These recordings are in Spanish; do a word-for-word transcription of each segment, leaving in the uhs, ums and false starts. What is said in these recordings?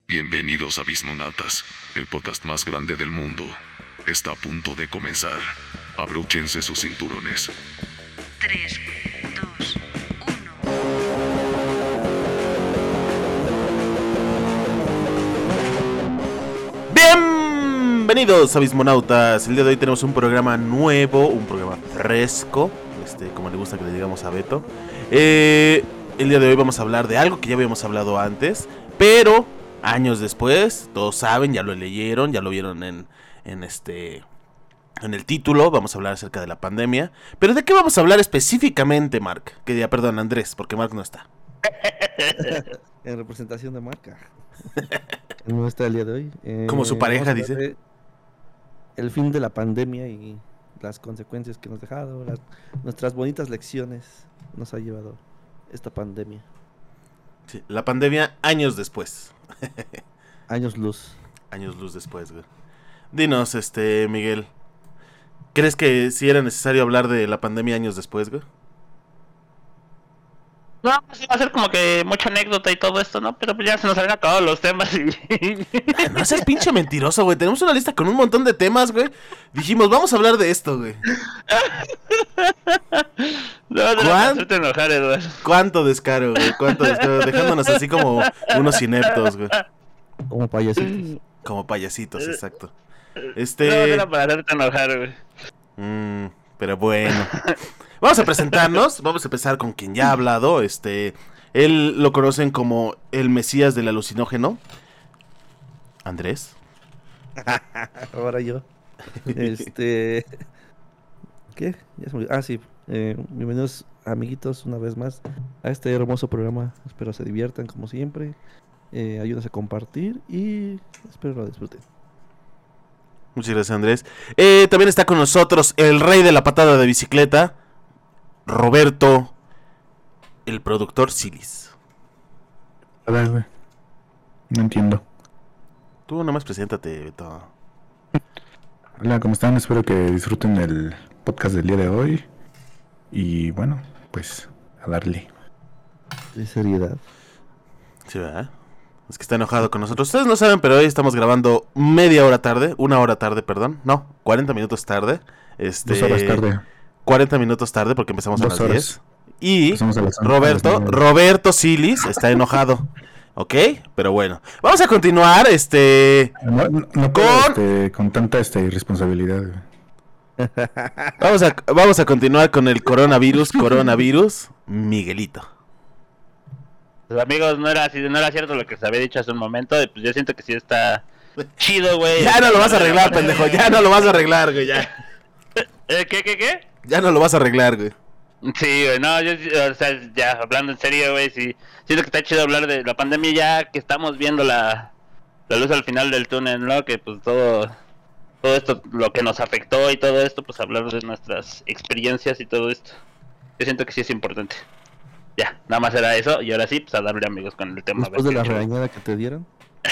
Bienvenidos a Abismonautas, el podcast más grande del mundo. Está a punto de comenzar. Abróchense sus cinturones. tres, dos, uno. Bienvenidos a Abismonautas. El día de hoy tenemos un programa nuevo, un programa fresco, este, como le gusta que le digamos a Beto. Eh, el día de hoy vamos a hablar de algo que ya habíamos hablado antes, pero años después, todos saben, ya lo leyeron, ya lo vieron en, en este... En el título vamos a hablar acerca de la pandemia. ¿Pero de qué vamos a hablar específicamente, Mark? Que ya, perdón, Andrés, porque Mark no está. En representación de marca. No está el día de hoy. Eh, Como su pareja, dice. El fin de la pandemia y las consecuencias que nos ha dejado, las, nuestras bonitas lecciones nos ha llevado esta pandemia. Sí, la pandemia años después. Años luz. Años luz después, güey. Dinos, este, Miguel. ¿Crees que sí era necesario hablar de la pandemia años después, güey? No, pues iba a ser como que mucha anécdota y todo esto, ¿no? Pero pues ya se nos habían acabado los temas y... No seas pinche mentiroso, güey. Tenemos una lista con un montón de temas, güey. Dijimos, vamos a hablar de esto, güey. No, no, ¿Cuán... hacerte enojar, Eduardo. ¿Cuánto descaro, güey? ¿Cuánto descaro? Dejándonos así como unos ineptos, güey. Como payasitos. Como payasitos, exacto. No, Este... no era para hacerte enojar, güey. Mm, pero bueno. Vamos a presentarnos. Vamos a empezar con quien ya ha hablado. Este, él lo conocen como el Mesías del alucinógeno. Andrés. Ahora yo. Este... ¿Qué? Ya se me olvidó. Ah, sí. Eh, bienvenidos, amiguitos, una vez más a este hermoso programa. Espero se diviertan como siempre. Eh, ayúdense a compartir y espero lo disfruten. Muchas gracias, Andrés. Eh, también está con nosotros el rey de la patada de bicicleta, Roberto, el productor Silis. A ver, güey. No entiendo. Tú nomás preséntate, Beto. Hola, ¿cómo están? Espero que disfruten el podcast del día de hoy. Y bueno, pues a darle. De seriedad. Sí, ¿verdad? Es que está enojado con nosotros. Ustedes no saben, pero hoy estamos grabando media hora tarde. Una hora tarde, perdón. No, cuarenta minutos tarde. Este, Dos horas tarde. cuarenta minutos tarde porque empezamos Dos a las horas. diez. Y Empezamos a las- Roberto, a las nueve. Roberto Silis está enojado. ¿Ok? Pero bueno. Vamos a continuar, este... No, no, no puedo, Con- este, con tanta este, irresponsabilidad, güey. Vamos a, vamos a continuar con el coronavirus, coronavirus, Miguelito. Pues, amigos, no era así, no era cierto lo que se había dicho hace un momento. Y pues yo siento que sí está chido, güey. Ya no lo vas a arreglar, pendejo. Ya no lo vas a arreglar, güey. Ya, ¿Eh, ¿Qué, qué, qué? ya no lo vas a arreglar, güey. Sí, güey, no, yo, o sea, ya hablando en serio, güey, sí, siento que está chido hablar de la pandemia ya que estamos viendo la, la luz al final del túnel, ¿no? Que pues todo, todo esto, lo que nos afectó y todo esto, pues hablar de nuestras experiencias y todo esto. Yo siento que sí es importante. Ya, nada más era eso, y ahora sí, pues a darle, amigos, con el tema. Después de la regañada que te dieron.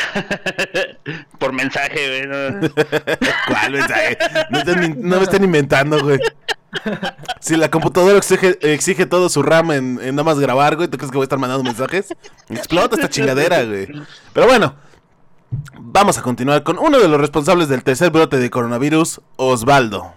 Por mensaje, güey, ¿no? ¿Cuál mensaje? No, estén min- no me estén inventando, güey. Si la computadora exige, exige todo su RAM en, en nada más grabar, güey, ¿tú crees que voy a estar mandando mensajes? Explota esta chingadera, güey. Pero bueno, vamos a continuar con uno de los responsables del tercer brote de coronavirus, Osvaldo.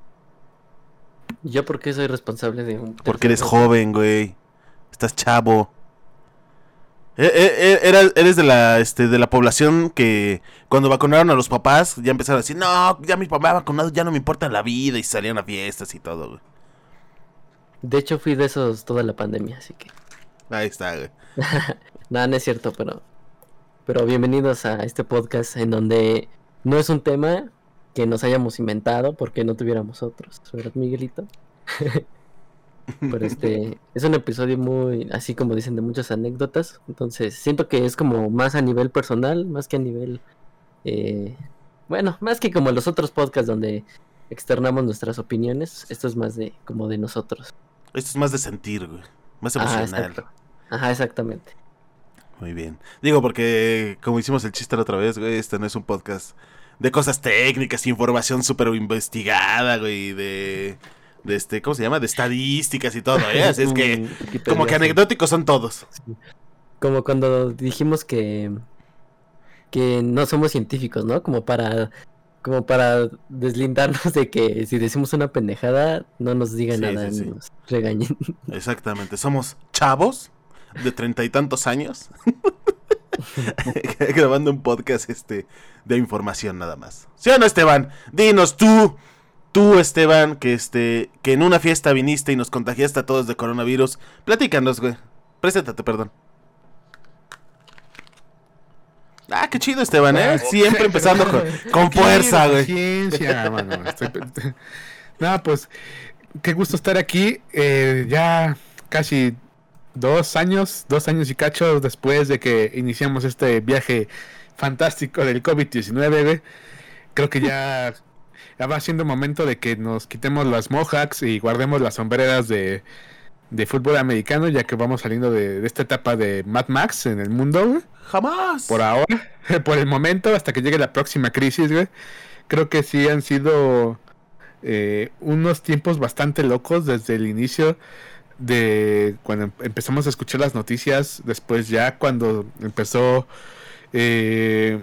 ¿Yo por qué soy responsable de un... Porque eres joven, güey. Estás chavo. Eh, eh, eh, Eres, eres de la este, de la población que cuando vacunaron a los papás ya empezaron a decir, no, ya mi papá vacunado, ya no me importa la vida, y salían a fiestas y todo, güey. De hecho fui de esos toda la pandemia, así que... Ahí está, güey. Nada, no es cierto, pero... Pero bienvenidos a este podcast en donde no es un tema que nos hayamos inventado porque no tuviéramos otros, ¿verdad, Miguelito? Pero este... Es un episodio muy, así como dicen, de muchas anécdotas. Entonces siento que es como más a nivel personal, más que a nivel... Eh... Bueno, más que como los otros podcasts donde externamos nuestras opiniones. Esto es más de como de nosotros. Esto es más de sentir, güey. Más Ajá, emocional. exacto. Ajá, exactamente. Muy bien. Digo, porque como hicimos el chiste la otra vez, güey, este no es un podcast de cosas técnicas, información súper investigada, güey, de... De este, ¿cómo se llama? De estadísticas y todo, ¿eh? Así es que, Wikipedia, como que sí. anecdóticos son todos. Como cuando dijimos que que no somos científicos, ¿no? Como para como para deslindarnos de que si decimos una pendejada no nos digan Sí, nada, sí, sí. nos regañen. Exactamente, somos chavos de treinta y tantos años grabando un podcast este de información nada más. ¿Sí o no, Esteban? Dinos tú, tú Esteban, que este que en una fiesta viniste y nos contagiaste a todos de coronavirus. Platícanos, güey. Preséntate, perdón. Ah, qué chido, Esteban, ¿eh? Siempre empezando con, con fuerza, güey. Paciencia, mano. Estoy... No, pues, qué gusto estar aquí. Eh, ya casi dos años, dos años y cacho después de que iniciamos este viaje fantástico del covid diecinueve, güey. Creo que ya, ya va siendo momento de que nos quitemos las mohawks y guardemos las sombreras de, de fútbol americano, ya que vamos saliendo de, de esta etapa de Mad Max en el mundo, güey. Jamás. Por ahora, por el momento, hasta que llegue la próxima crisis, güey. Creo que sí han sido eh, unos tiempos bastante locos desde el inicio de cuando empezamos a escuchar las noticias. Después ya cuando empezó eh,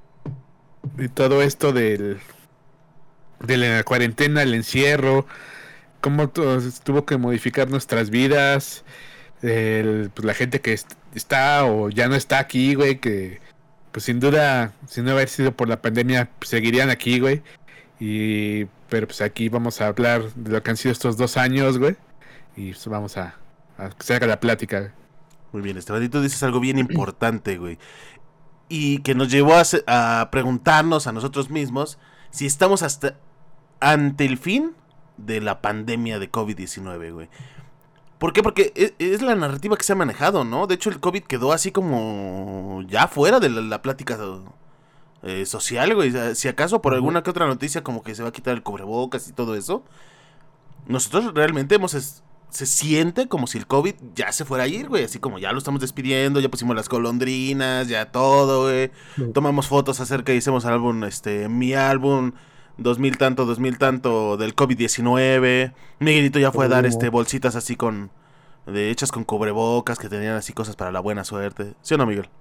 todo esto del de la cuarentena, el encierro, cómo to- tuvo que modificar nuestras vidas. El, pues la gente que est- está o ya no está aquí, güey, que pues sin duda, si no hubiera sido por la pandemia, pues, seguirían aquí, güey. Y pero pues aquí vamos a hablar de lo que han sido estos dos años, güey. Y pues, vamos a, a que se haga la plática, güey. Muy bien, Esteban, y tú dices algo bien importante, güey. Y que nos llevó a, se- a preguntarnos a nosotros mismos si estamos hasta ante el fin de la pandemia de covid diecinueve, güey. ¿Por qué? Porque es, es la narrativa que se ha manejado, ¿no? De hecho, el COVID quedó así como ya fuera de la, la plática eh, social, güey. Si acaso por alguna que otra noticia como que se va a quitar el cubrebocas y todo eso. Nosotros realmente hemos... es- se siente como si el COVID ya se fuera a ir, güey. Así como ya lo estamos despidiendo, ya pusimos las golondrinas, ya todo, güey. Tomamos fotos acerca y hicimos el álbum, este, mi álbum, dos mil tanto, dos mil tanto del covid diecinueve. Miguelito ya fue a dar, este, bolsitas así con, de hechas con cubrebocas, que tenían así cosas para la buena suerte. ¿Sí o no, Miguel?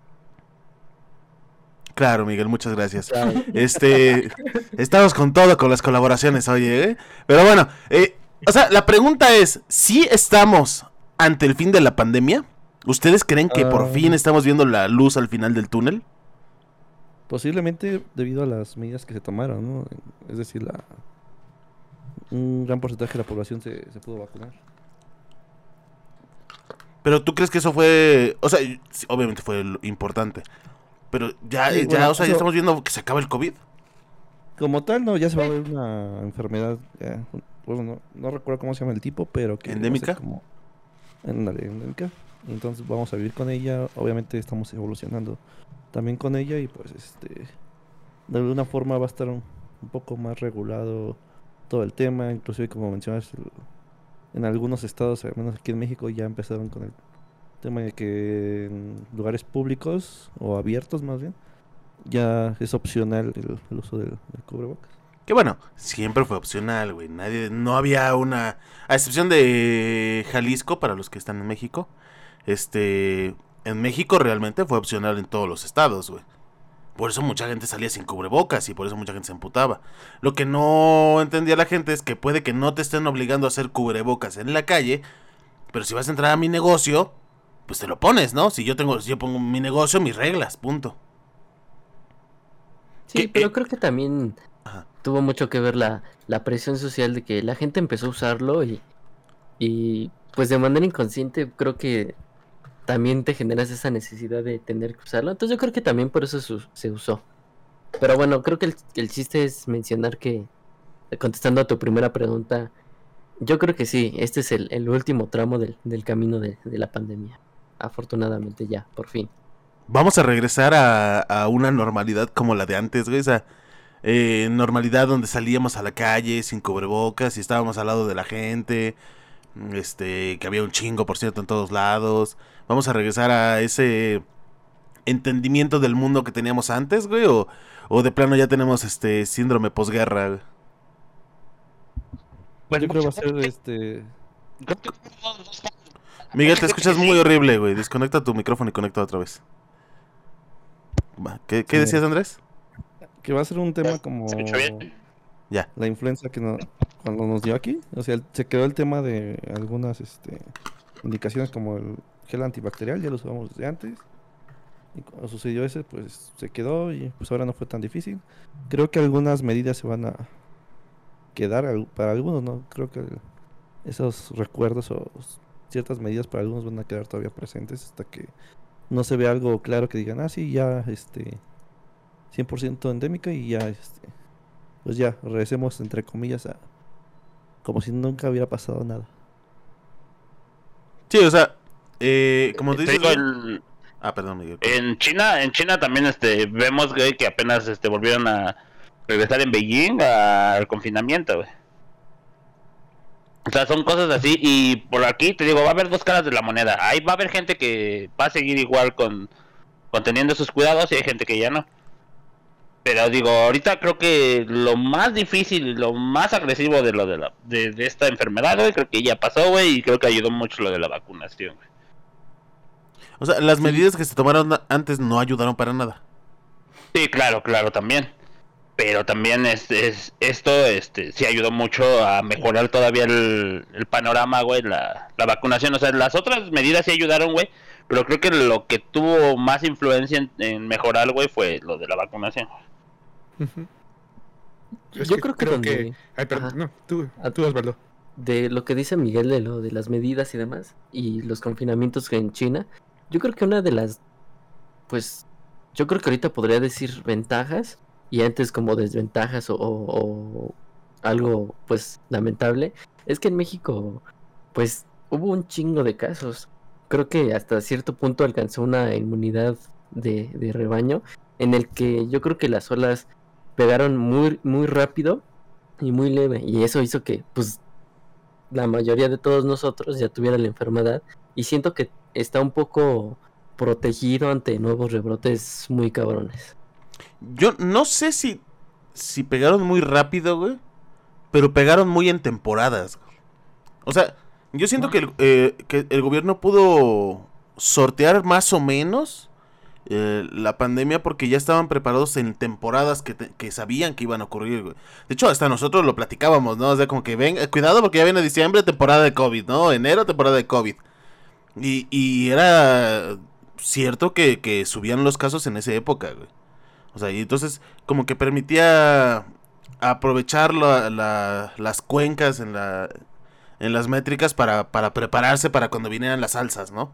Claro, Miguel, muchas gracias. Claro. Este, estamos con todo, con las colaboraciones, oye, ¿eh? Pero bueno, eh, o sea, la pregunta es, ¿sí estamos ante el fin de la pandemia? ¿Ustedes creen que por Ah. fin estamos viendo la luz al final del túnel? Posiblemente debido a las medidas que se tomaron, ¿no? Es decir, la un gran porcentaje de la población se, se pudo vacunar. Pero ¿tú crees que eso fue, o sea, sí, obviamente fue lo importante, pero ya, Sí, eh, ya, bueno, o sea, ya eso- estamos viendo que se acaba el COVID? Como tal, no, ya se va a ver una enfermedad, ya, bueno, no, no recuerdo cómo se llama el tipo, pero que va a ser ¿Endémica? como- ándale, endémica. Entonces vamos a vivir con ella, obviamente estamos evolucionando también con ella y pues este de alguna forma va a estar un, un poco más regulado todo el tema, inclusive como mencionas, el- en algunos estados, al menos aquí en México, ya empezaron con el tema de que en lugares públicos o abiertos más bien, ya es opcional el, el uso del, del cubrebocas. Que bueno, siempre fue opcional, güey. Nadie, no había una, a excepción de Jalisco, para los que están en México. Este, en México realmente fue opcional en todos los estados, güey. Por eso mucha gente salía sin cubrebocas y por eso mucha gente se emputaba. Lo que no entendía la gente es que puede que no te estén obligando a hacer cubrebocas en la calle, pero si vas a entrar a mi negocio, pues te lo pones, ¿no? Si yo tengo, si yo pongo mi negocio, mis reglas, punto. Sí, Que, pero eh, creo que también Ajá. tuvo mucho que ver la, la presión social de que la gente empezó a usarlo y, y pues de manera inconsciente creo que también te generas esa necesidad de tener que usarlo. Entonces yo creo que también por eso su- se usó. Pero bueno, creo que el, el chiste es mencionar que, contestando a tu primera pregunta, yo creo que sí, este es el, el último tramo del, del camino de, de la pandemia. Afortunadamente ya, por fin. Vamos a regresar a, a una normalidad como la de antes, güey. Esa eh, normalidad donde salíamos a la calle sin cubrebocas y estábamos al lado de la gente. Este, que había un chingo, por cierto, en todos lados. Vamos a regresar a ese entendimiento del mundo que teníamos antes, güey. O, o de plano ya tenemos este síndrome posguerra, güey. Pues, Yo creo que va a ser este Miguel, te escuchas muy horrible, güey. Desconecta tu micrófono y conecta otra vez. Va, ¿Qué, qué Sí. decías, Andrés? Que va a ser un tema como ¿Se escucha bien? Ya. la influenza que no, cuando nos dio aquí. O sea, el- se quedó el tema de algunas este, indicaciones como el gel antibacterial, ya lo usamos desde antes. Y cuando sucedió ese, pues se quedó y pues ahora no fue tan difícil. Creo que algunas medidas se van a quedar al- para algunos, ¿no? Creo que esos recuerdos o s- ciertas medidas para algunos van a quedar todavía presentes hasta que no se vea algo claro que digan, ah, sí, ya, este, cien por ciento endémica y ya, este, pues ya, regresemos entre comillas a como si nunca hubiera pasado nada. Sí, o sea, eh, como Te dices... digo, güey- el- Ah, perdón, Miguel. en China, en China también este vemos güey, que apenas este volvieron a regresar en Beijing al confinamiento, güey. O sea, son cosas así y por aquí te digo, va a haber dos caras de la moneda. Ahí va a haber gente que va a seguir igual con, con teniendo sus cuidados y hay gente que ya no. Pero digo, ahorita creo que lo más difícil y lo más agresivo de lo de la de, de esta enfermedad, güey, creo que ya pasó, güey, y creo que ayudó mucho lo de la vacunación, güey. O sea, las medidas que se tomaron a- antes no ayudaron para nada. Sí, claro, claro, también. Pero también es, es esto este sí ayudó mucho a mejorar todavía el, el panorama, güey, la, la vacunación. O sea, las otras medidas sí ayudaron, güey, pero creo que lo que tuvo más influencia en, en mejorar, güey, fue lo de la vacunación. Es Yo creo que donde- que... Ay, perdón, Ajá. no, tú, Ah, tú Osvaldo. De lo que dice Miguel de lo de las medidas y demás, y los confinamientos en China, yo creo que una de las, pues, yo creo que ahorita podría decir ventajas, y antes como desventajas o, o- o algo, pues, lamentable, es que en México, pues, hubo un chingo de casos. Creo que hasta cierto punto alcanzó una inmunidad de, de rebaño, en el que yo creo que las olas pegaron muy, muy rápido y muy leve, y eso hizo que, pues, la mayoría de todos nosotros ya tuviera la enfermedad y siento que está un poco protegido ante nuevos rebrotes muy cabrones. Yo no sé si, si pegaron muy rápido, güey, pero pegaron muy en temporadas. O sea, yo siento que el, eh, que el gobierno pudo sortear más o menos eh, la pandemia porque ya estaban preparados en temporadas que, te- que sabían que iban a ocurrir, güey. De hecho, hasta nosotros lo platicábamos, ¿no? O sea, como que ven, eh, cuidado porque ya viene diciembre, temporada de COVID, ¿no? Enero, temporada de COVID. Y, y era cierto que, que subían los casos en esa época, güey. O sea, y entonces como que permitía aprovechar la- la- las cuencas en la en las métricas para, para prepararse para cuando vinieran las alzas, ¿no?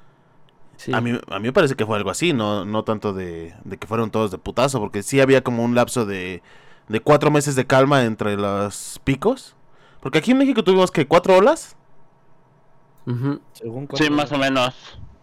Sí. A mí, a mí me parece que fue algo así, no, no tanto de, de que fueron todos de putazo, porque sí había como un lapso de, de cuatro meses de calma entre los picos. Porque aquí en México tuvimos que cuatro olas. Ujú. Según Sí, cuánto- más o menos.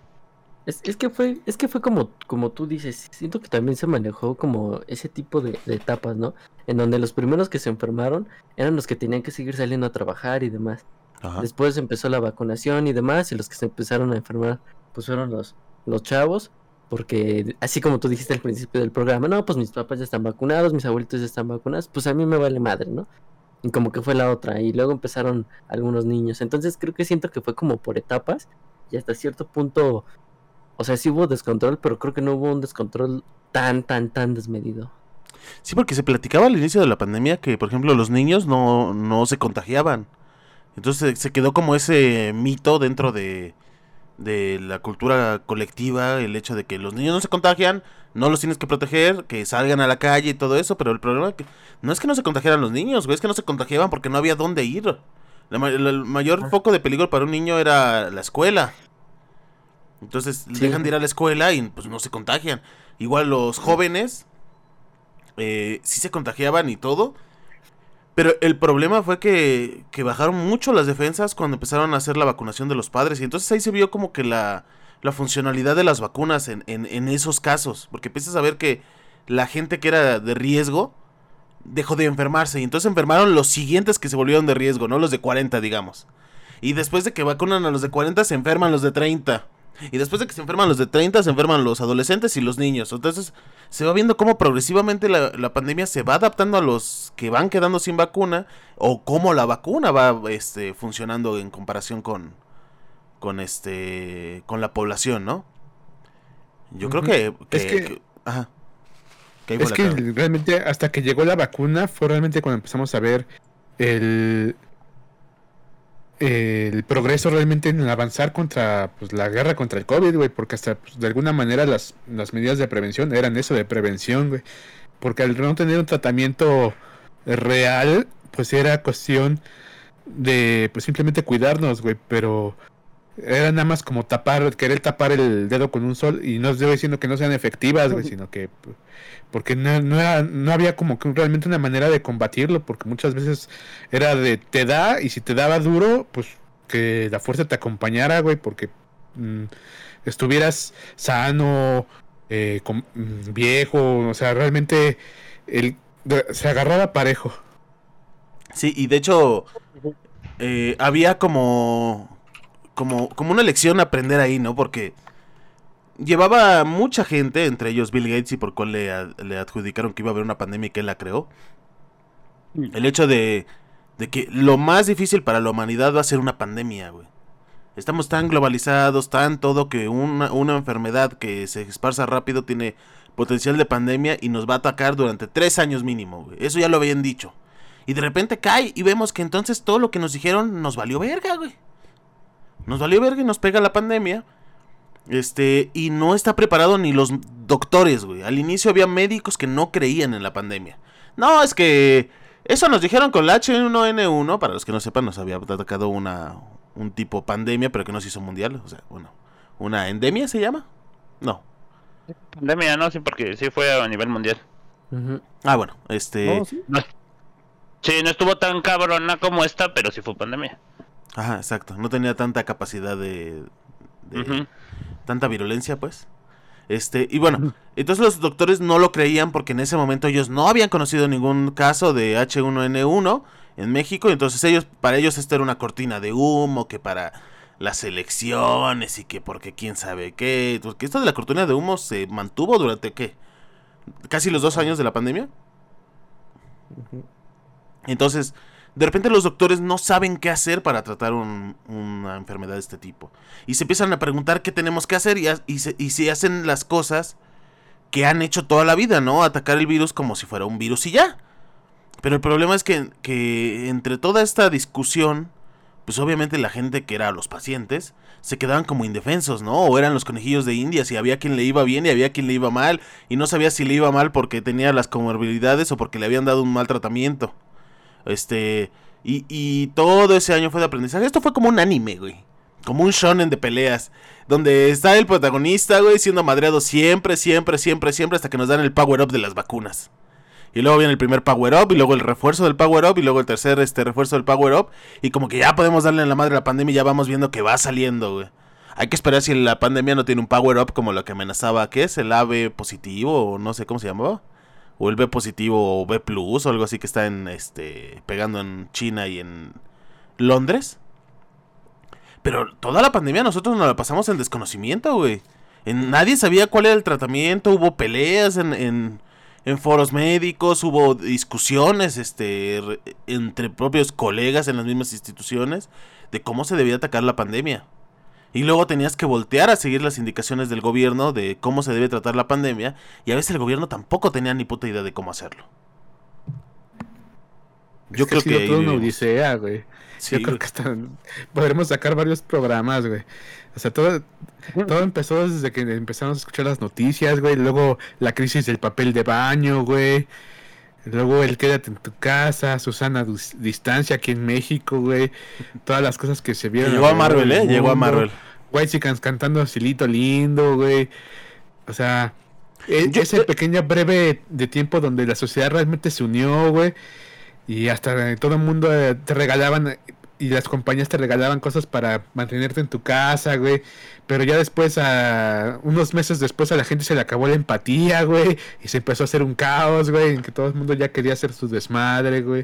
Es, es que fue, es que fue como, como tú dices, siento que también se manejó como ese tipo de, de etapas, ¿no? En donde los primeros que se enfermaron eran los que tenían que seguir saliendo a trabajar y demás. Ajá. Después empezó la vacunación y demás, y los que se empezaron a enfermar, pues fueron los, los chavos, porque así como tú dijiste al principio del programa, no, pues mis papás ya están vacunados, mis abuelitos ya están vacunados, pues a mí me vale madre, ¿no? Y como que fue la otra, y luego empezaron algunos niños. Entonces creo que siento que fue como por etapas, y hasta cierto punto, o sea, sí hubo descontrol, pero creo que no hubo un descontrol tan, tan, tan desmedido. Sí, porque se platicaba al inicio de la pandemia que, por ejemplo, los niños no, no se contagiaban. Entonces se quedó como ese mito dentro de, de la cultura colectiva, el hecho de que los niños no se contagian, no los tienes que proteger, que salgan a la calle y todo eso, pero el problema es que no es que no se contagiaran los niños, güey, es que no se contagiaban porque no había dónde ir. La ma- el mayor Ah. foco de peligro para un niño era la escuela. Entonces Sí. dejan de ir a la escuela y pues no se contagian. Igual los jóvenes eh, sí se contagiaban y todo. Pero el problema fue que, que bajaron mucho las defensas cuando empezaron a hacer la vacunación de los padres. Y entonces ahí se vio como que la, la funcionalidad de las vacunas en, en, en esos casos. Porque empiezas a ver que la gente que era de riesgo dejó de enfermarse. Y entonces enfermaron los siguientes que se volvieron de riesgo, no los de cuarenta, digamos. Y después de que vacunan a los de cuarenta, se enferman los de treinta. Y después de que se enferman los de treinta, se enferman los adolescentes y los niños. Entonces se va viendo cómo progresivamente la, la pandemia se va adaptando a los que van quedando sin vacuna. O cómo la vacuna va este, funcionando en comparación con, con, este, con la población, ¿no? Yo creo Ujú. que... que- Es que- que- Ajá. Que ahí fue Es la que clave. realmente hasta que llegó la vacuna fue realmente cuando empezamos a ver el, el progreso realmente en el avanzar contra pues, la guerra contra el COVID, güey, porque hasta pues, de alguna manera las, las medidas de prevención eran eso de prevención, güey, porque al no tener un tratamiento real, pues era cuestión de pues simplemente cuidarnos, güey, pero era nada más como tapar, querer tapar el dedo con un sol, y no estoy diciendo que no sean efectivas, güey, sino que porque no, no, era, no había como que realmente una manera de combatirlo, porque muchas veces era de te da, y si te daba duro, pues que la fuerza te acompañara, güey, porque mm, estuvieras sano, eh, com- mm, viejo, o sea, realmente el, de- se agarraba parejo. Sí, y de hecho eh, había como, como, como una lección a aprender ahí, ¿no? Porque llevaba mucha gente, entre ellos Bill Gates, y por cual le, ad- le adjudicaron que iba a haber una pandemia y que él la creó. El hecho de, de que lo más difícil para la humanidad va a ser una pandemia, güey. Estamos tan globalizados, tan todo, que una, una enfermedad que se esparza rápido tiene potencial de pandemia y nos va a atacar durante tres años mínimo, güey. Eso ya lo habían dicho. Y de repente cae y vemos que entonces todo lo que nos dijeron nos valió verga, güey. Nos valió verga y nos pega la pandemia. Este, y no está preparado ni los doctores, güey. Al inicio había médicos que no creían en la pandemia. No, es que eso nos dijeron con la H uno N uno. Para los que no sepan, nos había atacado una, un tipo pandemia, pero que no se hizo mundial. O sea, bueno, ¿una endemia se llama? No. Pandemia, no, sí, porque sí fue a nivel mundial. Ujú. Ah, bueno, este... No, sí. No, sí, no estuvo tan cabrona como esta, pero sí fue pandemia. Ajá, exacto. No tenía tanta capacidad de... de Ujú. tanta virulencia, pues. Este, y bueno, entonces los doctores no lo creían porque en ese momento ellos no habían conocido ningún caso de H uno N uno en México, y entonces ellos, para ellos esto era una cortina de humo, que para las elecciones y que porque quién sabe qué, porque esto de la cortina de humo se mantuvo durante, ¿qué? Casi los dos años de la pandemia. Ujú. Entonces, de repente los doctores no saben qué hacer para tratar un- una enfermedad de este tipo. Y se empiezan a preguntar qué tenemos que hacer y, ha- y, se, y se hacen las cosas que han hecho toda la vida, ¿no? Atacar el virus como si fuera un virus y ya. Pero el problema es que, que entre toda esta discusión, pues obviamente la gente que era los pacientes se quedaban como indefensos, ¿no? O eran los conejillos de Indias y había quien le iba bien y había quien le iba mal. Y no sabía si le iba mal porque tenía las comorbilidades o porque le habían dado un mal tratamiento. Este, y, y todo ese año fue de aprendizaje. Esto fue como un anime, güey. Como un shonen de peleas. Donde está el protagonista, güey, siendo madreado siempre, siempre, siempre, siempre, hasta que nos dan el power up de las vacunas. Y luego viene el primer power up, y luego el refuerzo del power up, y luego el tercer este refuerzo del power up. Y como que ya podemos darle en la madre a la pandemia y ya vamos viendo que va saliendo, güey. Hay que esperar si la pandemia no tiene un power up como lo que amenazaba, ¿qué es? El A B positivo, o no sé cómo se llamaba. O el B positivo o B plus o algo así que está en este pegando en China y en Londres. Pero toda la pandemia nosotros nos la pasamos en desconocimiento, güey. En, nadie sabía cuál era el tratamiento, hubo peleas en, en, en foros médicos, hubo discusiones este, re, entre propios colegas en las mismas instituciones de cómo se debía atacar la pandemia. Y luego tenías que voltear a seguir las indicaciones del gobierno de cómo se debe tratar la pandemia. Y a veces el gobierno tampoco tenía ni puta idea de cómo hacerlo. Yo Es creo ha sido que... toda una ahí- odisea, güey. Sí, Yo creo güey. que hasta podremos sacar varios programas, güey. O sea, todo, todo empezó desde que empezamos a escuchar las noticias, güey. Luego la crisis del papel de baño, güey. Luego el quédate en tu casa, Susana dus- distancia aquí en México, güey. Todas las cosas que se Que vieron. llegó a alrededor Marvel, del ¿eh? Llegó a mundo. Marvel. Whitexicans cantando Silito Lindo, güey. O sea, e- Yo- ese eh, pequeño breve de tiempo donde la sociedad realmente se unió, güey. Y hasta todo el mundo eh, te regalaban, y las compañías te regalaban cosas para mantenerte en tu casa, güey. Pero ya después, a, unos meses después, a la gente se le acabó la empatía, güey. Y se empezó a hacer un caos, güey, en que todo el mundo ya quería hacer su desmadre, güey.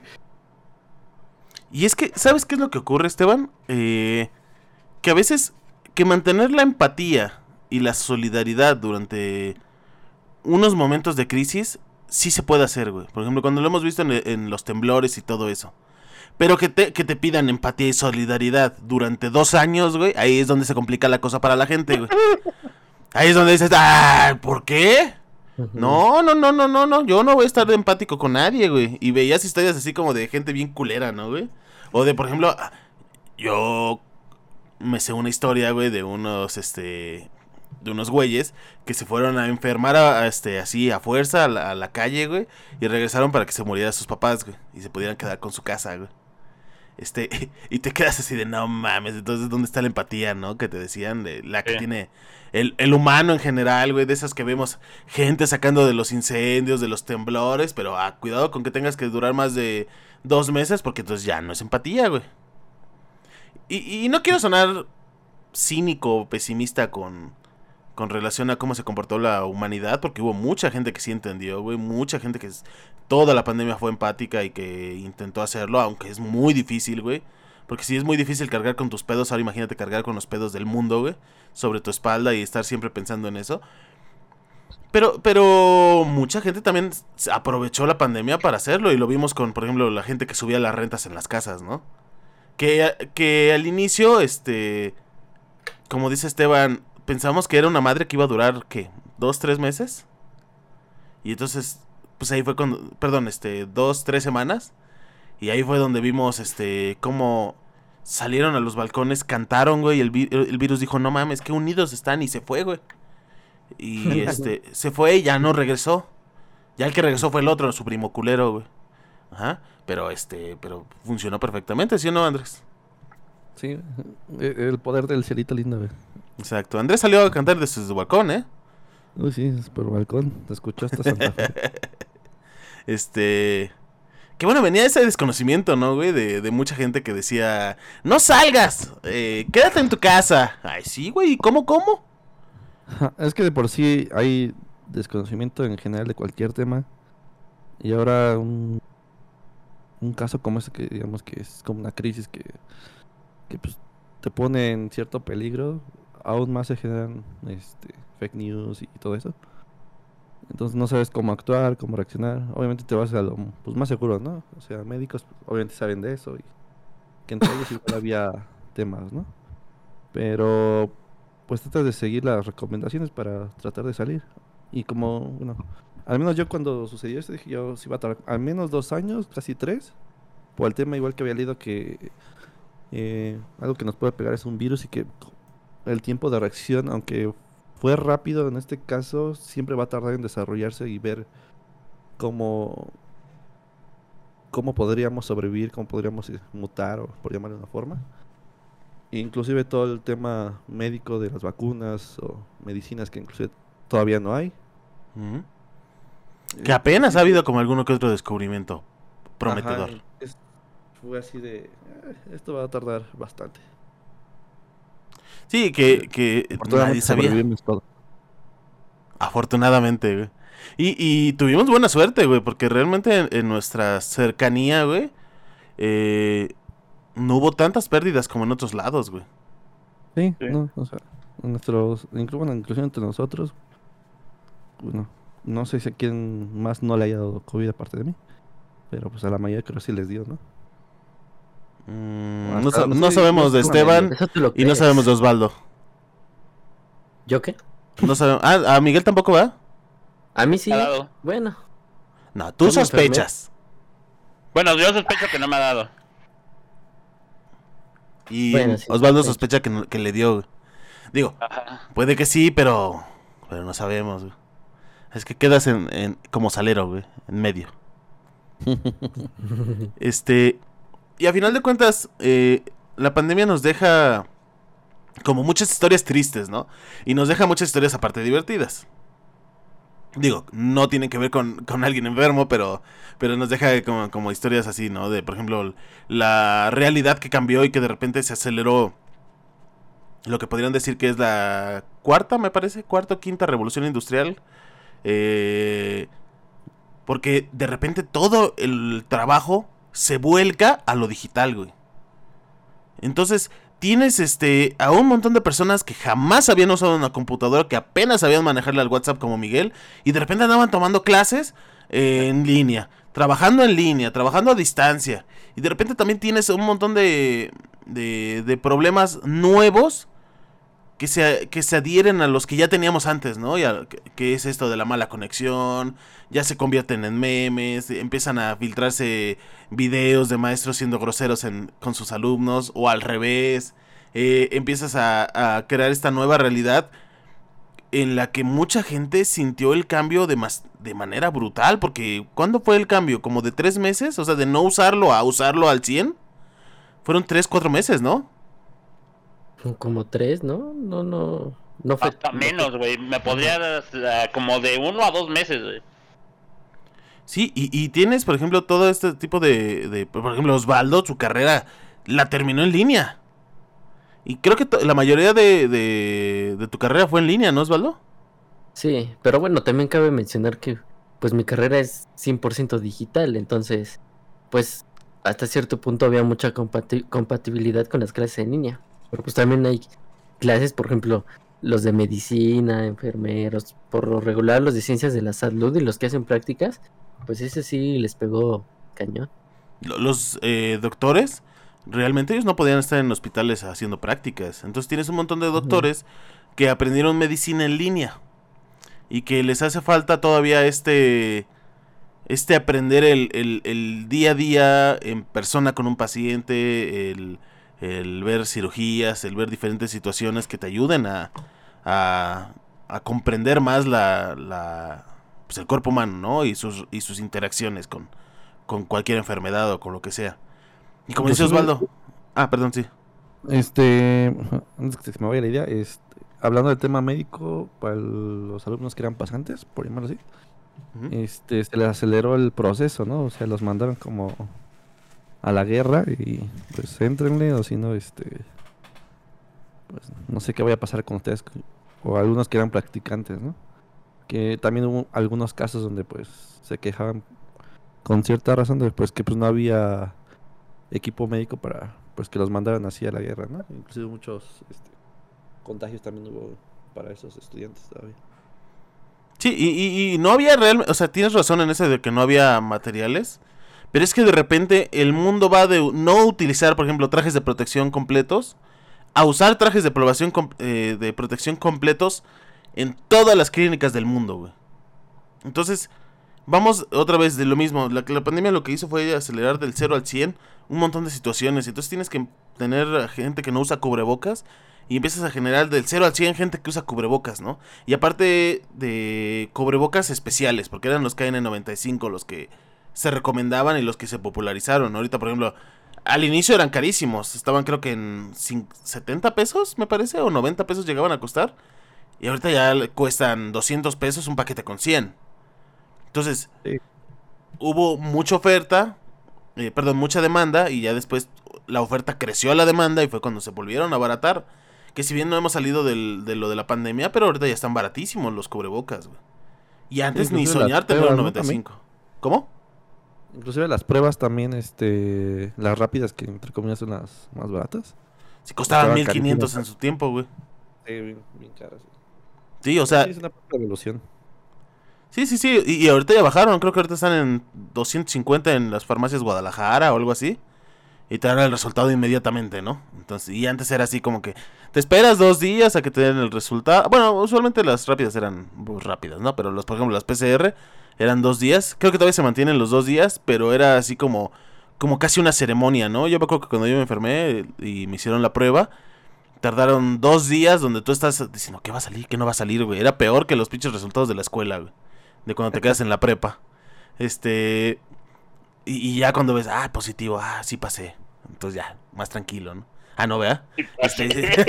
Y es que, ¿sabes qué es lo que ocurre, Esteban? Eh, que a veces, que mantener la empatía y la solidaridad durante unos momentos de crisis, sí se puede hacer, güey. Por ejemplo, cuando lo hemos visto en, en los temblores y todo eso. Pero que te, que te pidan empatía y solidaridad durante dos años, güey, ahí es donde se complica la cosa para la gente, güey. Ahí es donde dices, ah, ¿por qué? Ujú. No, no, no, no, no, no, yo no voy a estar empático con nadie, güey. Y veías historias así como de gente bien culera, ¿no, güey? O de, por ejemplo, yo me sé una historia, güey, de unos, este, de unos güeyes que se fueron a enfermar a, a, este, así a fuerza a la, a la calle, güey, y regresaron para que se murieran sus papás, güey, y se pudieran quedar con su casa, güey. Este, y te quedas así de no mames, entonces ¿dónde está la empatía, no? Que te decían, de la que Sí. tiene el, el humano en general, güey, de esas que vemos gente sacando de los incendios, de los temblores, pero ah, cuidado con que tengas que durar más de dos meses, porque entonces ya no es empatía, güey. Y, y no quiero sonar cínico o pesimista con, con relación a cómo se comportó la humanidad, porque hubo mucha gente que sí entendió, güey, mucha gente que es, toda la pandemia fue empática y que intentó hacerlo, aunque es muy difícil, güey. Porque si es muy difícil cargar con tus pedos, ahora imagínate cargar con los pedos del mundo, güey, sobre tu espalda y estar siempre pensando en eso. Pero, pero mucha gente también aprovechó la pandemia para hacerlo y lo vimos con, por ejemplo, la gente que subía las rentas en las casas, ¿no? Que, que al inicio, este, como dice Esteban, pensamos que era una madre que iba a durar, ¿qué? ¿Dos, tres meses? Y entonces, pues ahí fue cuando, perdón, este, dos, tres semanas. Y ahí fue donde vimos, este, cómo salieron a los balcones, cantaron, güey, y el, vi- el virus dijo, no mames, qué unidos están, y se fue, güey. Y este, se fue y ya no regresó. Ya el que regresó fue el otro, su primo culero, güey. Ajá, pero este, pero funcionó perfectamente, ¿sí o no, Andrés? Sí, e- el poder del cielito lindo, güey. Exacto, Andrés salió a cantar desde su balcón, ¿eh? Uy, sí, es por balcón. Te escuchó hasta Santa Fe. Este... Que bueno, venía ese desconocimiento, ¿no, güey? De, de mucha gente que decía, no salgas, eh, quédate en tu casa. Ay, sí, güey, ¿y cómo, cómo? Ajá, es que de por sí hay desconocimiento en general de cualquier tema. Y ahora un, un caso como este que digamos que es como una crisis que, que pues, te pone en cierto peligro, aún más se generan este, fake news y todo eso. Entonces no sabes cómo actuar, cómo reaccionar. Obviamente te vas a lo pues, más seguro, ¿no? O sea, médicos pues, obviamente saben de eso y que entre ellos igual había temas, ¿no? Pero pues tratas de seguir las recomendaciones para tratar de salir. Y como, bueno, al menos yo cuando sucedió esto dije yo si iba a tardar al menos dos años, casi tres, por el tema igual que había leído que eh, algo que nos puede pegar es un virus y que el tiempo de reacción, aunque fue rápido en este caso, siempre va a tardar en desarrollarse y ver cómo, cómo podríamos sobrevivir, cómo podríamos eh, mutar, o por llamarlo de una forma. E inclusive todo el tema médico de las vacunas o medicinas que inclusive todavía no hay. Ujú. Eh, Que apenas ha habido como alguno que otro descubrimiento prometedor. Ajá, es- fue así de, "Eh, esto va a tardar bastante". Sí, que, que nadie Afortunadamente sabía. sobrevivimos todo. Afortunadamente, güey. Y, y tuvimos buena suerte, güey, porque realmente en, en nuestra cercanía, güey, eh, no hubo tantas pérdidas como en otros lados, güey. Sí, Sí. no, o sea, nuestros, inclu- bueno, incluso entre nosotros, bueno, no sé si a quién más no le haya dado COVID aparte de mí, pero pues a la mayoría creo que sí les dio, ¿no? Mm, Hasta no, sa- donde no sé, sabemos de no sé, Esteban Eso te lo y no crees. sabemos de Osvaldo. ¿Yo qué? No sabemos. Ah, ¿a Miguel tampoco va? A mí sí. Me ha dado. Bueno. No, tú Yo me enfermé. sospechas. Bueno, yo sospecho que no me ha dado. Y Bueno, sí, Osvaldo sospecho. sospecha que, no- que le dio, güey. Digo, Ajá. puede que sí, pero, pero no sabemos, güey. Es que quedas en, en- como salero, güey, en medio. Este, y a final de cuentas, eh, la pandemia nos deja como muchas historias tristes, ¿no? Y nos deja muchas historias aparte divertidas. Digo, no tienen que ver con, con alguien enfermo, pero, pero nos deja como, como historias así, ¿no? De, por ejemplo, la realidad que cambió y que de repente se aceleró lo que podrían decir que es la cuarta, me parece, cuarta o quinta revolución industrial. Eh, porque de repente todo el trabajo se vuelca a lo digital, güey. Entonces, tienes este a un montón de personas que jamás habían usado una computadora, que apenas sabían manejarle al WhatsApp como Miguel, y de repente andaban tomando clases eh, en línea, trabajando en línea, trabajando a distancia. Y de repente también tienes un montón de, de, de problemas nuevos que se, que se adhieren a los que ya teníamos antes, ¿no? Ya, que, que es esto de la mala conexión, ya se convierten en memes, empiezan a filtrarse videos de maestros siendo groseros en, con sus alumnos, o al revés, eh, empiezas a, a crear esta nueva realidad en la que mucha gente sintió el cambio de, mas, de manera brutal, porque ¿cuándo fue el cambio? ¿Como de tres meses? O sea, de no usarlo a usarlo al cien. Fueron tres, cuatro meses, ¿no? Como tres, ¿no? No, no. No fue. Hasta menos, güey. Me podría dar uh, como de uno a dos meses, güey. Sí, y, y tienes, por ejemplo, todo este tipo de, de... Por ejemplo, Osvaldo, su carrera la terminó en línea. Y creo que la mayoría de, de, de tu carrera fue en línea, ¿no, Osvaldo? Sí, pero bueno, también cabe mencionar que pues mi carrera es cien por ciento digital, entonces pues hasta cierto punto había mucha compati- compatibilidad con las clases en línea. Pero pues también hay clases, por ejemplo, los de medicina, enfermeros, por lo regular los de ciencias de la salud y los que hacen prácticas, pues ese sí les pegó cañón. Los eh, doctores, realmente ellos no podían estar en hospitales haciendo prácticas. Entonces tienes un montón de doctores uh-huh. que aprendieron medicina en línea y que les hace falta todavía este este aprender el, el, el día a día en persona con un paciente, el, el ver cirugías, el ver diferentes situaciones que te ayuden a, a, a comprender más la, la pues el cuerpo humano, ¿no? Y sus, y sus interacciones con, con cualquier enfermedad o con lo que sea. Y como dice Osvaldo... Ah, perdón, sí. Este... Antes que se me vaya la idea, este, hablando del tema médico, para el, los alumnos que eran pasantes, por llamarlo así, uh-huh. este, se les aceleró el proceso, ¿no? O sea, los mandaron como a la guerra y pues éntrenle, o si no, este... pues no sé qué vaya a pasar con ustedes, o algunos que eran practicantes, ¿no? Que también hubo algunos casos donde pues se quejaban con cierta razón de pues que pues no había equipo médico para pues que los mandaran así a la guerra, ¿no? Inclusive muchos este, contagios también hubo para esos estudiantes todavía. Sí, y, y, y no había realmente, o sea, tienes razón en ese de que no había materiales, pero es que de repente el mundo va de no utilizar, por ejemplo, trajes de protección completos, a usar trajes de protección, eh, de protección completos en todas las clínicas del mundo, güey. Entonces, vamos otra vez de lo mismo. La, la pandemia lo que hizo fue acelerar del cero al cien un montón de situaciones. Entonces tienes que tener gente que no usa cubrebocas y empiezas a generar del cero al cien gente que usa cubrebocas, ¿no? Y aparte de cubrebocas especiales, porque eran los K N noventa y cinco los que se recomendaban y los que se popularizaron. Ahorita, por ejemplo, al inicio eran carísimos. Estaban creo que en setenta pesos, me parece, o noventa pesos llegaban a costar. Y ahorita ya cuestan doscientos pesos un paquete con cien. Entonces, sí. hubo mucha oferta, eh, perdón, mucha demanda, y ya después la oferta creció a la demanda y fue cuando se volvieron a abaratar. Que si bien no hemos salido del, de lo de la pandemia, pero ahorita ya están baratísimos los cubrebocas, güey. Y antes sí, ni soñar tener un noventa y cinco. ¿No? ¿Cómo? Inclusive las pruebas también, este, las rápidas, que entre comillas son las más baratas. Sí, costaban mil quinientos en su tiempo, güey. Sí, bien, bien caras. Sí, o sea... Sí, es una revolución. Sí, sí, sí, y, y ahorita ya bajaron, creo que ahorita están en doscientos cincuenta en las farmacias Guadalajara o algo así. Y te dan el resultado inmediatamente, ¿no? Entonces, y antes era así como que te esperas dos días a que te den el resultado. Bueno, usualmente las rápidas eran pues, rápidas, ¿no? Pero los, por ejemplo, las P C R eran dos días. Creo que todavía se mantienen los dos días, pero era así como, como casi una ceremonia, ¿no? Yo me acuerdo que cuando yo me enfermé y me hicieron la prueba, tardaron dos días donde tú estás diciendo, ¿qué va a salir? ¿Qué no va a salir, güey? Era peor que los pinches resultados de la escuela, güey. De cuando te quedas en la prepa. Este... Y, y ya cuando ves, ah, positivo, ah, sí pasé. Entonces ya, más tranquilo, ¿no? Ah, no, ¿verdad? Este...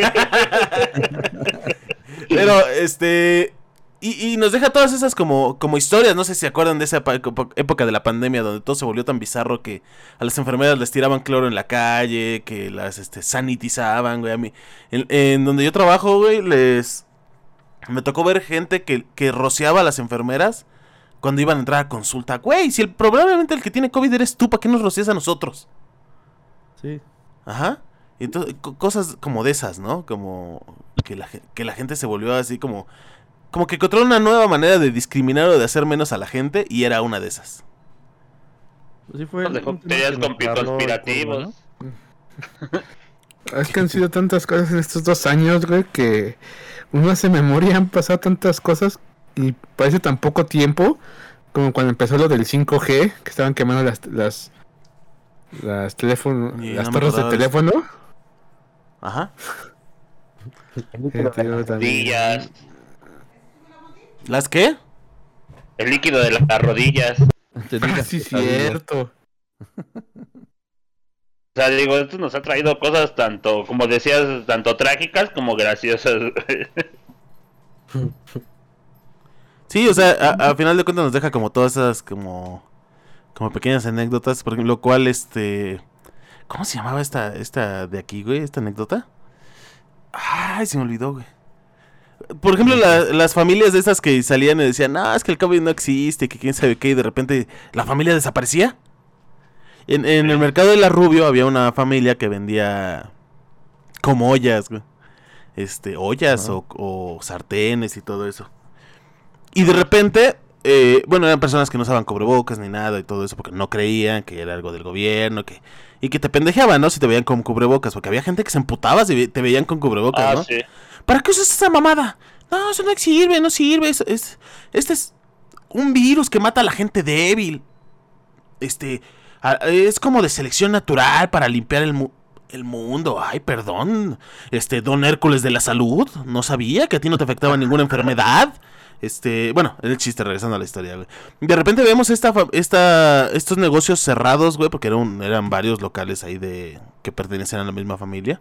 Pero, este... Y, y nos deja todas esas como, como historias, no sé si se acuerdan de esa época de la pandemia donde todo se volvió tan bizarro que a las enfermeras les tiraban cloro en la calle, que las este, sanitizaban, güey, a mí. En, en donde yo trabajo, güey, les... Me tocó ver gente que, que rociaba a las enfermeras cuando iban a entrar a consulta. Güey, si el, probablemente el que tiene COVID eres tú, ¿para qué nos rocías a nosotros? Sí. Ajá. Entonces, co- cosas como de esas, ¿no? Como que la, que la gente se volvió así como... Como que encontró una nueva manera de discriminar o de hacer menos a la gente y era una de esas. Pues sí fue Teorías conspirativos. Es que han sido tantas cosas en estos dos años, güey, que uno hace memoria, han pasado tantas cosas y parece tan poco tiempo como cuando empezó lo del cinco G, que estaban quemando las las las teléfonos, Y las no me torres de acordaba de teléfono. Ajá. El líquido Sí, de las yo también. rodillas. ¿Las qué? El líquido de las rodillas. Entendí Ah, las sí, quesadillas. cierto. O sea, digo, esto nos ha traído cosas tanto, como decías, tanto trágicas como graciosas. Sí, o sea, a, a final de cuentas nos deja como todas esas como como pequeñas anécdotas, por ejemplo, lo cual este ¿cómo se llamaba esta esta de aquí, güey? Esta anécdota. Ay, se me olvidó, güey. Por ejemplo, la- las familias de esas que salían y decían, "No, es que el COVID no existe, que quién sabe qué", y de repente la familia desaparecía. En, en el mercado de la Rubio había una familia que vendía como ollas, güey. Este, ollas Ajá. o, o sartenes y todo eso. Y de repente, eh, bueno, eran personas que no usaban cubrebocas ni nada y todo eso porque no creían que era algo del gobierno, que y que te pendejeaban, ¿no? Si te veían con cubrebocas, porque había gente que se emputaba si ve- te veían con cubrebocas, Ah, ¿no? sí. ¿Para qué usas esa mamada? No, eso no sirve, no sirve. Es, es- este es un virus que mata a la gente débil. Este, a- es como de selección natural para limpiar el, mu- el mundo. Ay, perdón. Este, don Hércules de la salud. No sabía que a ti no te afectaba ninguna enfermedad. Este, bueno, era el chiste, regresando a la historia, güey. De repente vemos esta, fa- esta, estos negocios cerrados, güey, porque era un- eran varios locales ahí de que pertenecían a la misma familia.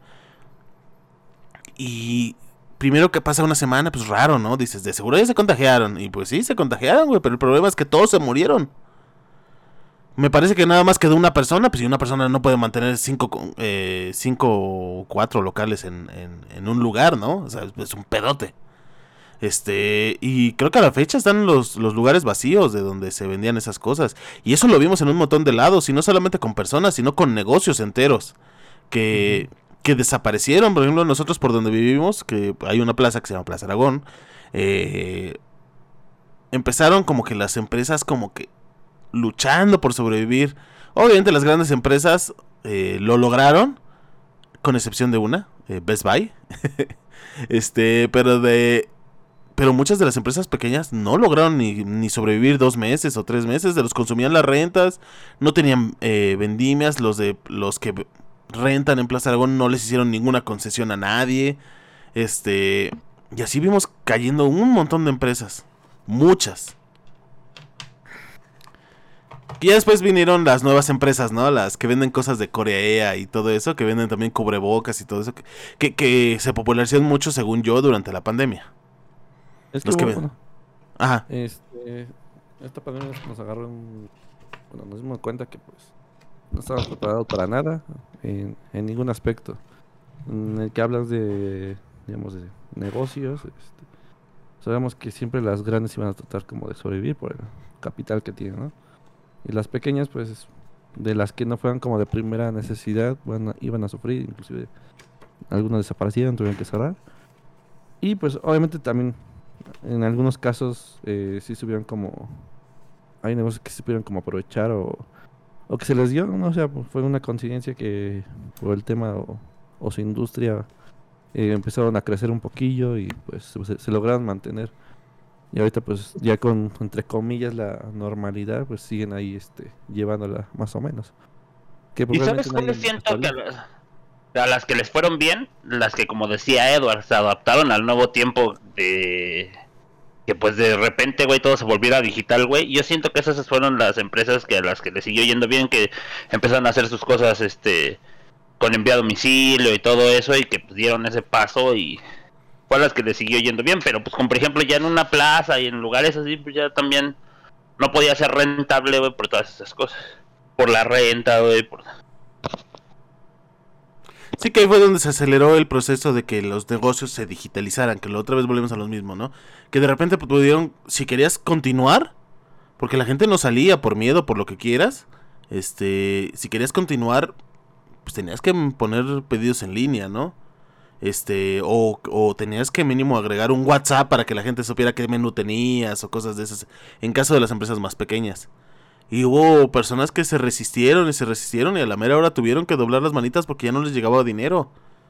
Y primero que pasa una semana, pues raro, ¿no? Dices, de seguro ya se contagiaron. Y pues sí, se contagiaron, güey, pero el problema es que todos se murieron. Me parece que nada más quedó una persona, pues si una persona no puede mantener cinco, co- eh, cinco o cuatro locales en, en, en un lugar, ¿no? O sea, es, es un pedote. Este, y creo que a la fecha están los, los lugares vacíos de donde se vendían esas cosas. Y eso lo vimos en un montón de lados, y no solamente con personas, sino con negocios enteros que, que desaparecieron. Por ejemplo, nosotros por donde vivimos, que hay una plaza que se llama Plaza Aragón, eh, empezaron como que las empresas como que luchando por sobrevivir. Obviamente las grandes empresas eh, lo lograron, con excepción de una, eh, Best Buy. este, pero de... Pero muchas de las empresas pequeñas no lograron ni, ni sobrevivir dos meses o tres meses. De los consumían las rentas, no tenían eh, vendimias. Los de los que rentan en Plaza Aragón no les hicieron ninguna concesión a nadie. Este, y así vimos cayendo un montón de empresas, muchas. Y ya después vinieron las nuevas empresas, ¿no? Las que venden cosas de Corea y todo eso, que venden también cubrebocas y todo eso, que, que, que se popularizaron mucho, según yo, durante la pandemia. Es que, Los que bueno, ven. Ajá. este, esta pandemia nos agarró en... Bueno, nos dimos cuenta que pues no estábamos preparados para nada, en, en ningún aspecto. En el que hablas de, digamos, de negocios, este, sabemos que siempre las grandes iban a tratar como de sobrevivir por el capital que tienen, ¿no? Y las pequeñas, pues, de las que no fueran como de primera necesidad, van a- iban a sufrir, inclusive algunos desaparecieron, tuvieron que cerrar. Y pues, obviamente también, en algunos casos, eh, sí subieron como... Hay negocios que se pudieron como aprovechar o, o que se les dio, ¿no? O sea, pues, fue una coincidencia que por el tema o, o su industria eh, empezaron a crecer un poquillo y pues se, se lograron mantener. Y ahorita pues ya con, entre comillas, la normalidad, pues siguen ahí este llevándola más o menos. Que ¿Y sabes probablemente cuáles nadie siento que a actualiza. las, a las que les fueron bien? Las que, como decía Edward, se adaptaron al nuevo tiempo de... Que pues de repente, güey, todo se volviera digital, güey. Yo siento que esas fueron las empresas que a las que les siguió yendo bien, que empezaron a hacer sus cosas, este... con envío a domicilio y todo eso, y que pues, dieron ese paso y... Fue a las que les siguió yendo bien, pero pues como por ejemplo ya en una plaza y en lugares así, pues ya también no podía ser rentable, güey, por todas esas cosas. Por la renta, güey, por... Sí, que ahí fue donde se aceleró el proceso de que los negocios se digitalizaran, que la otra vez volvemos a lo mismo, ¿no? Que de repente pues, pudieron, si querías continuar, porque la gente no salía por miedo, por lo que quieras, este, si querías continuar, pues tenías que poner pedidos en línea, ¿no? Este, o, o tenías que mínimo agregar un WhatsApp para que la gente supiera qué menú tenías o cosas de esas, en caso de las empresas más pequeñas. Y hubo personas que se resistieron y se resistieron y a la mera hora tuvieron que doblar las manitas porque ya no les llegaba dinero.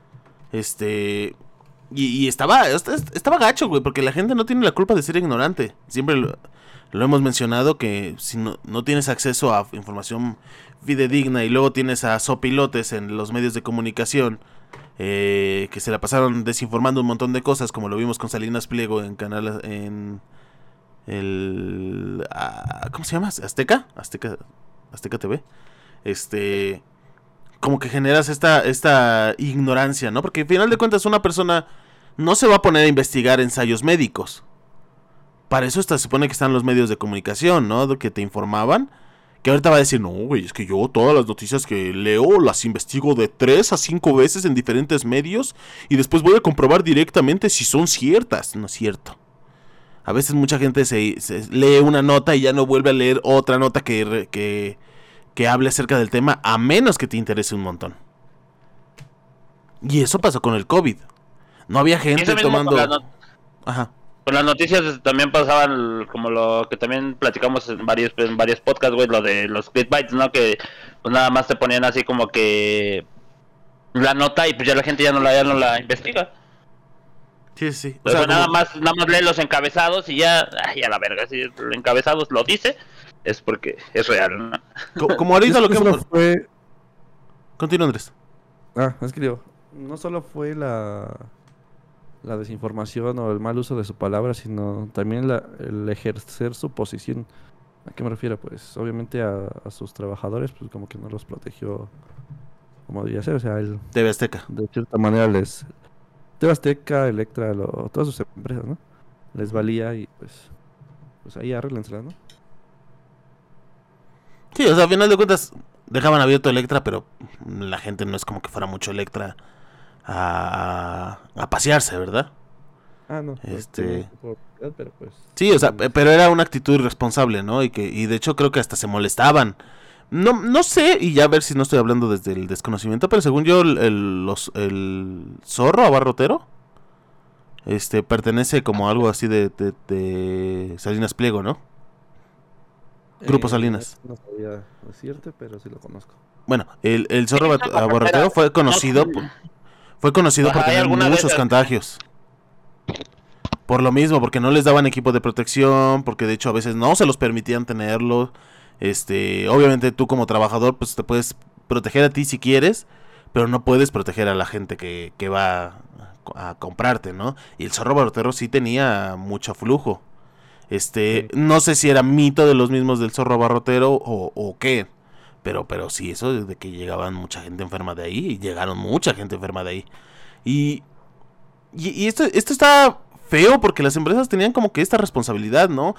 Este... Y, y estaba, estaba gacho, güey, porque la gente no tiene la culpa de ser ignorante. Siempre lo, lo hemos mencionado que si no, no tienes acceso a información fidedigna y luego tienes a sopilotes en los medios de comunicación eh, que se la pasaron desinformando un montón de cosas, como lo vimos con Salinas Pliego en canal en el ah, ¿cómo se llama? Azteca, Azteca, Azteca T V. Este, como que generas esta esta ignorancia, ¿no? Porque al final de cuentas una persona no se va a poner a investigar ensayos médicos. Para eso está, se supone que están los medios de comunicación, ¿no? Que te informaban. Que ahorita va a decir, no, güey, es que yo todas las noticias que leo las investigo de tres a cinco veces en diferentes medios y después voy a comprobar directamente si son ciertas. No es cierto. A veces mucha gente se, se lee una nota y ya no vuelve a leer otra nota que, que, que hable acerca del tema, a menos que te interese un montón. Y eso pasó con el COVID. No había gente tomando... Con, not- Ajá. con las noticias también pasaban como lo que también platicamos en varios en varios podcasts, güey, lo de los clickbaits, ¿no? Que pues nada más te ponían así como que la nota y pues ya la gente ya no la, ya no la investiga. Sí, sí. O, o sea, sea nada como... más nada más lee los encabezados y ya, ay, a la verga, si los encabezados lo dice, es porque es real, ¿no? Como, como ahorita lo que hemos... fue... Continúa, Andrés. Ah, es que digo, no solo fue la... la desinformación o el mal uso de su palabra, sino también la, el ejercer su posición. ¿A qué me refiero? Pues obviamente a, a sus trabajadores, pues como que no los protegió como debía ser, o sea, él... T V Azteca. De cierta manera les... T V Azteca, Electra, lo, todas sus empresas, ¿no? Les valía y pues... Pues ahí arréglensela, ¿no? Sí, o sea, a final de cuentas dejaban abierto Electra, pero la gente no es como que fuera mucho Electra a, a pasearse, ¿verdad? Ah, no. Este... Pues, pero pues... Sí, o sea, pero era una actitud irresponsable, ¿no? Y que y de hecho creo que hasta se molestaban. No no sé, y ya a ver si no estoy hablando desde el desconocimiento, pero según yo el, el, los, el zorro abarrotero este pertenece como algo así de, de, de Salinas Pliego, ¿no? Grupo Salinas. Eh, no sabía decirte, pero sí lo conozco. Bueno, el, el zorro abarrotero fue conocido por, fue conocido por tener muchos contagios. Por lo mismo, porque no les daban equipo de protección, porque de hecho a veces no se los permitían tenerlo. Este, obviamente tú como trabajador pues te puedes proteger a ti si quieres, pero no puedes proteger a la gente que, que va a, a comprarte, ¿no? Y el zorro abarrotero sí tenía mucho flujo. Este, sí. No sé si era mito de los mismos del zorro abarrotero o, o qué, pero, pero sí, eso de que llegaban mucha gente enferma de ahí, y llegaron mucha gente enferma de ahí. Y, y, y esto, esto está feo porque las empresas tenían como que esta responsabilidad, ¿no?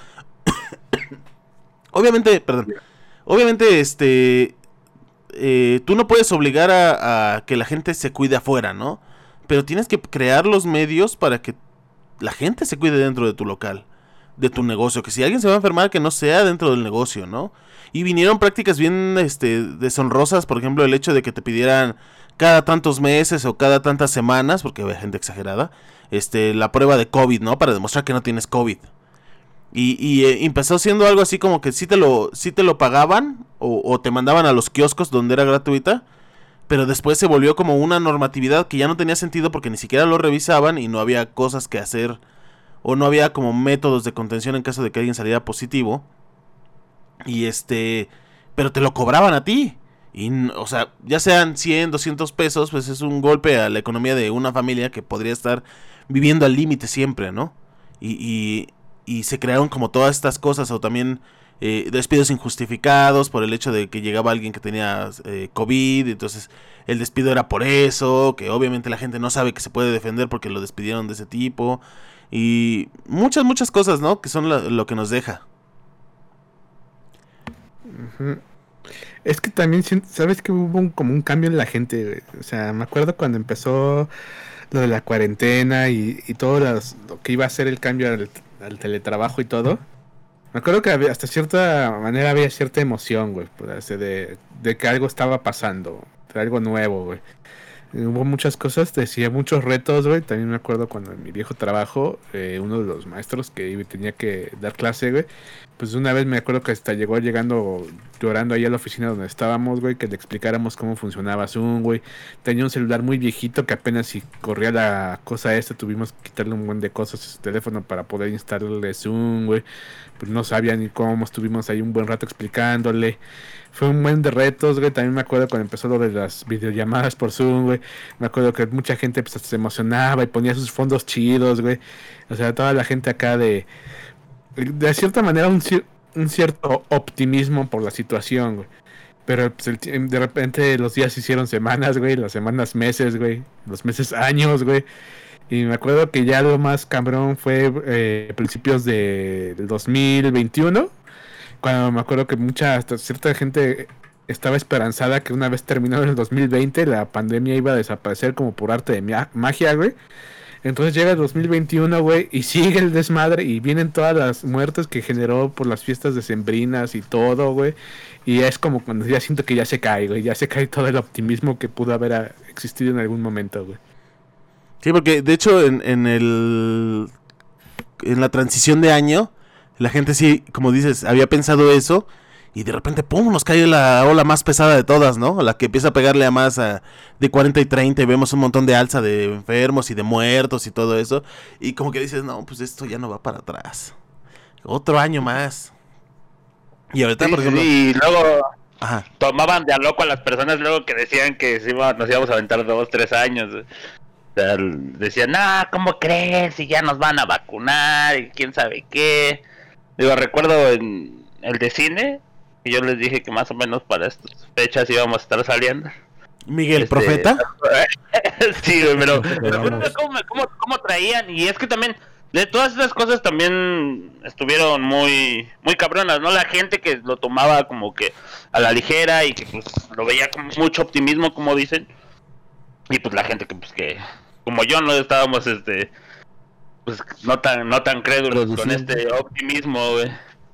Obviamente, perdón, obviamente, este, eh, tú no puedes obligar a, a que la gente se cuide afuera, ¿no? Pero tienes que crear los medios para que la gente se cuide dentro de tu local, de tu negocio, que si alguien se va a enfermar, que no sea dentro del negocio, ¿no? Y vinieron prácticas bien, este, deshonrosas, por ejemplo, el hecho de que te pidieran cada tantos meses o cada tantas semanas, porque hay gente exagerada, este, la prueba de COVID, ¿no? Para demostrar que no tienes COVID. Y, y eh, empezó siendo algo así como que sí te lo, sí te lo pagaban o, o te mandaban a los kioscos donde era gratuita, pero después se volvió como una normatividad que ya no tenía sentido porque ni siquiera lo revisaban y no había cosas que hacer o no había como métodos de contención en caso de que alguien saliera positivo. Y este, pero te lo cobraban a ti. Y, o sea, ya sean cien, doscientos pesos, pues es un golpe a la economía de una familia que podría estar viviendo al límite siempre, ¿no? Y, y, y se crearon como todas estas cosas, o también eh, despidos injustificados por el hecho de que llegaba alguien que tenía eh, COVID, entonces el despido era por eso, que obviamente la gente no sabe que se puede defender porque lo despidieron de ese tipo, y muchas, muchas cosas, ¿no? Que son lo, lo que nos deja. Uh-huh. Es que también, ¿sabes que hubo un, como un cambio en la gente, güey? O sea, me acuerdo cuando empezó lo de la cuarentena y, y todo las, lo que iba a ser el cambio al, al teletrabajo y todo. Me acuerdo que había, hasta cierta manera había cierta emoción, güey, de, de que algo estaba pasando, de algo nuevo, güey. Hubo muchas cosas, decía muchos retos, güey. También me acuerdo cuando en mi viejo trabajo, eh, uno de los maestros que tenía que dar clase, güey, pues una vez me acuerdo que hasta llegó llegando llorando ahí a la oficina donde estábamos, güey, que le explicáramos cómo funcionaba Zoom, güey. Tenía un celular muy viejito que apenas si corría la cosa esta, tuvimos que quitarle un buen de cosas a su teléfono para poder instalarle Zoom, güey. Pues no sabía ni cómo, estuvimos ahí un buen rato explicándole. Fue un buen de retos, güey. También me acuerdo cuando empezó lo de las videollamadas por Zoom, güey. Me acuerdo que mucha gente pues se emocionaba y ponía sus fondos chidos, güey. O sea, toda la gente acá de... De cierta manera un, un cierto optimismo por la situación, güey. Pero pues, el, de repente los días se hicieron semanas, güey. Las semanas meses, güey. Los meses años, güey. Y me acuerdo que ya lo más cabrón fue eh, principios de, del dos mil veintiuno. Cuando me acuerdo que mucha, hasta cierta gente estaba esperanzada que una vez terminado el dos mil veinte la pandemia iba a desaparecer como por arte de ma- magia, güey. Entonces llega el dos mil veintiuno, güey, y sigue el desmadre y vienen todas las muertes que generó por las fiestas decembrinas y todo, güey. Y es como cuando ya siento que ya se cae, güey, ya se cae todo el optimismo que pudo haber a, existido en algún momento, güey. Sí, porque de hecho en, en el en la transición de año, la gente sí, como dices, había pensado eso. Y de repente, pum, nos cae la ola más pesada de todas, ¿no? La que empieza a pegarle a más a, de cuarenta y treinta y vemos un montón de alza de enfermos y de muertos y todo eso. Y como que dices, no, pues esto ya no va para atrás. Otro año más. Y ahorita, Sí, por ejemplo... sí, y luego Ajá. tomaban de a loco a las personas luego que decían que se iba, nos íbamos a aventar dos, tres años. O sea, decían, ah, ¿cómo crees? Si ya nos van a vacunar y quién sabe qué. Digo, recuerdo en el de cine... Y yo les dije que más o menos para estas fechas íbamos a estar saliendo. Miguel, Este, ¿profeta? Sí, güey, pero, pero ¿cómo, cómo, cómo traían? Y es que también, de todas esas cosas también estuvieron muy muy cabronas, ¿no? La gente que lo tomaba como que a la ligera y que pues lo veía con mucho optimismo, como dicen. Y pues la gente que pues que, como yo, no estábamos, este, pues no tan, no tan crédulos con este optimismo, güey.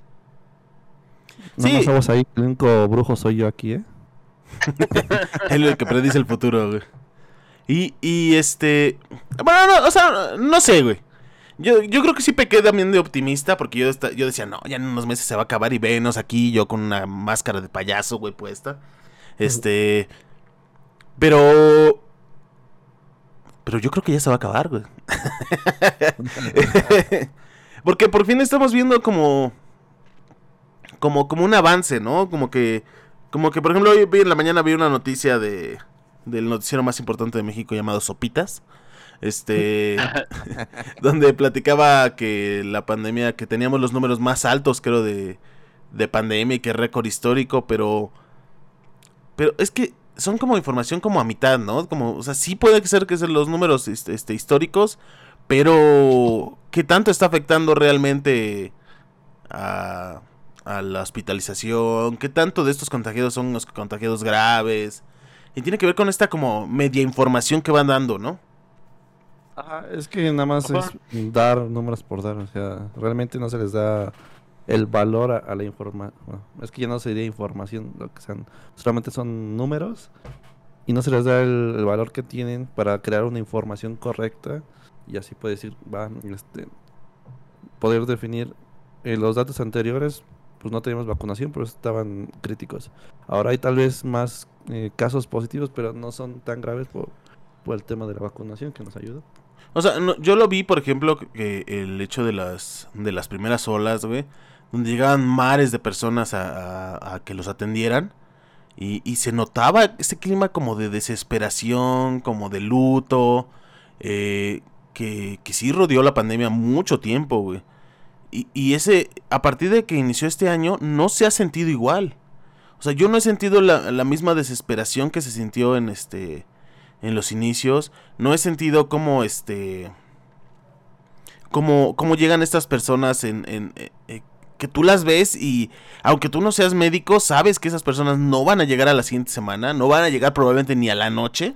No Sí. nos vamos ahí, el único brujo soy yo aquí, ¿eh? Él es el que predice el futuro, güey. Y, y este... Bueno, no, o sea, no sé, güey. Yo, yo creo que sí pequé también de optimista, porque yo, esta- yo decía, no, ya en unos meses se va a acabar y venos aquí, yo con una máscara de payaso, güey, puesta. Este... Pero... Pero yo creo que ya se va a acabar, güey. Porque por fin estamos viendo como... Como, como un avance, ¿no? Como que... Como que, por ejemplo, hoy vi en la mañana vi una noticia de... Del noticiero más importante de México llamado Sopitas. Este... donde platicaba que la pandemia... Que teníamos los números más altos, creo, de... De pandemia y que récord histórico, pero... Pero es que son como información como a mitad, ¿no? Como, o sea, sí puede ser que sean los números este, este, históricos, pero ¿qué tanto está afectando realmente a, a la hospitalización? ¿Qué tanto de estos contagiados son los contagiados graves? Y tiene que ver con esta como media información que van dando, ¿no? Ajá, es que nada más Ajá. es dar números por dar, o sea, realmente no se les da el valor a, a la información. Bueno, es que ya no sería información, lo que sean, solamente son números y no se les da el, el valor que tienen para crear una información correcta y así puede decir, va, este, poder definir eh, los datos anteriores, pues no teníamos vacunación, pero estaban críticos. Ahora hay tal vez más eh, casos positivos, pero no son tan graves por, por el tema de la vacunación que nos ayuda. O sea, no, yo lo vi, por ejemplo, que el hecho de las de las primeras olas, güey, donde llegaban mares de personas a, a, a que los atendieran y, y se notaba ese clima como de desesperación, como de luto, eh, que, que sí rodeó la pandemia mucho tiempo, güey. Y, y ese, a partir de que inició este año, no se ha sentido igual. O sea, yo no he sentido la, la misma desesperación que se sintió en este... en los inicios. No he sentido cómo este cómo, cómo llegan estas personas en, en eh, eh, que tú las ves y aunque tú no seas médico, sabes que esas personas no van a llegar a la siguiente semana, no van a llegar probablemente ni a la noche.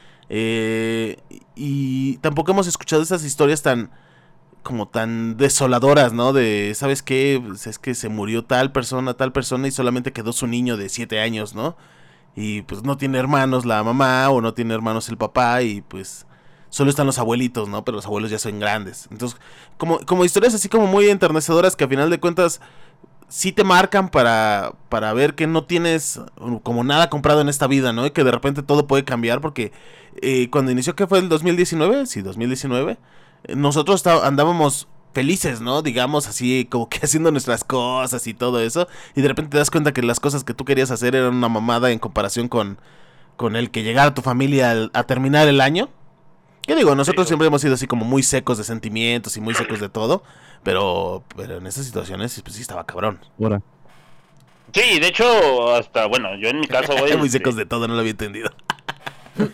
Eh, y tampoco hemos escuchado esas historias tan como tan desoladoras, ¿no? De, ¿sabes qué? Pues es que se murió tal persona, tal persona y solamente quedó su niño de siete años, ¿no? Y pues no tiene hermanos la mamá o no tiene hermanos el papá y pues solo están los abuelitos, ¿no? Pero los abuelos ya son grandes. Entonces, como, como historias así como muy enternecedoras que a final de cuentas sí te marcan para, para ver que no tienes como nada comprado en esta vida, ¿no? Y que de repente todo puede cambiar porque eh, cuando inició, ¿qué fue el dos mil diecinueve? Sí, dos mil diecinueve. Eh, nosotros está, andábamos felices, ¿no? Digamos así, como que haciendo nuestras cosas y todo eso. Y de repente te das cuenta que las cosas que tú querías hacer eran una mamada en comparación con, con el que llegara tu familia al, a terminar el año. ¿Qué digo? Nosotros Sí, siempre hemos sido así como muy secos de sentimientos y muy secos de todo. Pero, pero en esas situaciones, pues sí estaba cabrón. Ahora. Sí, de hecho, hasta, bueno, yo en mi caso, güey. Muy este, secos de todo, no lo había entendido. Yo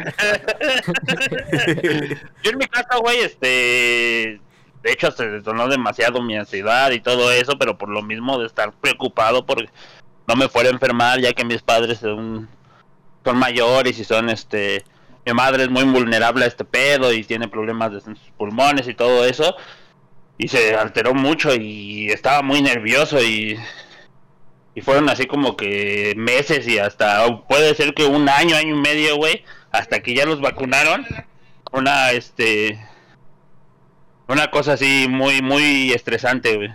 en mi caso, güey, este... De hecho, se detonó demasiado mi ansiedad y todo eso, pero por lo mismo de estar preocupado por no me fuera a enfermar, ya que mis padres son, son mayores y son, este... Mi madre es muy vulnerable a este pedo y tiene problemas de sus pulmones y todo eso. Y se alteró mucho y estaba muy nervioso y... Y fueron así como que meses y hasta puede ser que un año, año y medio, güey, hasta que ya los vacunaron. Una, este... Una cosa así muy, muy estresante, güey.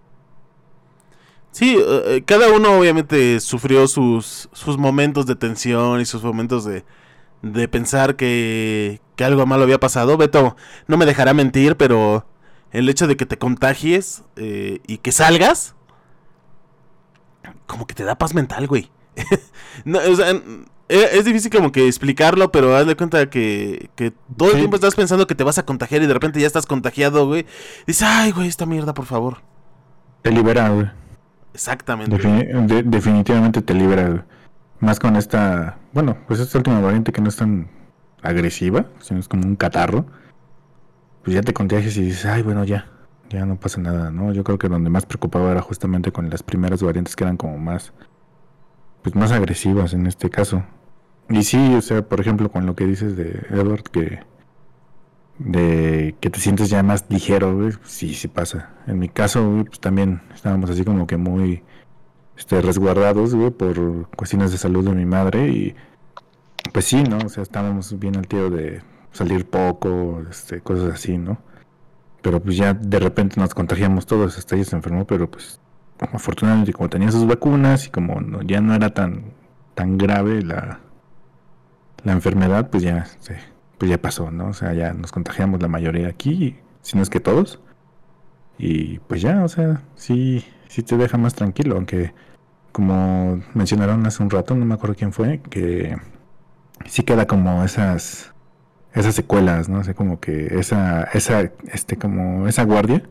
Sí, uh, cada uno obviamente sufrió sus, sus momentos de tensión y sus momentos de, de pensar que, que algo malo había pasado. Beto no me dejará mentir, pero el hecho de que te contagies eh, y que salgas, como que te da paz mental, güey. No, o sea, es difícil como que explicarlo, pero haz de cuenta que, que todo el Sí. tiempo estás pensando que te vas a contagiar y de repente ya estás contagiado, güey. Dices, ay, güey, esta mierda, por favor. Te libera, güey. Exactamente. Defini- de- definitivamente te libera, güey. Más con esta, bueno, pues esta última variante que no es tan agresiva, sino es como un catarro. Pues ya te contagias y dices, ay, bueno, ya, ya no pasa nada, ¿no? Yo creo que donde más preocupaba era justamente con las primeras variantes que eran como más, pues más agresivas en este caso. Y sí, o sea, por ejemplo, con lo que dices de Edward, que de que te sientes ya más ligero, güey, sí, sí pasa. En mi caso, güey, pues también estábamos así como que muy este, resguardados, güey, por cuestiones de salud de mi madre y pues sí, ¿no? O sea, estábamos bien al tiro de salir poco, este, cosas así, ¿no? Pero pues ya de repente nos contagiamos todos, hasta ella se enfermó, pero pues afortunadamente como tenía sus vacunas y como no, ya no era tan tan grave la la enfermedad, pues ya se, pues ya pasó, ¿no? O sea, ya nos contagiamos la mayoría aquí, si no es que todos. Y pues ya, o sea, sí sí te deja más tranquilo, aunque como mencionaron hace un rato, no me acuerdo quién fue, que sí queda como esas esas secuelas, ¿no? O sea, como que esa esa este como esa guardia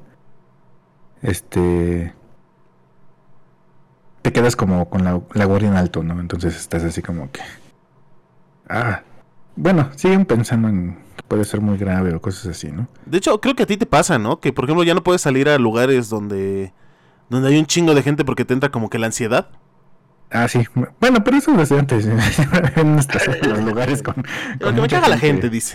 este te quedas como con la, la guardia en alto, ¿no? Entonces estás así como que ah, bueno, siguen pensando en que puede ser muy grave o cosas así, ¿no? De hecho, creo que a ti te pasa, ¿no? Que por ejemplo ya no puedes salir a lugares donde donde hay un chingo de gente porque te entra como que la ansiedad. Ah, sí. Bueno, pero eso desde antes. En nuestros los lugares con. Lo con que me mucha caga la gente, dice.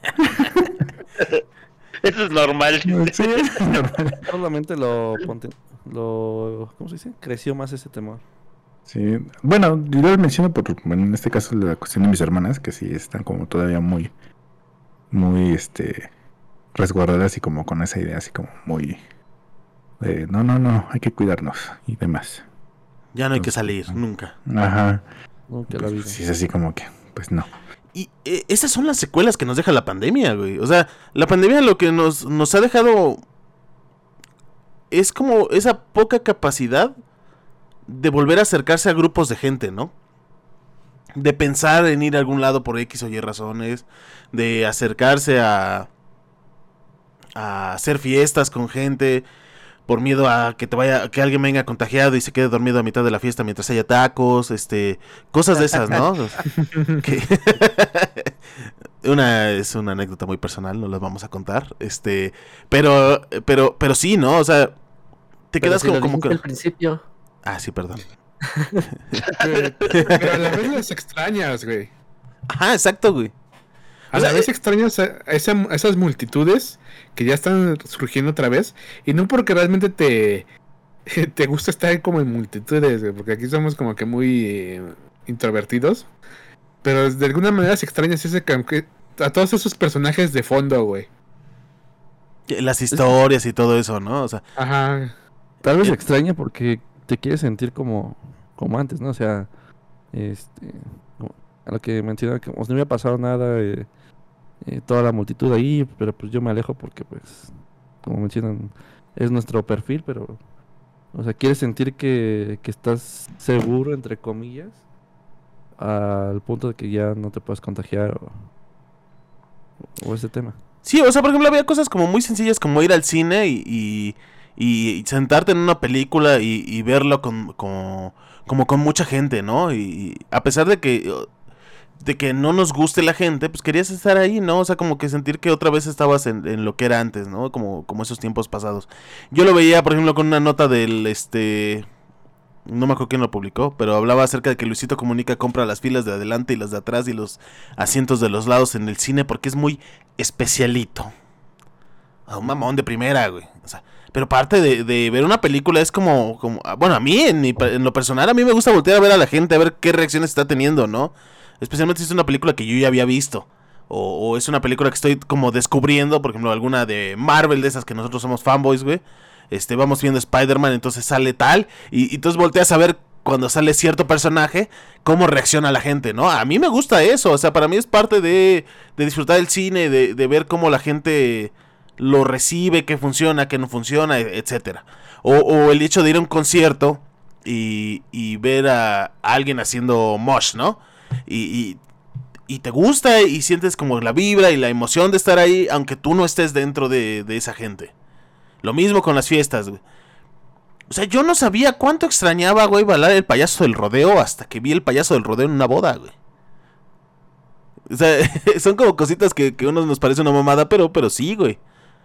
Eso es normal. Sí, es normal. Solamente lo, ponte- lo... ¿Cómo se dice? Creció más ese temor. Sí. Bueno, yo lo menciono por, bueno, en este caso, la cuestión de mis hermanas, que sí están como todavía muy. Muy, este. resguardadas y como con esa idea, así como muy. De, no, no, no, hay que cuidarnos y demás. Ya no hay que salir, nunca. Ajá. No, que la Pues, vida. sí, es así como que, pues no. Y eh, esas son las secuelas que nos deja la pandemia, güey. O sea, la pandemia lo que nos, nos ha dejado es como esa poca capacidad de volver a acercarse a grupos de gente, ¿no? De pensar en ir a algún lado por X o Y razones, de acercarse a, a hacer fiestas con gente por miedo a que te vaya, que alguien venga contagiado y se quede dormido a mitad de la fiesta mientras haya tacos, este, cosas de esas, ¿no? Que una es una anécdota muy personal, no las vamos a contar, este, pero, pero, pero sí, ¿no? O sea, te Pero quedas si como, lo como dijiste que, al principio. ah, sí, perdón. Pero a la vez las extrañas, güey. Ajá, exacto, güey. A O sea, la vez eh, extrañas a, a esa- a esas multitudes que ya están surgiendo otra vez. Y no porque realmente te, te gusta estar como en multitudes, güey, porque aquí somos como que muy eh, introvertidos. Pero de alguna manera se extrañas ese cam- que- a todos esos personajes de fondo, güey. las historias y todo eso, ¿no? O sea, Ajá. Tal vez Eh, extraña porque te quieres sentir como, como antes, ¿no? O sea, este, como- a lo que mencionaba, que como si no hubiera pasado nada, eh, eh, toda la multitud ahí, pero pues yo me alejo porque, pues, como mencionan, es nuestro perfil, pero, o sea, quieres sentir que, que estás seguro, entre comillas, al punto de que ya no te puedes contagiar o, o ese tema. Sí, o sea, por ejemplo, había cosas como muy sencillas como ir al cine y, y, y- y sentarte en una película y, y verlo con, como, como con mucha gente, ¿no? Y, y a pesar de que, uh, de que no nos guste la gente, pues querías estar ahí, ¿no? O sea, como que sentir que otra vez estabas en, en lo que era antes, ¿no? Como, como esos tiempos pasados. Yo lo veía, por ejemplo, con una nota del, este... No me acuerdo quién lo publicó, pero hablaba acerca de que Luisito Comunica compra las filas de adelante y las de atrás y los asientos de los lados en el cine porque es muy especialito. A un mamón de primera, güey. O sea, pero parte de, de ver una película es como, como ah, bueno, a mí, en, mi, pa- en lo personal, a mí me gusta voltear a ver a la gente, a ver qué reacciones está teniendo, ¿no? Especialmente si es una película que yo ya había visto. O, o es una película que estoy como descubriendo, por ejemplo, alguna de Marvel, de esas que nosotros somos fanboys, güey. Este, vamos viendo Spider-Man, entonces sale tal, y, y entonces volteas a ver cuando sale cierto personaje, cómo reacciona la gente, ¿no? A mí me gusta eso, o sea, para mí es parte de, de disfrutar del cine, de, de ver cómo la gente lo recibe, qué funciona, qué no funciona, e- etcétera. O, o el hecho de ir a un concierto y, y ver a alguien haciendo mosh, ¿no? Y, y, y te gusta y sientes como la vibra y la emoción de estar ahí, aunque tú no estés dentro de, de esa gente. Lo mismo con las fiestas, güey. O sea, yo no sabía cuánto extrañaba, güey, bailar el payaso del rodeo hasta que vi el payaso del rodeo en una boda, güey. O sea, son como cositas que, que a unos nos parece una mamada, pero, pero sí, güey.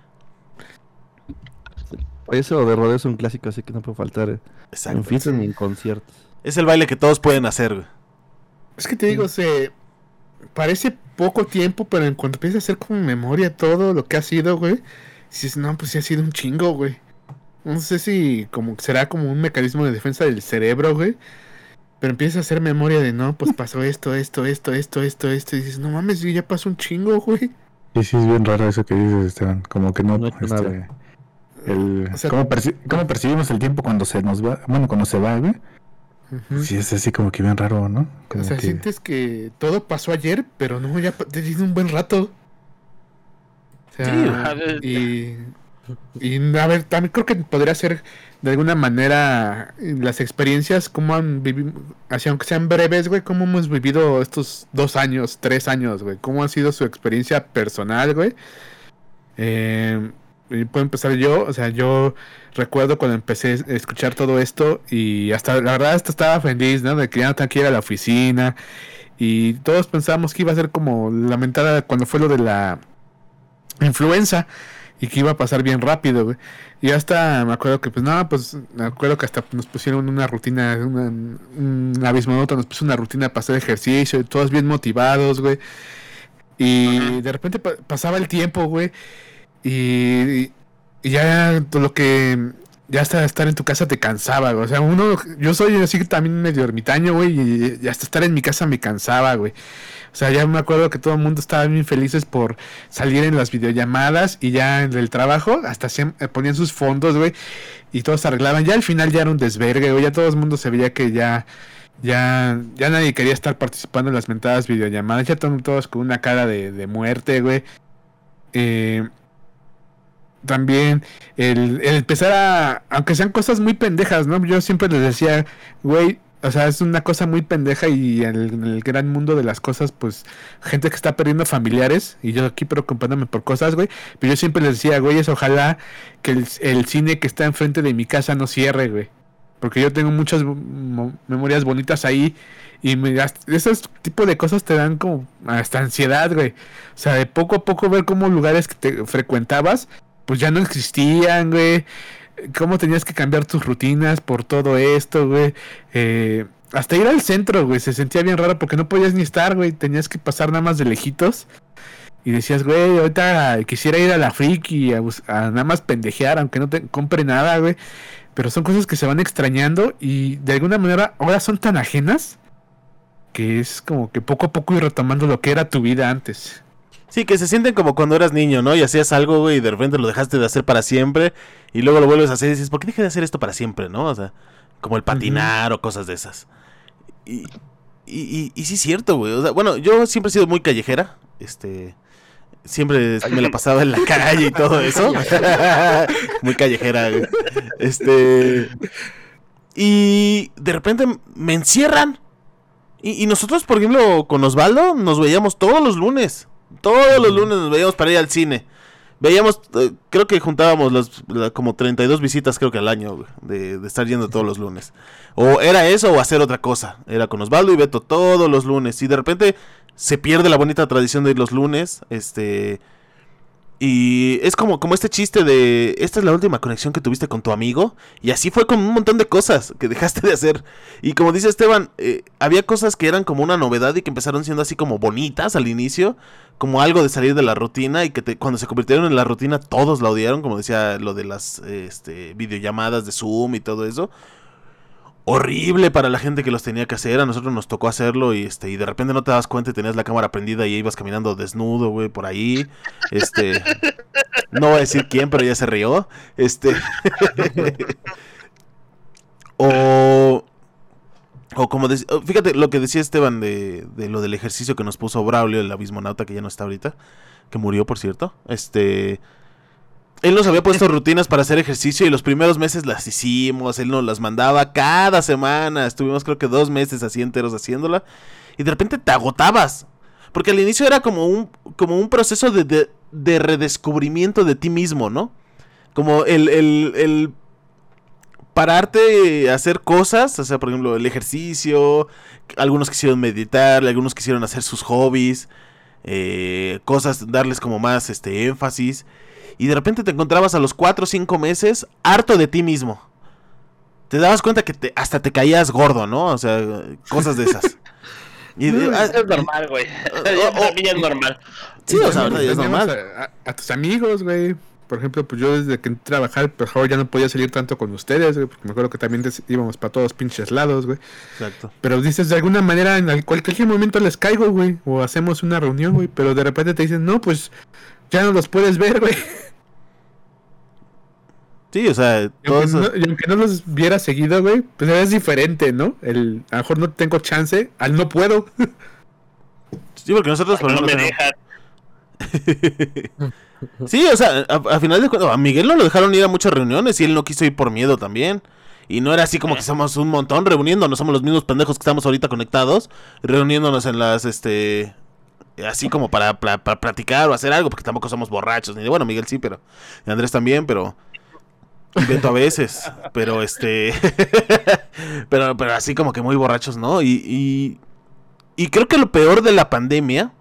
Eso de rodeo es un clásico, así que no puede faltar eh, Exacto. en fiestas ni en conciertos. Es el baile que todos pueden hacer, güey. Es que te digo, se parece poco tiempo, pero en cuanto empiezas a hacer como memoria todo lo que ha sido, güey, dices, no, pues sí ha sido un chingo, güey. No sé si como será como un mecanismo de defensa del cerebro, güey. Pero empiezas a hacer memoria de, no, pues pasó esto, esto, esto, esto, esto, esto. Y dices, no mames, ya pasó un chingo, güey. Sí, sí, es bien raro eso que dices, Esteban. Como que no, No he hecho este, nada. el, O sea- ¿cómo, perci- cómo percibimos el tiempo cuando se nos va? Bueno, cuando se va, güey. Ujú. Sí, es así como que bien raro, ¿no? Como O sea, que... sientes que todo pasó ayer, pero no, ya pa- te tiene un buen rato. O sea, Sí, a ver. y, y a ver, también creo que podría ser de alguna manera las experiencias, como han vivido, así aunque sean breves, güey, cómo hemos vivido estos dos años, tres años, güey, cómo ha sido su experiencia personal, güey. Eh, y puedo empezar yo, o sea, yo recuerdo cuando empecé a escuchar todo esto y hasta, la verdad, hasta estaba feliz, ¿no? De que ya no tenía que ir a la oficina y todos pensábamos que iba a ser como lamentada cuando fue lo de la influenza y que iba a pasar bien rápido, güey. Y hasta me acuerdo que, pues, no, pues, me acuerdo que hasta nos pusieron una rutina, una, un abismonauta nos puso una rutina para hacer ejercicio, y todos bien motivados, güey. Y de repente pa- pasaba el tiempo, güey. Y, y ya todo lo que ya hasta estar en tu casa te cansaba, güey. O sea, uno, yo soy así también medio ermitaño, güey, y, y hasta estar en mi casa me cansaba, güey. O sea, ya me acuerdo que todo el mundo estaba bien felices por salir en las videollamadas y ya en el trabajo hasta hacían- eh, ponían sus fondos, güey, y todos se arreglaban. Ya al final ya era un desvergue, güey, ya todo el mundo se veía que ya ya ya nadie quería estar participando en las mentadas videollamadas, ya to- todos con una cara de, de muerte, güey. Eh, también el, el empezar a, aunque sean cosas muy pendejas, ¿no? Yo siempre les decía, güey, o sea, es una cosa muy pendeja y en el, en el gran mundo de las cosas, pues, gente que está perdiendo familiares, y yo aquí preocupándome por cosas, güey, pero yo siempre les decía, güey, es ojalá que el, el cine que está enfrente de mi casa no cierre, güey, porque yo tengo muchas mo- memorias bonitas ahí, y me, hasta- esos tipo de cosas te dan como hasta ansiedad, güey, o sea, de poco a poco ver cómo lugares que te frecuentabas, pues ya no existían, güey. Cómo tenías que cambiar tus rutinas por todo esto, güey. Eh, hasta ir al centro, güey, se sentía bien raro porque no podías ni estar, güey. Tenías que pasar nada más de lejitos. Y decías, güey, ahorita quisiera ir a la friki a, bus- a nada más pendejear, aunque no te compre nada, güey. Pero son cosas que se van extrañando y de alguna manera ahora son tan ajenas que es como que poco a poco ir retomando lo que era tu vida antes. Sí, que se sienten como cuando eras niño, ¿no? Y hacías algo, güey, y de repente lo dejaste de hacer para siempre. Y luego lo vuelves a hacer y dices, ¿por qué dejé de hacer esto para siempre, no? O sea, como el patinar uh-huh. o cosas de esas. Y, y, y, y sí es cierto, güey. O sea, bueno, yo siempre he sido muy callejera. Este... Siempre me la pasaba en la calle y todo eso. Muy callejera, güey. Este... Y de repente me encierran. Y, y nosotros, por ejemplo, con Osvaldo, nos veíamos todos los lunes. Todos los lunes nos veíamos para ir al cine. Veíamos, eh, creo que juntábamos los, la, como treinta y dos visitas, creo que al año, güey, de, de estar yendo todos los lunes. O era eso o hacer otra cosa. Era con Osvaldo y Beto todos los lunes. Y de repente se pierde la bonita tradición de ir los lunes. Este... Y es como, como este chiste de, esta es la última conexión que tuviste con tu amigo. Y así fue con un montón de cosas que dejaste de hacer. Y como dice Esteban, eh, había cosas que eran como una novedad y que empezaron siendo así como bonitas al inicio. Como algo de salir de la rutina y que te, cuando se convirtieron en la rutina todos la odiaron. Como decía lo de las este, videollamadas de Zoom y todo eso. Horrible para la gente que los tenía que hacer. A nosotros nos tocó hacerlo y este y de repente no te das cuenta y tenías la cámara prendida y ibas caminando desnudo, güey, por ahí. Este, no voy a decir quién, pero ya se rió. Este, o, o como de, fíjate lo que decía Esteban de, de lo del ejercicio que nos puso Braulio, el abismonauta que ya no está ahorita, que murió, por cierto. Este, él nos había puesto rutinas para hacer ejercicio y los primeros meses las hicimos, él nos las mandaba cada semana, estuvimos creo que dos meses así enteros haciéndola y de repente te agotabas, porque al inicio era como un, como un proceso de, de, de redescubrimiento de ti mismo, ¿no? Como el, el, el pararte a hacer cosas, o sea, por ejemplo, el ejercicio, algunos quisieron meditar, algunos quisieron hacer sus hobbies, eh, cosas, darles como más este énfasis. Y de repente te encontrabas a los cuatro o cinco meses harto de ti mismo. Te dabas cuenta que te, hasta te caías gordo, ¿no? O sea, cosas de esas. Y de, a, es normal, güey. Para mí es normal. Sí, o sea, ahorita ya es normal. A, a, a tus amigos, güey. Por ejemplo, pues yo desde que entré a trabajar, por favor, ya no podía salir tanto con ustedes, güey. Porque me acuerdo que también des, íbamos para todos pinches lados, güey. Exacto. Pero dices, de alguna manera, en cualquier momento les caigo, güey. O hacemos una reunión, güey. Pero de repente te dicen, no, pues ya no los puedes ver, güey. Sí, o sea, y aunque, eso... no, y aunque no los viera seguido, güey, pues es diferente, ¿no? El, a lo mejor no tengo chance, al no puedo. Sí, porque nosotros... No, no me dejan. Sí, o sea, a, a final de cuentas, a Miguel no lo dejaron ir a muchas reuniones y él no quiso ir por miedo también. Y no era así como que somos un montón reuniéndonos, somos los mismos pendejos que estamos ahorita conectados, reuniéndonos en las, este... así como para, para, para platicar o hacer algo, porque tampoco somos borrachos. Ni de, bueno, Miguel sí, pero... Y Andrés también, pero... Y Beto a veces, pero este... pero, pero así como que muy borrachos, ¿no? Y, y, y creo que lo peor de la pandemia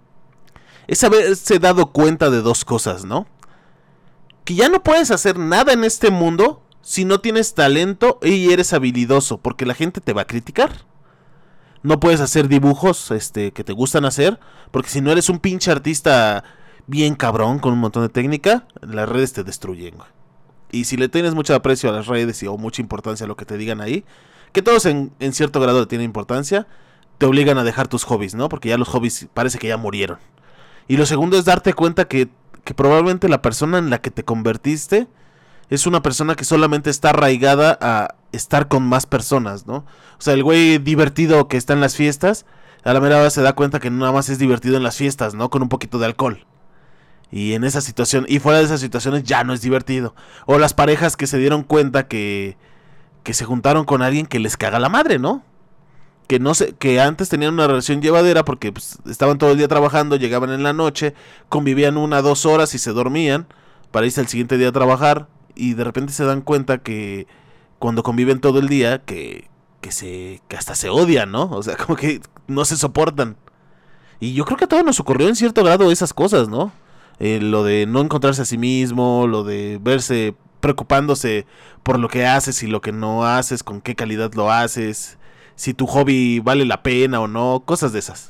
es haberse dado cuenta de dos cosas, ¿no? Que ya no puedes hacer nada en este mundo si no tienes talento y eres habilidoso, porque la gente te va a criticar. No puedes hacer dibujos este, que te gustan hacer, porque si no eres un pinche artista bien cabrón con un montón de técnica, las redes te destruyen, güey. Y si le tienes mucho aprecio a las redes y, o mucha importancia a lo que te digan ahí, que todos en, en cierto grado le tienen importancia, te obligan a dejar tus hobbies, ¿no? Porque ya los hobbies parece que ya murieron. Y lo segundo es darte cuenta que, que probablemente la persona en la que te convertiste es una persona que solamente está arraigada a estar con más personas, ¿no? O sea, el güey divertido que está en las fiestas, a la mera hora se da cuenta que nada más es divertido en las fiestas, ¿no? Con un poquito de alcohol. Y en esa situación, y fuera de esas situaciones ya no es divertido. O las parejas que se dieron cuenta que, que se juntaron con alguien que les caga la madre, ¿no? Que no sé, que antes tenían una relación llevadera porque pues, estaban todo el día trabajando, llegaban en la noche, convivían una, dos horas y se dormían para irse al siguiente día a trabajar. Y de repente se dan cuenta que cuando conviven todo el día, que, que, se, que hasta se odian, ¿no? O sea, como que no se soportan. Y yo creo que a todos nos ocurrió en cierto grado esas cosas, ¿no? Eh, lo de no encontrarse a sí mismo, lo de verse preocupándose por lo que haces y lo que no haces, con qué calidad lo haces, si tu hobby vale la pena o no, cosas de esas.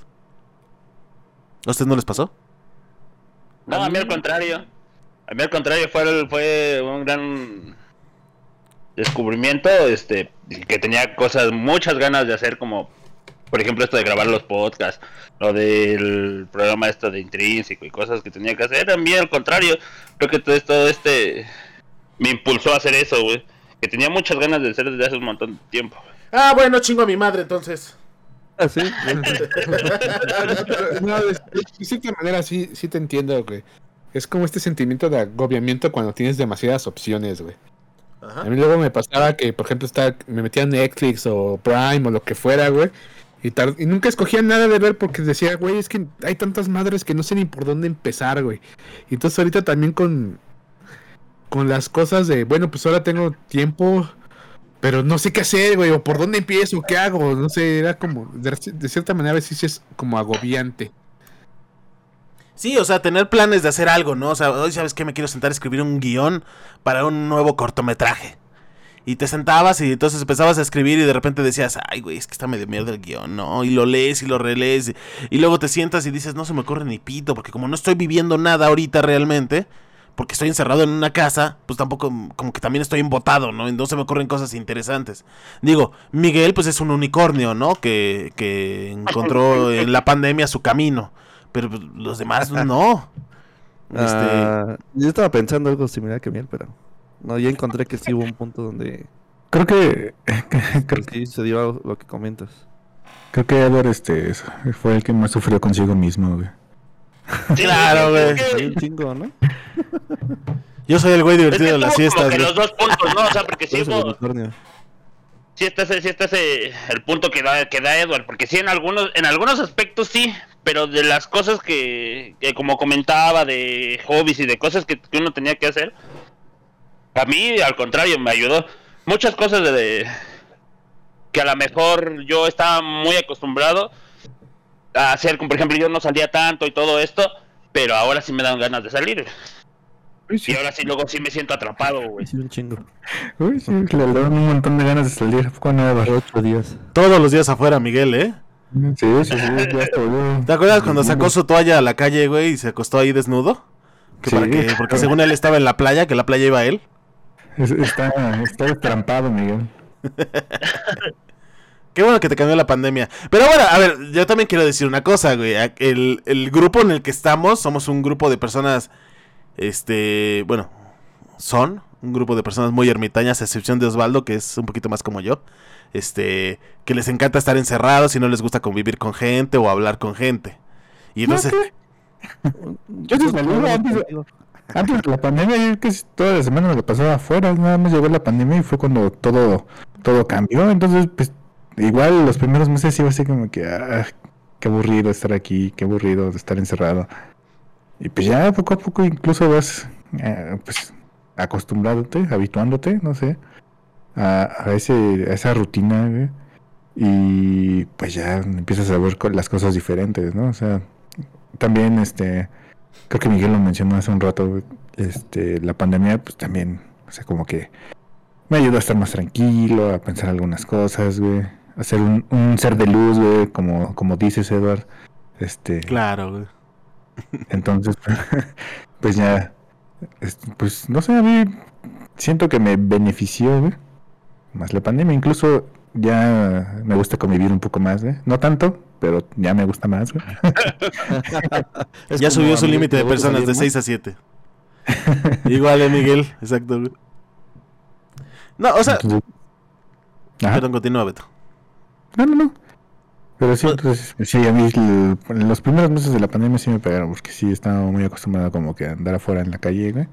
¿A ustedes no les pasó? No, a mí al contrario. A mí al contrario fue, fue un gran descubrimiento, este, que tenía cosas, muchas ganas de hacer como por ejemplo, esto de grabar los podcasts, lo del programa esto de Intrínseco y cosas que tenía que hacer. A mí, al contrario, creo que todo esto este me impulsó a hacer eso, güey. Que tenía muchas ganas de hacer desde hace un montón de tiempo. Ah, bueno, chingo a mi madre, entonces. Ah, sí. No, de, de cierta manera sí, sí te entiendo, güey. Es como este sentimiento de agobiamiento cuando tienes demasiadas opciones, güey. Ajá. A mí luego me pasaba que, por ejemplo, estaba, me metía en Netflix o Prime o lo que fuera, güey. Y, tar- y nunca escogía nada de ver porque decía, güey, es que hay tantas madres que no sé ni por dónde empezar, güey. Y entonces ahorita también con, con las cosas de, bueno, pues ahora tengo tiempo, pero no sé qué hacer, güey, o por dónde empiezo, qué hago, no sé, era como, de, de cierta manera a veces sí es como agobiante. Sí, o sea, tener planes de hacer algo, ¿no? O sea, hoy sabes que me quiero sentar a escribir un guión para un nuevo cortometraje. Y te sentabas y entonces empezabas a escribir y de repente decías, ay, güey, es que está medio mierda el guión, ¿no? Y lo lees y lo relees. Y, y luego te sientas y dices, no se me ocurre ni pito, porque como no estoy viviendo nada ahorita realmente, porque estoy encerrado en una casa, pues tampoco, como que también estoy embotado, ¿no? No se me ocurren cosas interesantes. Digo, Miguel, pues es un unicornio, ¿no? Que, que encontró en la pandemia su camino. Pero pues, los demás no. Este... Ah, yo estaba pensando algo similar que Miel, pero no, ya encontré que sí hubo un punto donde Creo que creo, sí se dio lo que comentas. creo que Edward este fue el que más sufrió consigo mismo, güey. Claro, güey. Hay un chingo, ¿no? Yo soy el güey Es divertido que de las tuvo como fiestas, que güey. los dos puntos, ¿no? O sea, porque Por sí eso el hubo... unicornio. Sí está ese, sí está ese el punto que da, que da Edward, porque sí en algunos, en algunos aspectos sí, pero de las cosas que, que como comentaba, de hobbies y de cosas que, que uno tenía que hacer, a mí al contrario me ayudó. Muchas cosas de, de que a lo mejor yo estaba muy acostumbrado a hacer, como por ejemplo yo no salía tanto y todo esto, pero ahora sí me dan ganas de salir. Uy, sí. Y ahora sí, luego sí me siento atrapado, güey. Sí, un chingo. Uy, sí, le dieron un montón de ganas de salir con Edward. Ocho días. Todos los días afuera, Miguel, ¿eh? Sí, sí, sí, ya se volvió. ¿Te acuerdas cuando sacó su toalla a la calle, güey, y se acostó ahí desnudo? Que Sí. para que, porque según él estaba en la playa, que la playa iba a él. Es- Está, está destrampado, Miguel. Qué bueno que te cambió la pandemia. Pero bueno, a ver, yo también quiero decir una cosa, güey. El, el grupo en el que estamos, somos un grupo de personas, este, bueno, son un grupo de personas muy ermitañas, a excepción de Osvaldo, que es un poquito más como yo. Este, que les encanta estar encerrados y no les gusta convivir con gente o hablar con gente. Y entonces... Yo sí salí, antes, antes de la pandemia, yo casi toda la semana me la pasaba afuera, nada más llegó la pandemia y fue cuando todo, todo cambió, entonces pues igual los primeros meses iba así como que, ah, qué aburrido estar aquí, qué aburrido estar encerrado. Y pues ya poco a poco incluso vas, eh, pues, acostumbrándote, habituándote, no sé, a, a, ese, a esa rutina, güey. Y pues ya empiezas a ver co- las cosas diferentes, ¿no? O sea, también, este, creo que Miguel lo mencionó hace un rato, güey, este, la pandemia, pues también, o sea, como que me ayudó a estar más tranquilo, a pensar algunas cosas, güey, a ser un, un ser de luz, güey, como, como dices, Edward, este, Claro, güey. entonces, pues ya, este, pues, no sé, a mí siento que me benefició, güey, más la pandemia, incluso ya me gusta convivir un poco más, güey, no tanto, pero ya me gusta más, güey. Es Ya como subió a su Miguel límite que de le gusta personas salir, de ¿no? seis a siete. Igual, eh, Miguel, exacto, güey. No, o sea, Entonces, ajá. perdón, continúa, Beto. No, no, no. Pero sí, entonces, sí, a mí el- los primeros meses de la pandemia sí me pegaron, porque sí estaba muy acostumbrado como que a andar afuera en la calle, güey.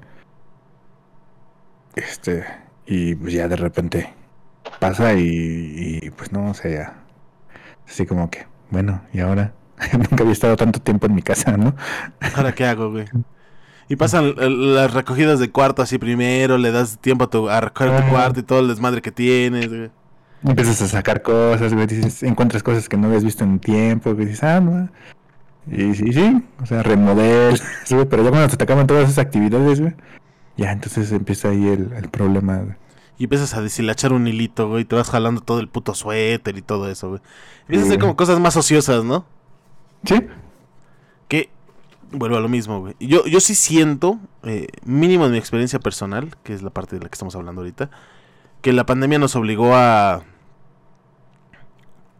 Este, y pues ya de repente pasa y, y pues no, o sea, ya. Así como que, bueno, ¿y ahora? Nunca había estado tanto tiempo en mi casa, ¿no? ¿Ahora qué hago, güey? Y pasan eh, las recogidas de cuarto así primero, le das tiempo a, tu, a recoger tu Ah. cuarto y todo el desmadre que tienes, güey. Empiezas a sacar cosas, güey, dices, encuentras cosas que no habías visto en tiempo, güey, dices, ah, no. Y sí, sí, o sea, remodelas, güey, pero ya cuando te acaban todas esas actividades, güey, ya entonces empieza ahí el, el problema, güey. Y empiezas a deshilachar un hilito, güey, y te vas jalando todo el puto suéter y todo eso, güey. Empiezas a Sí. hacer como cosas más ociosas, ¿no? Sí, Que vuelvo a lo mismo, güey. Yo, yo sí siento, eh, mínimo en mi experiencia personal, que es la parte de la que estamos hablando ahorita, que la pandemia nos obligó a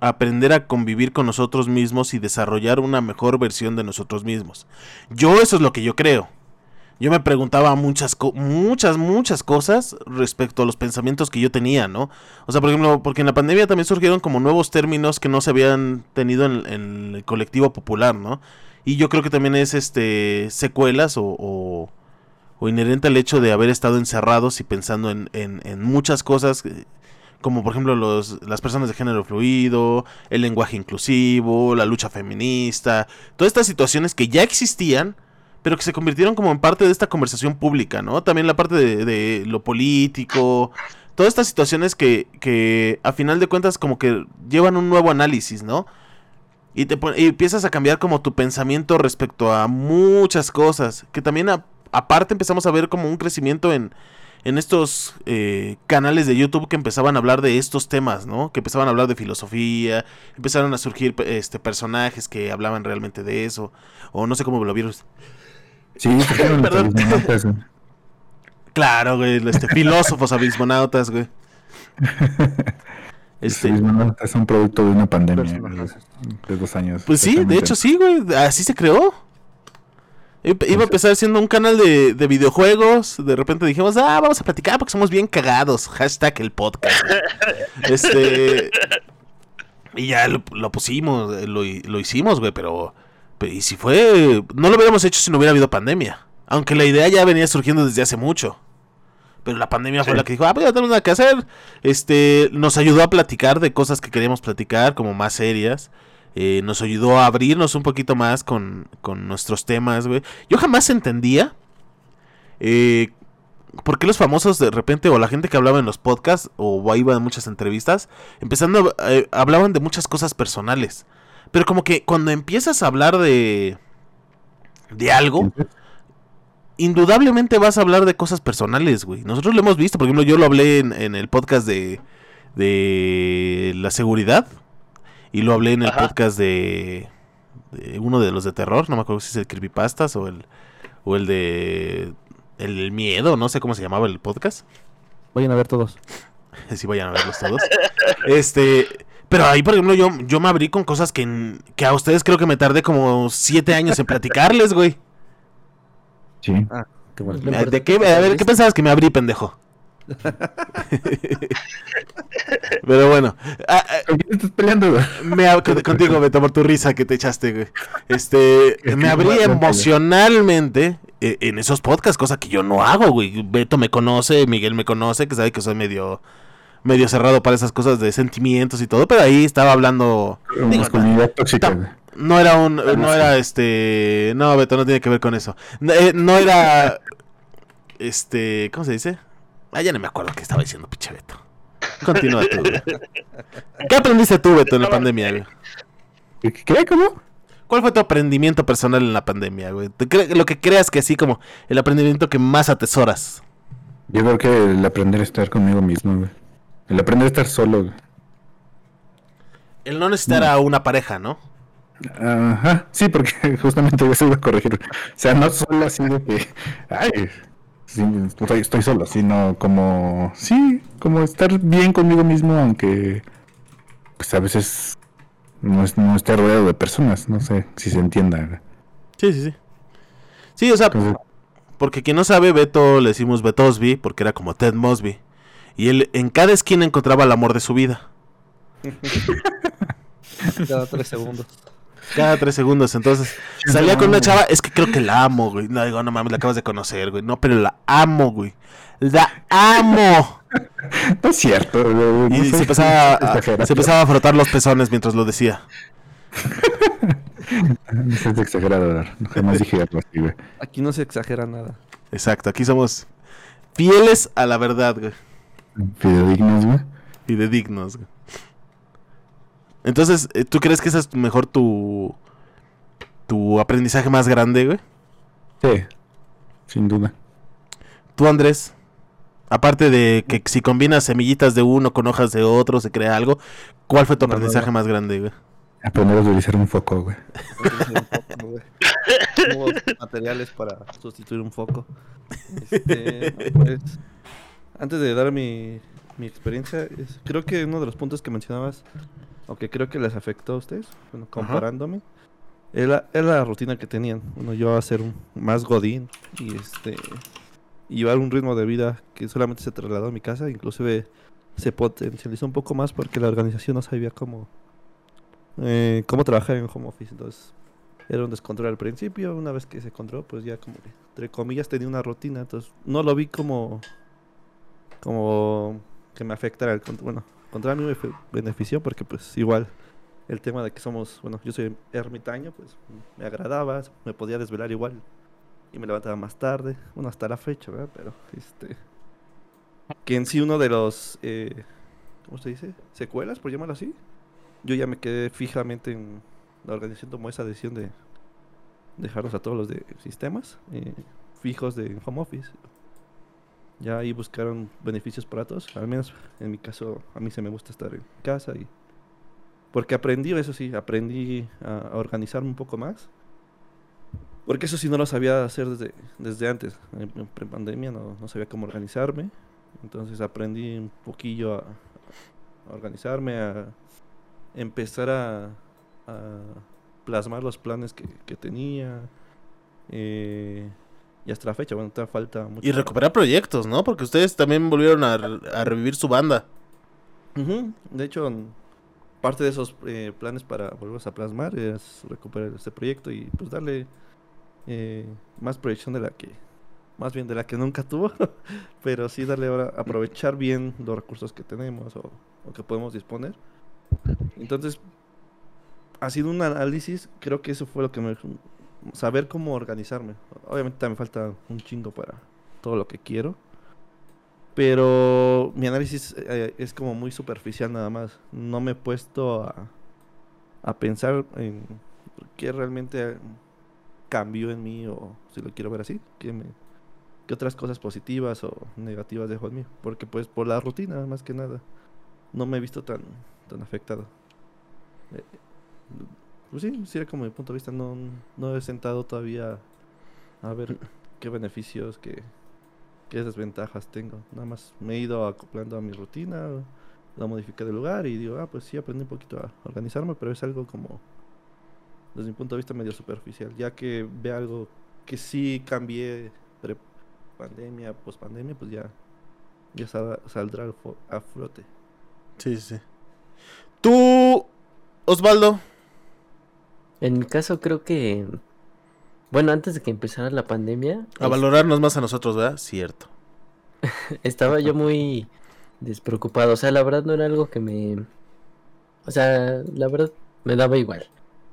aprender a convivir con nosotros mismos y desarrollar una mejor versión de nosotros mismos. Yo eso es lo que yo creo. Yo me preguntaba muchas, co- muchas, muchas cosas respecto a los pensamientos que yo tenía, ¿no? O sea, por ejemplo, porque en la pandemia también surgieron como nuevos términos que no se habían tenido en, en el colectivo popular, ¿no? Y yo creo que también es este secuelas o, o, o inherente al hecho de haber estado encerrados y pensando en, en, en muchas cosas, como por ejemplo los, las personas de género fluido, el lenguaje inclusivo, la lucha feminista, todas estas situaciones que ya existían, pero que se convirtieron como en parte de esta conversación pública, ¿no? También la parte de, de lo político, todas estas situaciones que, que a final de cuentas como que llevan un nuevo análisis, ¿no? Y, te pon- y empiezas a cambiar como tu pensamiento respecto a muchas cosas, que también a- aparte empezamos a ver como un crecimiento en, en estos eh, canales de YouTube que empezaban a hablar de estos temas, ¿no? Que empezaban a hablar de filosofía, empezaron a surgir este, personajes que hablaban realmente de eso, o no sé cómo lo vieron. Sí, surgieron los Perdón. abismonautas, güey. Claro, güey, este, filósofos abismonautas, güey. Los Este, abismonautas son producto de una pandemia, güey, Personajes. de dos años. pues sí, de exactamente. hecho sí, güey, así se creó. Iba iba a empezar siendo un canal de, de videojuegos, de repente dijimos, ah, vamos a platicar porque somos bien cagados, hashtag el podcast. Este, y ya lo, lo pusimos, eh, lo, hi- lo hicimos, güey, pero, pero, y si fue, no lo hubiéramos hecho si no hubiera habido pandemia, aunque la idea ya venía surgiendo desde hace mucho. Pero la pandemia fue Sí. la que dijo, ah, pues ya tenemos nada que hacer. Este, nos ayudó a platicar de cosas que queríamos platicar, como más serias. Eh, nos ayudó a abrirnos un poquito más con, con nuestros temas, güey. Yo jamás entendía eh, por qué los famosos de repente, o la gente que hablaba en los podcasts, o iba en muchas entrevistas, empezando, a- eh, hablaban de muchas cosas personales. Pero como que cuando empiezas a hablar de, de algo, indudablemente vas a hablar de cosas personales, güey. Nosotros lo hemos visto, por ejemplo, yo lo hablé en, en el podcast de, de la seguridad. Y lo hablé en el Ajá. podcast de, de uno de los de terror, no me acuerdo si es el Creepypastas o el, o el de el, del miedo, no sé cómo se llamaba el podcast. Vayan a ver todos. Si vayan a verlos todos. Este, pero ahí, por ejemplo, yo, yo me abrí con cosas que, en- que a ustedes creo que me tardé como siete años en platicarles, güey. Sí. Ah, qué bueno. Lo ¿De qué? A ver, ¿qué pensabas que me abrí, pendejo? Pero bueno, ah, ah, ¿Con quién te estás peleando, güey? me ab- con- contigo, Beto, por tu risa que te echaste, güey. Este, me abrí emocionalmente eh, en esos podcasts, cosa que yo no hago, güey. Beto me conoce, Miguel me conoce, que sabe que soy medio, medio cerrado para esas cosas de sentimientos y todo, pero ahí estaba hablando. digo, Masculinidad tóxica, ta- güey. no era un, no era este, no, Beto, no tiene que ver con eso. No, eh, no era, este, ¿cómo se dice? Ah, ya no me acuerdo qué estaba diciendo, pinche Beto. Continúa tú, güey. ¿Qué aprendiste tú, Beto, en la pandemia, güey? ¿Qué? ¿Qué? ¿Cómo? ¿Cuál fue tu aprendimiento personal en la pandemia, güey? ¿Te cre- Lo que creas que así como el aprendimiento que más atesoras. Yo creo que el aprender a estar conmigo mismo, güey. El aprender a estar solo, güey. El no necesitar a una pareja, ¿no? Ajá, sí, porque justamente eso iba a corregir. O sea, no solo así de que, ay, sí, estoy, estoy solo, sino como, sí, como estar bien conmigo mismo, aunque, pues a veces no, es- no esté rodeado de personas, no sé si se entienda. güey. Sí, sí, sí. Sí, o sea, Entonces, porque quien no sabe, Beto le decimos Betosby, porque era como Ted Mosby. Y él en cada esquina encontraba el amor de su vida. Cada tres segundos. Cada tres segundos, entonces salía con una chava, es que creo que la amo, güey. No, digo, no mames, la acabas de conocer, güey. No, pero la amo, güey. La amo. no es cierto, güey, no Y sé, se empezaba, a, exageración. se empezaba a frotar los pezones mientras lo decía. No seas exagerado, jamás dije algo así, güey. Aquí no se exagera nada. Exacto, aquí somos fieles a la verdad, güey. Fidedignos, güey. Y de dignos, güey. Entonces, eh, ¿tú crees que ese es mejor tu tu aprendizaje más grande, güey? Sí, sin duda. Tú, Andrés, aparte de que si combinas semillitas de uno con hojas de otro se crea algo, ¿cuál fue tu No, no, aprendizaje no. más grande, güey? Aprender a utilizar un foco, güey. Utilizar un foco, güey. Nuevos materiales para sustituir un foco. Este, no, pues, antes de dar mi, mi experiencia, es, creo que uno de los puntos que mencionabas, aunque creo que les afectó a ustedes, bueno, comparándome, es la, es la rutina que tenían. Bueno, yo a ser un, más godín y este y llevar un ritmo de vida que solamente se trasladó a mi casa, inclusive se potencializó un poco más porque la organización no sabía cómo, eh, cómo trabajar en home office. Entonces era un descontrol al principio. Una vez que se controló, pues ya como que, entre comillas, tenía una rutina. Entonces no lo vi como como que me afectara. El control. Bueno, contra mí me fue- benefició porque pues igual el tema de que somos, bueno, yo soy ermitaño, pues me agradaba, me podía desvelar igual y me levantaba más tarde, bueno, hasta la fecha, ¿verdad? Pero este que en sí uno de los eh, ¿cómo se dice? Secuelas, por llamarlo así. Yo ya me quedé fijamente en la organización, tomó esa decisión de dejarnos a todos los de sistemas eh, fijos de home office. Ya ahí buscaron beneficios para todos. Al menos en mi caso, a mí se me gusta estar en casa y porque aprendí, eso sí, aprendí a, a organizarme un poco más. Porque eso sí no lo sabía hacer desde, desde antes. En, en prepandemia no, no sabía cómo organizarme. Entonces aprendí un poquillo a, a organizarme, a empezar a, a plasmar los planes que, que tenía. Eh, y hasta la fecha, bueno, todavía falta mucho. Y recuperar proyectos, ¿no? Porque ustedes también volvieron a, a revivir su banda. Ujú. De hecho, n- parte de esos eh, planes para volverlos a plasmar es recuperar este proyecto y pues darle eh, más proyección de la que, más bien de la que nunca tuvo, pero sí darle ahora, aprovechar bien los recursos que tenemos o, o que podemos disponer. Entonces, haciendo un análisis, creo que eso fue lo que me... Saber cómo organizarme. Obviamente también falta un chingo para todo lo que quiero. Pero mi análisis eh, es como muy superficial nada más. No me he puesto a, a pensar en qué realmente cambió en mí o si lo quiero ver así. Qué, me, qué otras cosas positivas o negativas dejó en mí. Porque pues por la rutina más que nada. No me he visto tan, tan afectado. Eh, Pues sí, sí, como mi punto de vista, no, no he sentado todavía a ver qué beneficios, qué, qué desventajas tengo. Nada más me he ido acoplando a mi rutina, la modifiqué de lugar y digo, ah, pues sí, aprendí un poquito a organizarme, pero es algo como, desde mi punto de vista, medio superficial. Ya que ve algo que sí cambié pre-pandemia, post-pandemia, pues ya, ya sal- saldrá al fo- a flote. Sí, sí, sí. Tú, Osvaldo. En mi caso creo que, bueno, antes de que empezara la pandemia, A es- valorarnos más a nosotros, ¿verdad? Cierto. estaba yo muy despreocupado. O sea, la verdad no era algo que me... O sea, la verdad me daba igual.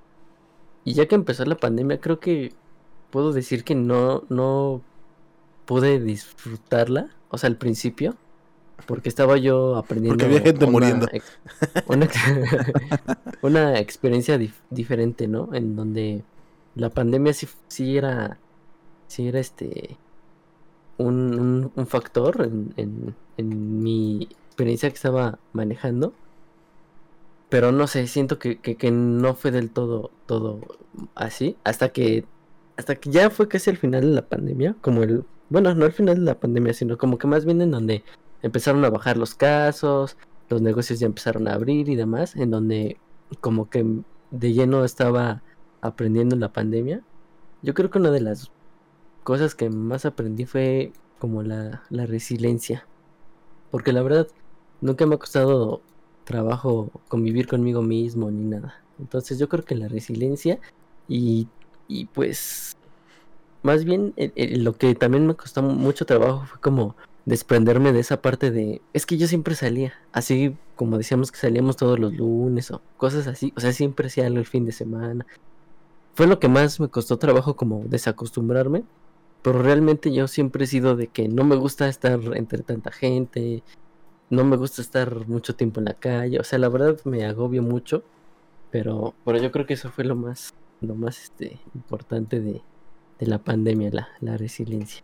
Y ya que empezó la pandemia, creo que puedo decir que no, no pude disfrutarla. O sea, al principio. Porque estaba yo aprendiendo Porque había gente una, muriendo. ex- una, ex- una experiencia dif- diferente, ¿no? En donde la pandemia sí, sí era, sí era este, un, un, un factor en, en, en mi experiencia que estaba manejando. Pero no sé, siento que, que, que no fue del todo, todo así. Hasta que, hasta que ya fue casi el final de la pandemia. Como el, bueno, no el final de la pandemia, sino como que más bien en donde empezaron a bajar los casos, los negocios ya empezaron a abrir y demás, en donde como que de lleno estaba aprendiendo en la pandemia. Yo creo que una de las cosas que más aprendí fue como la, la resiliencia. Porque la verdad, nunca me ha costado trabajo convivir conmigo mismo ni nada. Entonces yo creo que la resiliencia y, y pues más bien el- el- lo que también me costó mucho trabajo fue como desprenderme de esa parte de... Es que yo siempre salía, así como decíamos que salíamos todos los lunes o cosas así. O sea, siempre hacía algo el fin de semana. Fue lo que más me costó trabajo como desacostumbrarme. Pero realmente yo siempre he sido de que no me gusta estar entre tanta gente, no me gusta estar mucho tiempo en la calle, o sea, la verdad me agobio mucho, pero, pero yo creo que eso fue lo más, lo más este, importante de, de la pandemia, la, la resiliencia.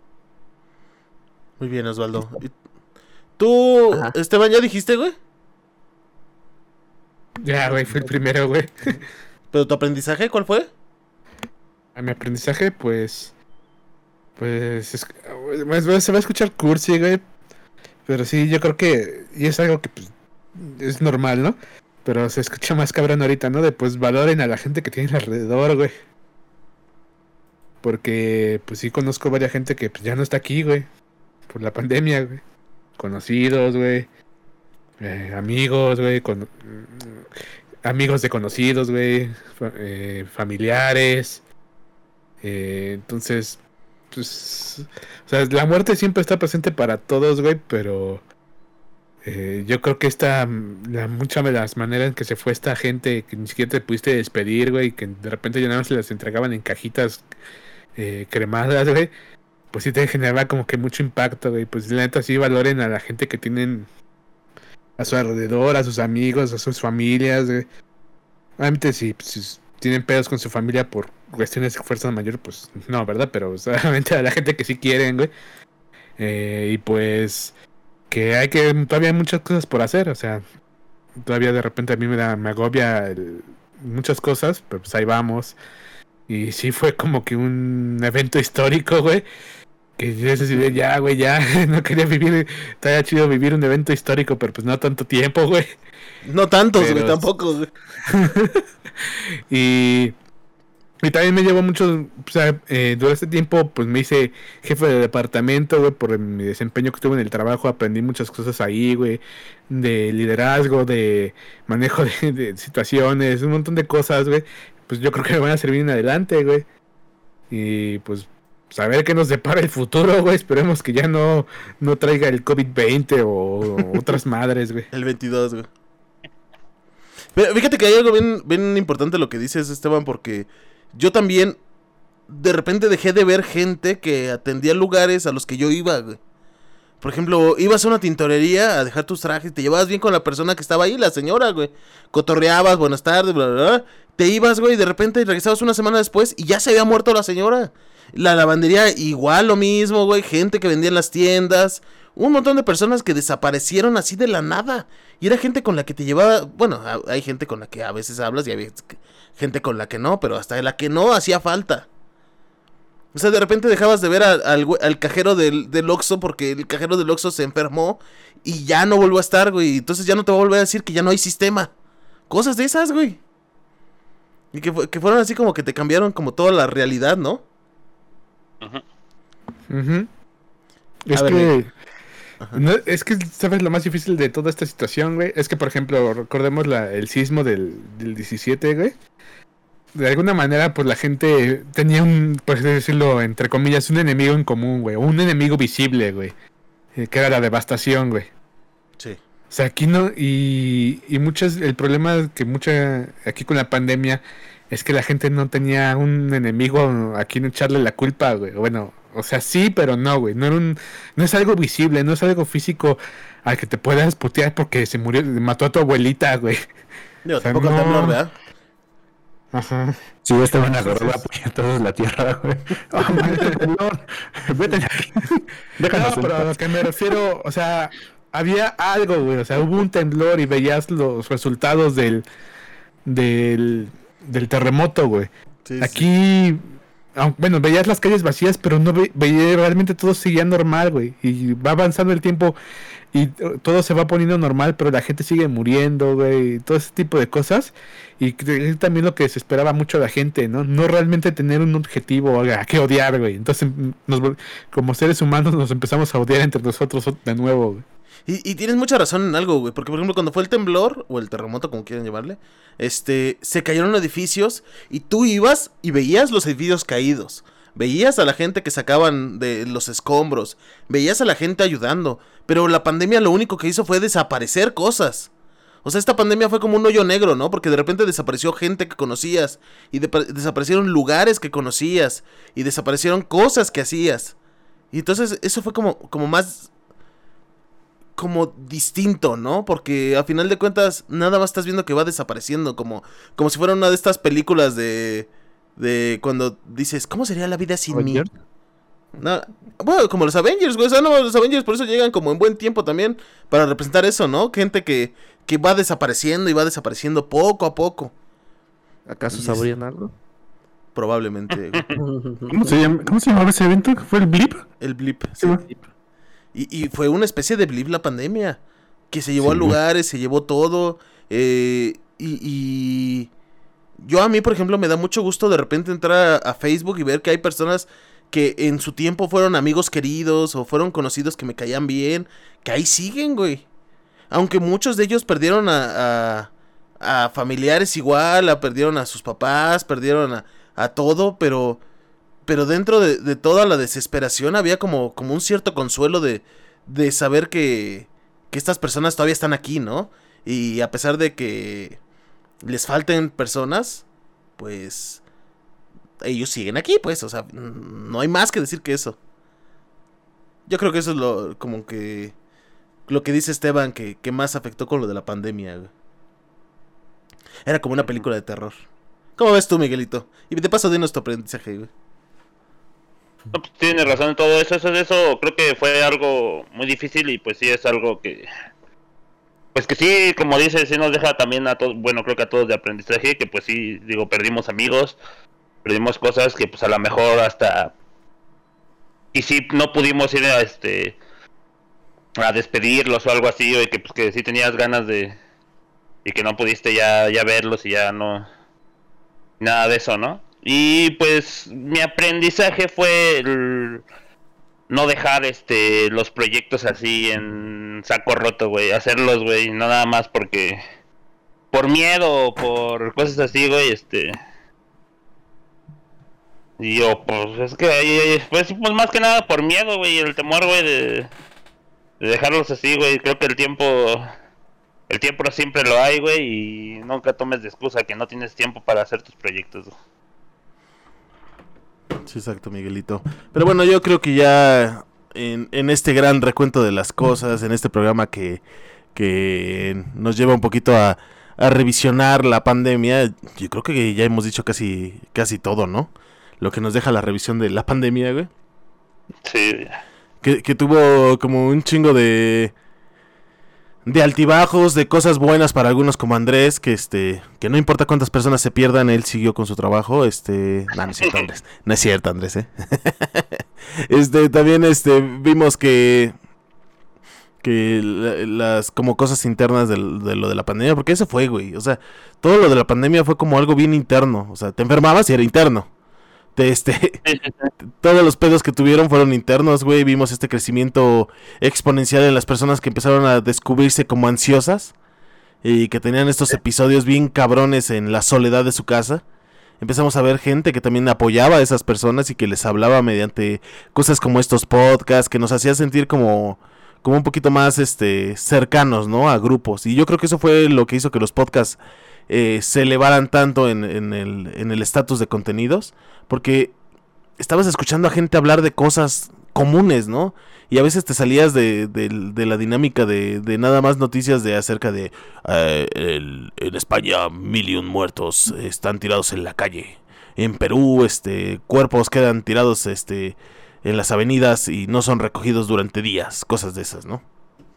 Muy bien, Osvaldo. ¿Y tú, Ajá. Esteban, ya dijiste, güey? Ya, güey, fue el primero, güey. ¿Pero tu aprendizaje cuál fue? A mi aprendizaje, pues. Pues. Es, pues, se va a escuchar cursi, güey. Pero sí, yo creo que, y es algo que pues, es normal, ¿no? Pero se escucha más cabrón ahorita, ¿no? De pues valoren a la gente que tienen alrededor, güey. Porque pues sí conozco varias gente que pues, ya no está aquí, güey. Por la pandemia, güey. Conocidos, güey. Eh, amigos, güey. Con... Amigos de conocidos, güey. Fa- eh, familiares. Eh, entonces, pues... O sea, la muerte siempre está presente para todos, güey, pero... Eh, yo creo que esta, la, muchas de las maneras en que se fue esta gente que ni siquiera te pudiste despedir, güey, que de repente ya nada más se las entregaban en cajitas eh, cremadas, güey, pues sí te generaba como que mucho impacto, güey. Pues la neta sí valoren a la gente que tienen a su alrededor, a sus amigos, a sus familias, güey. Obviamente si, si tienen pedos con su familia por cuestiones de fuerza mayor, pues no, ¿verdad? Pero solamente a la gente que sí quieren, güey. Eh, y pues... que hay que todavía hay muchas cosas por hacer, o sea, todavía de repente a mí me da me agobia el, muchas cosas, pero pues ahí vamos. Y sí fue como que un evento histórico, güey, que yo decidí, ya, güey, ya, no quería vivir, estaría chido vivir un evento histórico, pero pues no tanto tiempo, güey. No tantos, güey, Pero- tampoco, güey. y Y también me llevó mucho, o sea, eh, durante este tiempo pues me hice jefe de departamento, güey, por mi desempeño que tuve en el trabajo, aprendí muchas cosas ahí, güey, de liderazgo, de manejo de, de situaciones, un montón de cosas, güey, pues yo creo que me van a servir en adelante, güey, y pues saber qué nos depara el futuro, güey, esperemos que ya no, no traiga el COVID veinte o otras madres, güey. El veintidós, güey. Pero fíjate que hay algo bien, bien importante lo que dices, Esteban, porque yo también de repente dejé de ver gente que atendía lugares a los que yo iba, güey. Por ejemplo, ibas a una tintorería a dejar tus trajes, te llevabas bien con la persona que estaba ahí, la señora, güey. Cotorreabas, buenas tardes, bla, bla, bla. Te ibas, güey, y de repente regresabas una semana después y ya se había muerto la señora. La lavandería igual lo mismo, güey. Gente que vendía en las tiendas. Un montón de personas que desaparecieron así de la nada. Y era gente con la que te llevaba... Bueno, hay gente con la que a veces hablas y hay gente con la que no, pero hasta la que no hacía falta. O sea, de repente dejabas de ver a, al, al cajero del, del Oxxo porque el cajero del Oxxo se enfermó y ya no volvió a estar, güey. Entonces ya no te va a volver a decir que ya no hay sistema. Cosas de esas, güey. Y que, que fueron así como que te cambiaron como toda la realidad, ¿no? Uh-huh. Es A ver, que... güey. No, es que, ¿sabes lo más difícil de toda esta situación, güey? Es que, por ejemplo, recordemos la, el sismo del, del diecisiete, güey. De alguna manera, pues la gente tenía un, por así decirlo, entre comillas, un enemigo en común, güey. O un enemigo visible, güey. Eh, que era la devastación, güey. Sí. O sea, aquí no... Y, y muchas... El problema que mucha... Aquí con la pandemia es que la gente no tenía un enemigo a quien echarle la culpa, güey. Bueno... O sea, sí, pero no, güey. No era un, no es algo visible, no es algo físico al que te puedas putear porque se murió, mató a tu abuelita, güey. Digo, O sea, tampoco el no. temblor, ¿verdad? Ajá. Sí, estaban agarrando la puñetazos la tierra, güey. ¡Ah, madre, temblor! Vete de aquí. Déjanos No, pero a en lo paz. que me refiero, o sea, había algo, güey. O sea, hubo un temblor y veías los resultados del, del, del terremoto, güey. Sí, sí. Aquí, ah, bueno, veías las calles vacías, pero no ve, veía realmente todo seguía normal, güey. Y va avanzando el tiempo y eh, todo se va poniendo normal, pero la gente sigue muriendo, güey. Y todo ese tipo de cosas. Y que- es también lo que se esperaba mucho a la gente, ¿no? No realmente tener un objetivo a que odiar, güey. Entonces, nos vol- como seres humanos nos empezamos a odiar entre nosotros de nuevo, güey. Y, y tienes mucha razón en algo, güey. Porque, por ejemplo, cuando fue el temblor, o el terremoto, como quieran llamarle, este, se cayeron edificios y tú ibas y veías los edificios caídos. Veías a la gente que sacaban de los escombros. Veías a la gente ayudando. Pero la pandemia lo único que hizo fue desaparecer cosas. O sea, esta pandemia fue como un hoyo negro, ¿no? Porque de repente desapareció gente que conocías. Y de- desaparecieron lugares que conocías. Y desaparecieron cosas que hacías. Y entonces eso fue como, como más... como distinto, ¿no? Porque a final de cuentas nada más estás viendo que va desapareciendo, como, como si fuera una de estas películas de, de cuando dices, ¿cómo sería la vida sin mí? ¿Avengers? No, bueno, como los Avengers, güey, o sea, no, los Avengers por eso llegan como en buen tiempo también, para representar eso, ¿no? Gente que, que va desapareciendo y va desapareciendo poco a poco, ¿Acaso Yes. sabrían algo? probablemente, güey. ¿Cómo se llama? ¿Cómo se llamaba ese evento? ¿Fue el Blip? El blip, sí. Sí, güey. Y, y fue una especie de blip la pandemia, que se llevó Sí. a lugares, se llevó todo. Eh, y, y yo a mí, por ejemplo, me da mucho gusto de repente entrar a, a Facebook y ver que hay personas que en su tiempo fueron amigos queridos o fueron conocidos que me caían bien, que ahí siguen, güey. Aunque muchos de ellos perdieron a, a, a familiares igual, a, perdieron a sus papás, perdieron a, a todo, pero, pero dentro de, de toda la desesperación había como, como un cierto consuelo de, de saber que, que estas personas todavía están aquí, ¿no? Y a pesar de que les falten personas, pues ellos siguen aquí, pues, o sea, no hay más que decir que eso. Yo creo que eso es lo, como que... Lo que dice Esteban que, que más afectó con lo de la pandemia, güey. Era como una película de terror. ¿Cómo ves tú, Miguelito? Y de paso, dinos tu aprendizaje, güey. No, pues, tienes razón en todo eso, eso, eso creo que fue algo muy difícil y pues sí es algo que... Pues que sí, como dices, sí nos deja también a todos, bueno, creo que a todos de aprendizaje, que pues sí, digo, perdimos amigos, perdimos cosas que pues a lo mejor hasta... Y sí, no pudimos ir a este... a despedirlos o algo así, o que pues que sí tenías ganas de y que no pudiste ya ya verlos y ya no nada de eso, ¿no? Y pues mi aprendizaje fue el no dejar este los proyectos así en saco roto, güey, hacerlos, güey, no nada más porque por miedo o por cosas así, güey, este y yo pues es que ahí pues, pues más que nada por miedo, güey, el temor, güey, de de dejarlos así, güey. Creo que el tiempo el tiempo siempre lo hay, güey, y nunca tomes de excusa que no tienes tiempo para hacer tus proyectos, güey. Sí, exacto, Miguelito. Pero bueno, yo creo que ya en, en este gran recuento de las cosas, en este programa que, que nos lleva un poquito a, a revisionar la pandemia, yo creo que ya hemos dicho casi, casi todo, ¿no? Lo que nos deja la revisión de la pandemia, güey. Sí. Que, que tuvo como un chingo de de altibajos, de cosas buenas para algunos como Andrés, que este que no importa cuántas personas se pierdan, él siguió con su trabajo, este, no, no es cierto, Andrés, no es cierto, Andrés, eh. Este, también este vimos que que la, las como cosas internas de, de lo de la pandemia, porque eso fue, güey, o sea, todo lo de la pandemia fue como algo bien interno, o sea, te enfermabas y era interno. De este, todos los pedos que tuvieron fueron internos, güey. Vimos este crecimiento exponencial en las personas que empezaron a descubrirse como ansiosas y que tenían estos episodios bien cabrones en la soledad de su casa. Empezamos a ver gente que también apoyaba a esas personas y que les hablaba mediante cosas como estos podcasts, que nos hacía sentir como, como un poquito más este cercanos, ¿no? A grupos. Y yo creo que eso fue lo que hizo que los podcasts eh, se elevaran tanto en, en el en el estatus de contenidos. Porque estabas escuchando a gente hablar de cosas comunes, ¿no? Y a veces te salías de, de, de la dinámica de, de nada más noticias de acerca de eh, el, en España mil y un muertos están tirados en la calle. En Perú, este, cuerpos quedan tirados este, en las avenidas y no son recogidos durante días, cosas de esas, ¿no?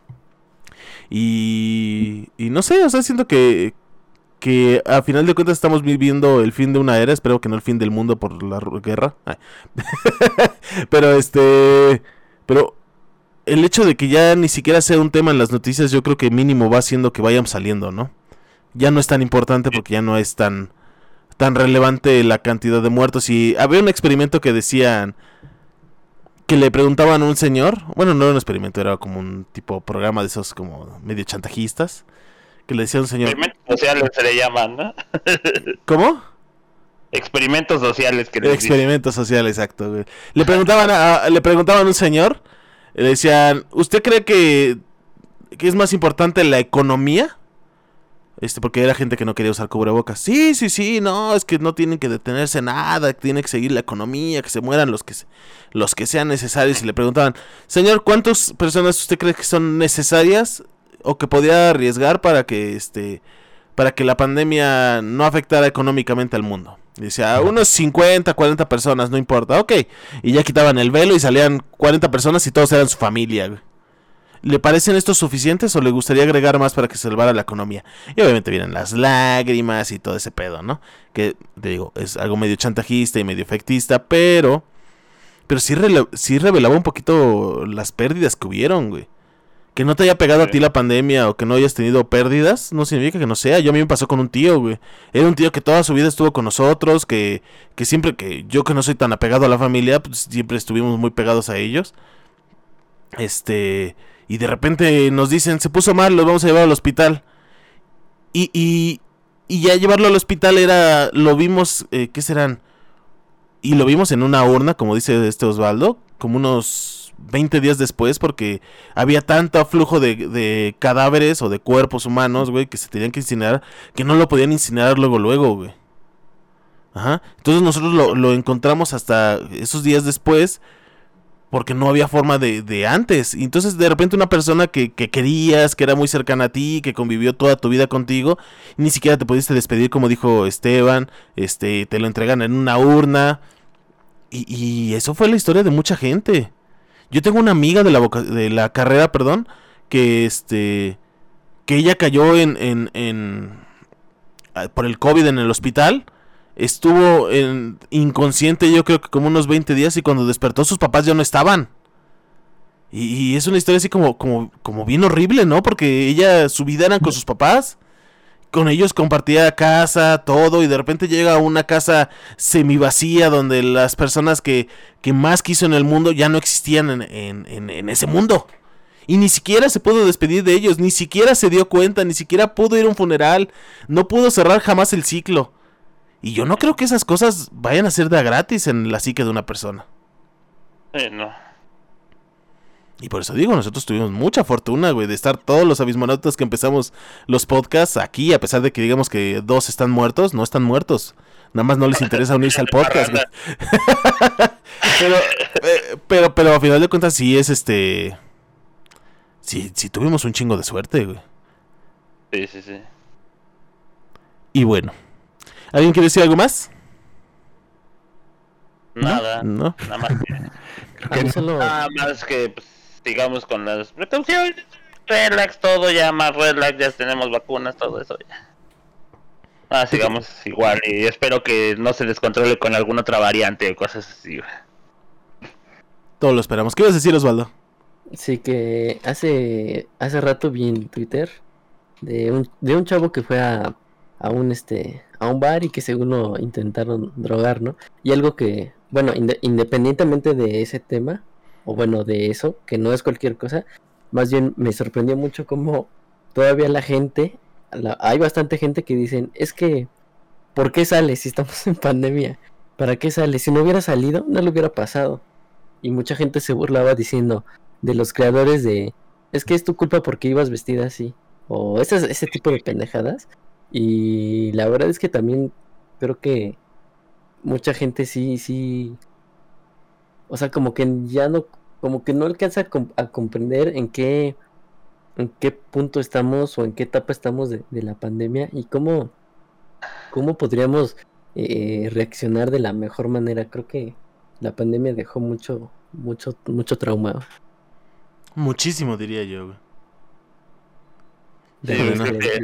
Y, y no sé, o sea, siento que... que a final de cuentas estamos viviendo el fin de una era, espero que no el fin del mundo por la guerra. Pero este, pero el hecho de que ya ni siquiera sea un tema en las noticias, yo creo que mínimo va haciendo que vayan saliendo, ¿no? Ya no es tan importante porque ya no es tan tan relevante la cantidad de muertos. Y había un experimento que decían que le preguntaban a un señor, bueno, no era un experimento, era como un tipo programa de esos como medio chantajistas. Que le decía un señor. Experimentos sociales se le llaman, ¿no? ¿Cómo? Experimentos sociales que les Experimentos sociales, exacto, güey. Le preguntaban a, a, le preguntaban a un señor, le decían, ¿usted cree que, que es más importante la economía? Este, porque era gente que no quería usar cubrebocas. Sí, sí, sí, no, es que no tienen que detenerse nada, que tiene que seguir la economía, que se mueran los que se, los que sean necesarios. Y le preguntaban, señor, ¿cuántas personas usted cree que son necesarias o que podría arriesgar para que este para que la pandemia no afectara económicamente al mundo? Y decía, unos cincuenta, cuarenta personas, no importa, ok. Y ya quitaban el velo y salían cuarenta personas y todos eran su familia, güey. ¿Le parecen estos suficientes o le gustaría agregar más para que se salvara la economía? Y obviamente vienen las lágrimas y todo ese pedo, ¿no? Que, te digo, es algo medio chantajista y medio efectista, pero pero sí, rele- sí revelaba un poquito las pérdidas que hubieron, güey. Que no te haya pegado Sí. a ti la pandemia o que no hayas tenido pérdidas, no significa que no sea. Yo a mí me pasó con un tío, güey. Era un tío que toda su vida estuvo con nosotros, que, que siempre que yo que no soy tan apegado a la familia, pues siempre estuvimos muy pegados a ellos. Este, y de repente nos dicen, se puso mal, lo vamos a llevar al hospital. Y, y, y ya llevarlo al hospital era, lo vimos, eh, ¿qué serán? Y lo vimos en una urna, como dice este Osvaldo, como unos veinte días después, porque había tanto aflujo de, de cadáveres o de cuerpos humanos, güey, que se tenían que incinerar, que no lo podían incinerar luego, luego, güey. Ajá. Entonces nosotros lo, lo encontramos hasta esos días después, porque no había forma de, de antes. Y entonces de repente una persona que, que querías, que era muy cercana a ti, que convivió toda tu vida contigo, ni siquiera te pudiste despedir, como dijo Esteban, este, te lo entregan en una urna. Y, y eso fue la historia de mucha gente. Yo tengo una amiga de la voca- de la carrera, perdón, que este que ella cayó en, en, en por el COVID en el hospital, estuvo en, inconsciente yo creo que como unos veinte días y cuando despertó sus papás ya no estaban. Y, y es una historia así como, como, como bien horrible, ¿no? Porque ella, su vida era con sus papás. Con ellos compartía casa, todo, y de repente llega a una casa semivacía donde las personas que, que más quiso en el mundo ya no existían en, en, en, en ese mundo. Y ni siquiera se pudo despedir de ellos, ni siquiera se dio cuenta, ni siquiera pudo ir a un funeral, no pudo cerrar jamás el ciclo. Y yo no creo que esas cosas vayan a ser de a gratis en la psique de una persona. Sí, no. Y por eso digo, nosotros tuvimos mucha fortuna, güey, de estar todos los abismonautas que empezamos los podcasts aquí, a pesar de que digamos que dos están muertos, no están muertos. Nada más no les interesa unirse al podcast, güey. pero, eh, pero, pero a final de cuentas sí es este... Sí, sí tuvimos un chingo de suerte, güey. Sí, sí, sí. Y bueno. ¿Alguien quiere decir algo más? Nada. No. Nada más que, A mí solo... nada más que pues, sigamos con las precauciones. Relax, todo ya más relax, ya tenemos vacunas, todo eso ya. Ah, sigamos igual y espero que no se descontrole con alguna otra variante o cosas así, güey. Todo lo esperamos. ¿Qué ibas a decir, Osvaldo? Sí, que hace hace rato vi en Twitter de un, de un chavo que fue a, a un este a un bar y que según lo intentaron drogar, ¿no? Y algo que, bueno, inde- independientemente de ese tema, o bueno, de eso, que no es cualquier cosa, más bien me sorprendió mucho cómo todavía la gente, la- hay bastante gente que dicen, es que, ¿por qué sales si estamos en pandemia? ¿Para qué sales? Si no hubiera salido, no le hubiera pasado. Y mucha gente se burlaba diciendo de los creadores de, es que es tu culpa porque ibas vestida así, o ese, ese tipo de pendejadas. Y la verdad es que también creo que mucha gente sí, sí, o sea, como que ya no, como que no alcanza a, com- a comprender en qué, en qué punto estamos o en qué etapa estamos de, de la pandemia y cómo, cómo podríamos eh, reaccionar de la mejor manera. Creo que la pandemia dejó mucho, mucho, mucho trauma. Muchísimo, diría yo, güey. Sí, Bueno, creo que-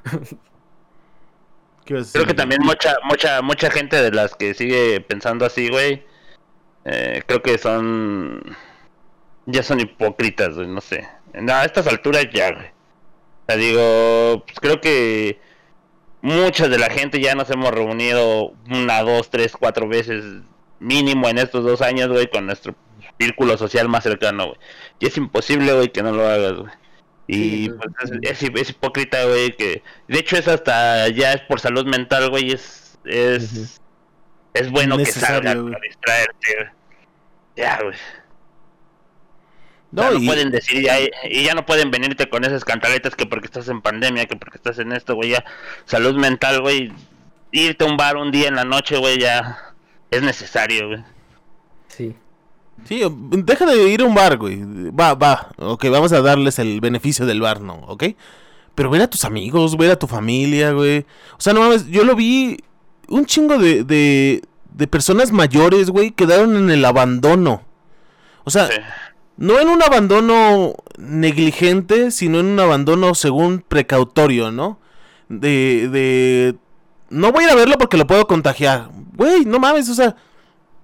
¿Qué ibas a decir, Creo que Miguel? también mucha, mucha, mucha gente de las que sigue pensando así, güey, eh, creo que son, ya son hipócritas, güey, no sé. No, a estas alturas ya, güey. O sea, digo, pues creo que mucha de la gente ya nos hemos reunido una, dos, tres, cuatro veces mínimo en estos dos años, güey, con nuestro círculo social más cercano, güey. Y es imposible, güey, que no lo hagas, güey. Y Sí, pues es, es, es hipócrita, güey, que de hecho es hasta, ya es por salud mental, güey, es, es, Ujú. es bueno que Necesario, salgan güey. para distraerte, güey. Ya, güey. No, No, no y- pueden decir ya, y ya no pueden venirte con esas cantaletas que porque estás en pandemia, que porque estás en esto, güey, ya salud mental, güey, irte a un bar un día en la noche, güey, ya es necesario, güey. Sí. Sí, deja de ir a un bar, güey. Va, va. Ok, vamos a darles el beneficio del bar, ¿no? ¿Ok? Pero ver a tus amigos, ver a tu familia, güey. O sea, no mames, yo lo vi. Un chingo de, de, de personas mayores, güey, quedaron en el abandono. O sea, Sí. no en un abandono negligente, sino en un abandono según precautorio, ¿no? De, de... No voy a ir a verlo porque lo puedo contagiar. Güey, no mames, o sea...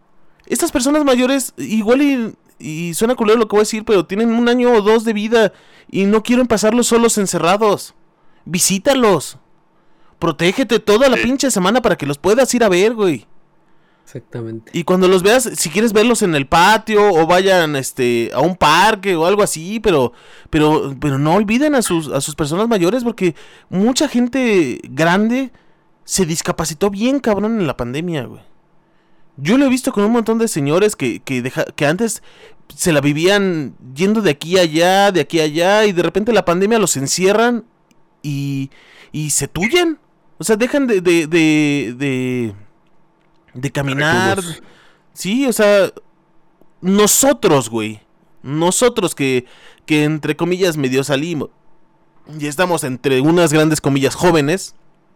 estas personas mayores, igual y, y suena culero lo que voy a decir, pero tienen un año o dos de vida y no quieren pasarlos solos encerrados. Visítalos. Protégete toda la pinche semana para que los puedas ir a ver, güey. Exactamente. Y cuando los veas, si quieres verlos en el patio o vayan este a un parque o algo así, pero pero pero no olviden a sus a sus personas mayores porque mucha gente grande se discapacitó bien cabrón en la pandemia, güey. Yo lo he visto con un montón de señores que que deja, que antes se la vivían yendo de aquí a allá, de aquí a allá y de repente la pandemia los encierran y y se tuyen. O sea, dejan de de de, de De caminar. Recursos. Sí, o sea, nosotros, güey. Nosotros que, que entre comillas medio salimos. Y estamos entre unas grandes comillas jóvenes.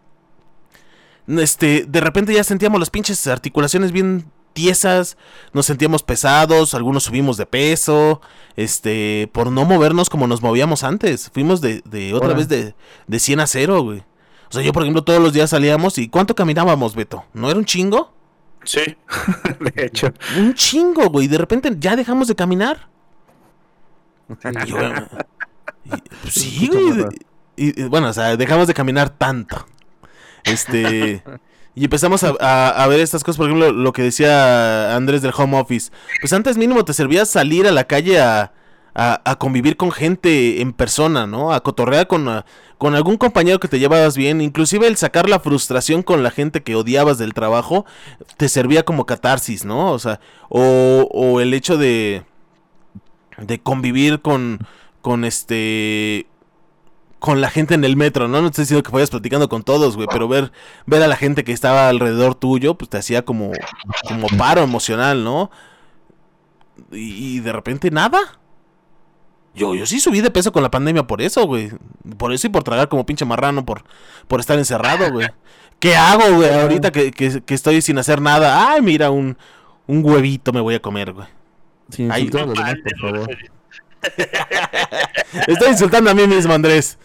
Este, de repente ya sentíamos las pinches articulaciones bien tiesas. Nos sentíamos pesados. Algunos subimos de peso. Este, por no movernos como nos movíamos antes. Fuimos de, de otra Hola. vez de, de cien a cero, güey. O sea, yo por ejemplo todos los días salíamos. ¿Y cuánto caminábamos, Beto? ¿No era un chingo? Sí, de hecho. Un chingo, güey. De repente ya dejamos de caminar. Y yo, y, pues, sí, güey. Y, y, bueno, o sea, dejamos de caminar tanto. Este. Y empezamos a, a, a ver estas cosas. Por ejemplo, lo que decía Andrés del home office. Pues antes mínimo te servía salir a la calle a, a, a convivir con gente en persona, ¿no? A cotorrear con... A, con algún compañero que te llevabas bien, inclusive el sacar la frustración con la gente que odiabas del trabajo, te servía como catarsis, ¿no? O sea, o, o el hecho de, de convivir con, con este, con la gente en el metro, ¿no? No te estoy diciendo que vayas platicando con todos, güey, pero ver, ver a la gente que estaba alrededor tuyo, pues te hacía como, como paro emocional, ¿no? Y, y de repente nada. Yo, yo sí subí de peso con la pandemia por eso, güey. Por eso y por tragar como pinche marrano, por, por estar encerrado, güey. ¿Qué hago, güey? Ahorita que, que, que estoy sin hacer nada. Ay, mira, un, un huevito me voy a comer, güey. Sí, insultando a los demás, por favor. Estoy insultando a mí mismo, Andrés.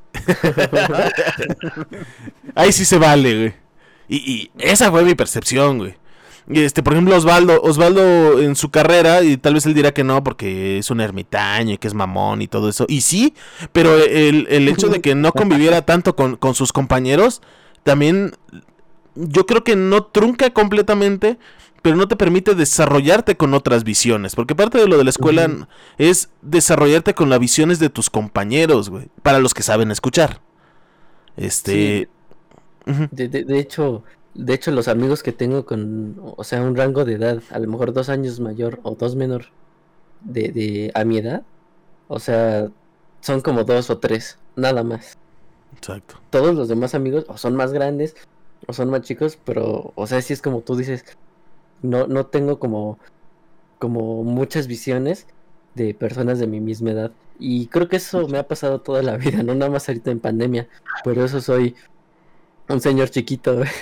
Ahí sí se vale, güey. Y, y esa fue mi percepción, güey. Este, por ejemplo, Osvaldo, Osvaldo en su carrera, y tal vez él dirá que no, porque es un ermitaño y que es mamón y todo eso. Y sí, pero el, el hecho de que no conviviera tanto con, con sus compañeros, también yo creo que no trunca completamente, pero no te permite desarrollarte con otras visiones. Porque parte de lo de la escuela uh-huh. es desarrollarte con las visiones de tus compañeros, güey, para los que saben escuchar. Este... Sí. Uh-huh. De, de, de hecho... De hecho, los amigos que tengo con, o sea, un rango de edad, a lo mejor dos años mayor o dos menor de, de a mi edad, o sea, son como dos o tres, nada más. Exacto. Todos los demás amigos o son más grandes o son más chicos, pero, o sea, si es como tú dices, no, no tengo como, como muchas visiones de personas de mi misma edad. Y creo que eso me ha pasado toda la vida, no nada más ahorita en pandemia, por eso soy... un señor chiquito, güey.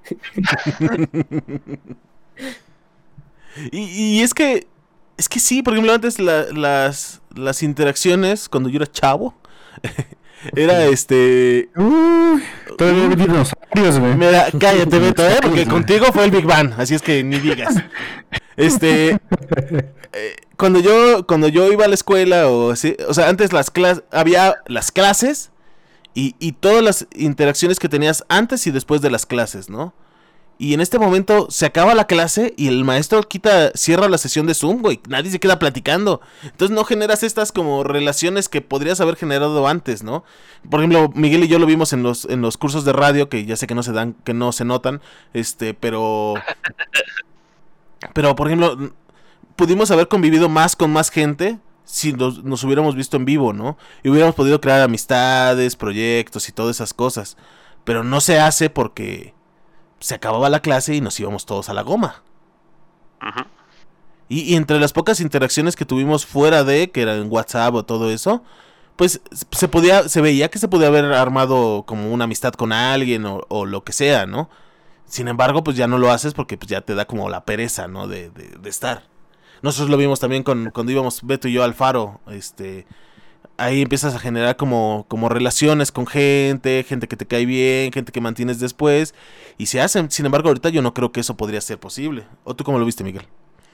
y, y es que es que sí, por ejemplo, antes la, las las interacciones cuando yo era chavo era este uh, todavía uh, dinosaurios, güey. Mira, cállate, Beto, ¿eh? Porque contigo fue el Big Bang, así es que ni digas. Este eh, cuando yo cuando yo iba a la escuela o así, o sea, antes las clases había las clases Y, y todas las interacciones que tenías antes y después de las clases, ¿no? Y en este momento se acaba la clase y el maestro quita, cierra la sesión de Zoom, güey. Nadie se queda platicando. Entonces no generas estas como relaciones que podrías haber generado antes, ¿no? Por ejemplo, Miguel y yo lo vimos en los, en los cursos de radio, que ya sé que no se dan, que no se notan, este, pero... Pero, por ejemplo, pudimos haber convivido más con más gente si nos, nos hubiéramos visto en vivo, ¿no? Y hubiéramos podido crear amistades, proyectos y todas esas cosas. Pero no se hace porque se acababa la clase y nos íbamos todos a la goma. Ajá. Y, y entre las pocas interacciones que tuvimos fuera de, que era en WhatsApp o todo eso, pues se podía, se veía que se podía haber armado como una amistad con alguien o, o lo que sea, ¿no? Sin embargo, pues ya no lo haces porque pues ya te da como la pereza, ¿no? De, de, de estar. Nosotros lo vimos también con, cuando íbamos Beto y yo al Faro, este... Ahí empiezas a generar como, como relaciones con gente, gente que te cae bien, gente que mantienes después, y se hacen. Sin embargo, ahorita yo no creo que eso podría ser posible. ¿O tú cómo lo viste, Miguel?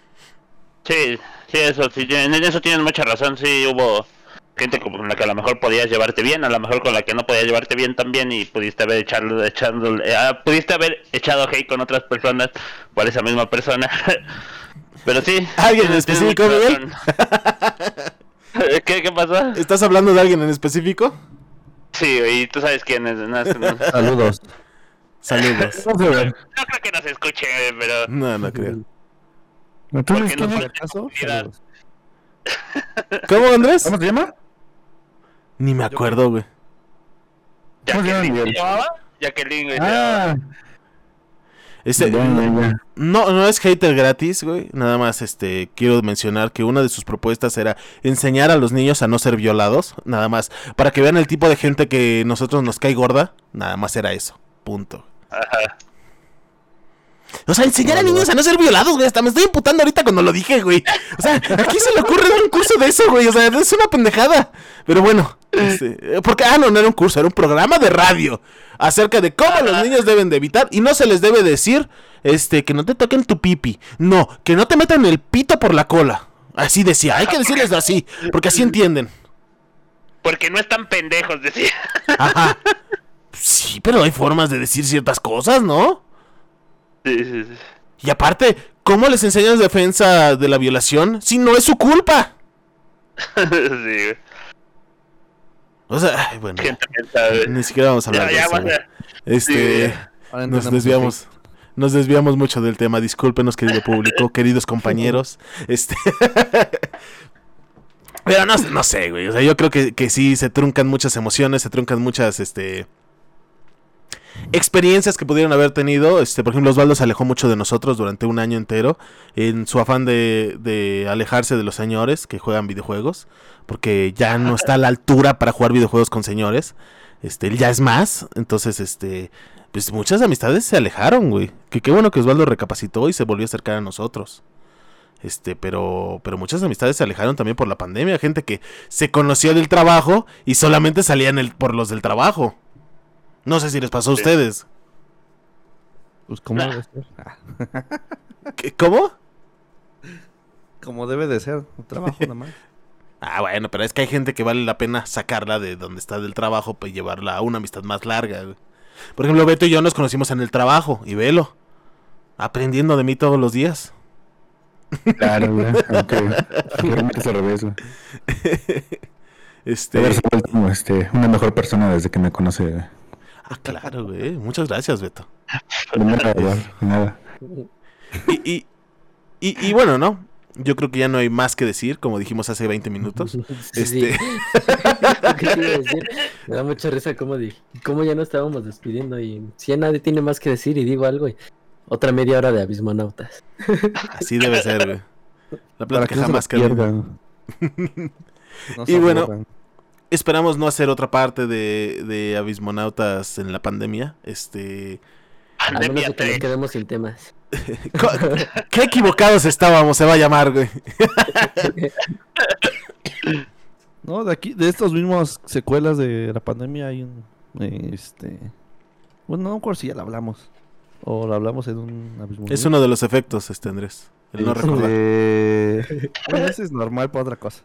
Sí, sí, eso, sí, en eso tienes mucha razón, sí, hubo gente con la que a lo mejor podías llevarte bien, a lo mejor con la que no podías llevarte bien también y pudiste haber echado, echando, eh, pudiste haber echado hate con otras personas por esa misma persona. Pero sí. ¿Alguien en específico, Miguel? ¿Qué, ¿Qué pasó? ¿Estás hablando de alguien en específico? Sí, y tú sabes quién es. No, no. Saludos. Saludos. No creo que nos escuche, pero... No, no creo. Entonces, ¿Por qué no ¿quién fue es? ¿Acaso? Saludos. ¿Cómo, Andrés? ¿Cómo se llama? Ni me acuerdo, güey. ¿Cómo se llama, Jacqueline, Miguel? ¿se llamaba? Jacqueline, güey. Ah, Ese, ya, ya, ya. no, no es hater gratis, güey. Nada más, este, quiero mencionar que una de sus propuestas era enseñar a los niños a no ser violados. Nada más, para que vean el tipo de gente que nosotros nos cae gorda. Nada más era eso. Punto. Ajá. O sea, enseñar a niños a no ser violados, güey. Hasta me estoy imputando ahorita cuando lo dije, güey. O sea, ¿a quién se le ocurre dar un curso de eso, güey? O sea, es una pendejada. Pero bueno, este, porque, ah, no, no era un curso, era un programa de radio acerca de cómo los niños deben de evitar y no se les debe decir, este, que no te toquen tu pipi. No, que no te metan el pito por la cola. Así decía, hay que decirles así, porque así entienden. Porque no están pendejos, decía. Ajá. Sí, pero hay formas de decir ciertas cosas, ¿no? Sí, sí, sí. Y aparte, ¿cómo les enseñas defensa de la violación si no es su culpa? Sí, güey. O sea, ay, bueno, Gente sabe. ni siquiera vamos a hablar Ya, de ya, eso. vas güey. a- Este, Sí, Ahora nos entendemos desviamos, nos desviamos mucho del tema. Discúlpenos, querido público, queridos compañeros. Este, pero no, no sé, güey. O sea, yo creo que, que sí se truncan muchas emociones, se truncan muchas, este, experiencias que pudieron haber tenido. Este, por ejemplo, Osvaldo se alejó mucho de nosotros durante un año entero en su afán de, de alejarse de los señores que juegan videojuegos, porque ya no está a la altura para jugar videojuegos con señores. Este, él ya es más, entonces, este, pues muchas amistades se alejaron, güey. Que qué bueno que Osvaldo recapacitó y se volvió a acercar a nosotros. Este, pero, pero muchas amistades se alejaron también por la pandemia. Gente que se conocía del trabajo y solamente salían el, por los del trabajo. No sé si les pasó a Sí. ustedes. Pues como debe ser. Ah, ¿Qué- ¿Cómo? como debe de ser. Un trabajo nada más. Ah, bueno, pero es que hay gente que vale la pena sacarla de donde está del trabajo para llevarla a una amistad más larga, güey. Por ejemplo, Beto y yo nos conocimos en el trabajo, y velo, aprendiendo de mí todos los días. Claro, güey. Aunque realmente es al revés, güey. Este... De haberse vuelto como, este, una mejor persona desde que me conoce, güey. Ah, claro, güey. Muchas gracias, Beto. De nada, güey, de nada. Y, y, y, y bueno, ¿no? Yo creo que ya no hay más que decir, como dijimos hace veinte minutos. Sí, sí. Este... ¿Qué te iba a decir? Me da mucha risa cómo, di- cómo ya no estábamos despidiendo y si ya nadie tiene más que decir y digo algo y otra media hora de abismonautas. Así debe ser, güey. La Para plática que no se jamás lo queda. pierdan. No Y se bueno, aburran. Esperamos no hacer otra parte de, de Abismonautas en la pandemia. Este... A menos Pandemia de que nos tres. quedemos sin temas. Co- Qué equivocados estábamos, se va a llamar, güey. No, de aquí, de estos mismos secuelas de la pandemia hay un, eh, este, bueno, no recuerdo si ya lo hablamos o lo hablamos en un abismo. Es uno de los efectos, este Andrés. El no Este, recordar. bueno, ese es normal para otra cosa.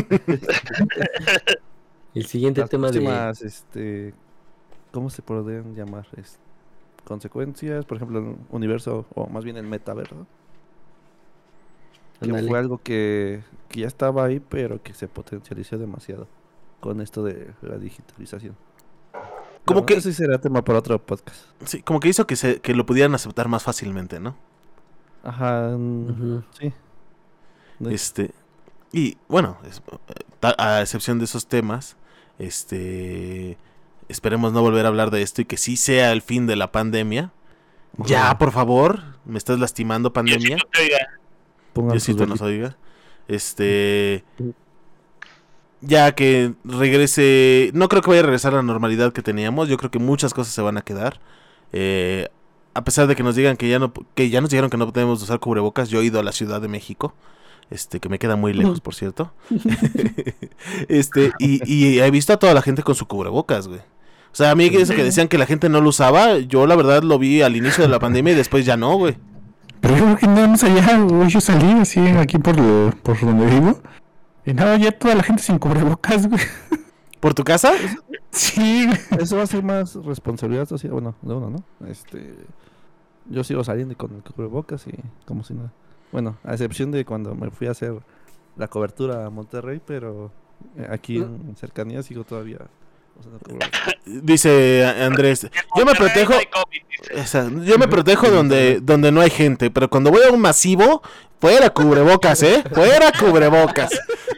El siguiente Las tema de... próximas, este, ¿cómo se podrían llamar? Es- consecuencias, por ejemplo, el universo o más bien el metaverso, que Ándale. fue algo que, que ya estaba ahí, pero que se potencializó demasiado con esto de la digitalización. Como Pero que- ese será tema para otro podcast. Sí, como que hizo que, se, que lo pudieran aceptar más fácilmente, ¿no? Ajá, mm, Ujú. sí. De- Este... Y bueno, es- ta- a excepción de esos temas, este... Esperemos no volver a hablar de esto y que sí sea el fin de la pandemia. Ya, Ojalá. por favor, me estás lastimando, pandemia. Diosito te oiga. pongan sus Diosito nos velitas. oiga. Este. Ya que regrese. No creo que vaya a regresar a la normalidad que teníamos. Yo creo que muchas cosas se van a quedar. Eh, a pesar de que nos digan que ya no. Que ya nos dijeron que no podemos usar cubrebocas. Yo he ido a la Ciudad de México. Este, que me queda muy lejos, por cierto. este, y, y he visto a toda la gente con su cubrebocas, güey. O sea, a mí eso que decían que la gente no lo usaba, yo la verdad lo vi al inicio de la pandemia y después ya no, güey. Pero yo creo que nada más allá, güey, yo salí así aquí por, lo- por donde vivo. Y nada, ya toda la gente sin cubrebocas, güey. ¿Por tu casa? Sí, güey. Eso va a ser más responsabilidad social, bueno, de uno, ¿no? Este, yo sigo saliendo con el cubrebocas y como si nada. Bueno, a excepción de cuando me fui a hacer la cobertura a Monterrey, pero eh, aquí en cercanía sigo todavía usando cubrebocas. Dice Andrés, yo me protejo, No hay COVID, dice. esa, yo me protejo donde, donde no hay gente, pero cuando voy a un masivo, fuera cubrebocas, ¿eh? Fuera cubrebocas.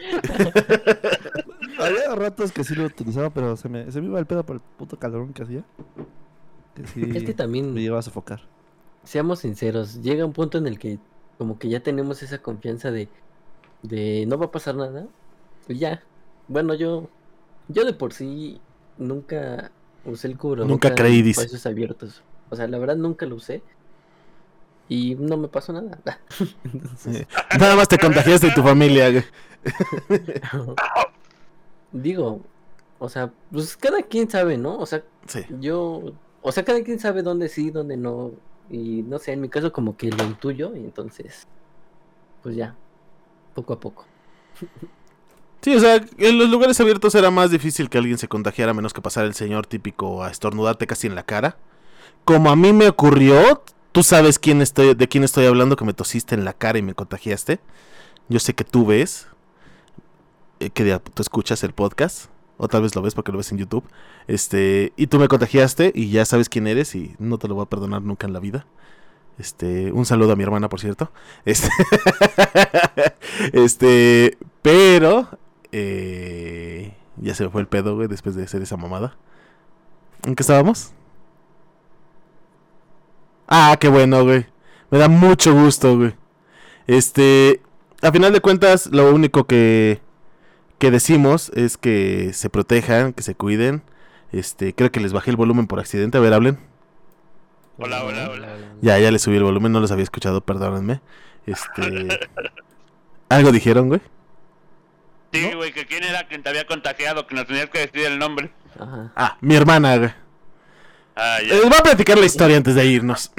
Había ratos que sí lo utilizaba, pero se me, se me iba el pedo por el puto calorón que hacía. Que sí Es que también- me llevaba a sofocar. Seamos sinceros, llega un punto en el que como que ya tenemos esa confianza de, de no va a pasar nada. Y ya. Bueno, yo yo de por sí nunca usé el cubrebocas Nunca creí, en dice. espacios abiertos. O sea, la verdad nunca lo usé. Y no me pasó nada. Entonces, Nada más te contagiaste de tu familia, güey. digo, o sea, pues cada quien sabe, ¿no? O sea, Sí. yo, o sea, cada quien sabe dónde sí, dónde no. Y no sé, en mi caso como que lo intuyo y entonces, pues ya, poco a poco. Sí, o sea, en los lugares abiertos era más difícil que alguien se contagiara a menos que pasara el señor típico a estornudarte casi en la cara. Como a mí me ocurrió, tú sabes quién estoy, de quién estoy hablando, que me tosiste en la cara y me contagiaste. Yo sé que tú ves, eh, que ya tú escuchas el podcast, o tal vez lo ves porque lo ves en YouTube. Este, y tú me contagiaste y ya sabes quién eres y no te lo voy a perdonar nunca en la vida. Este, un saludo a mi hermana, por cierto. Este, este, pero eh, ya se me fue el pedo, güey, después de hacer esa mamada. ¿En qué estábamos? Ah, qué bueno, güey. Me da mucho gusto, güey. Este, a final de cuentas, lo único que que decimos es que se protejan, que se cuiden. Este, creo que les bajé el volumen por accidente. A ver, hablen. Hola, hola, hola. Ya, ya les subí el volumen, no los había escuchado, perdónenme. Este, ¿algo dijeron, güey? Sí, güey, que quién era quien te había contagiado, que nos tenías que decir el nombre. Ajá. Ah, mi hermana, güey. Ah, ya. Les voy a platicar la historia antes de irnos.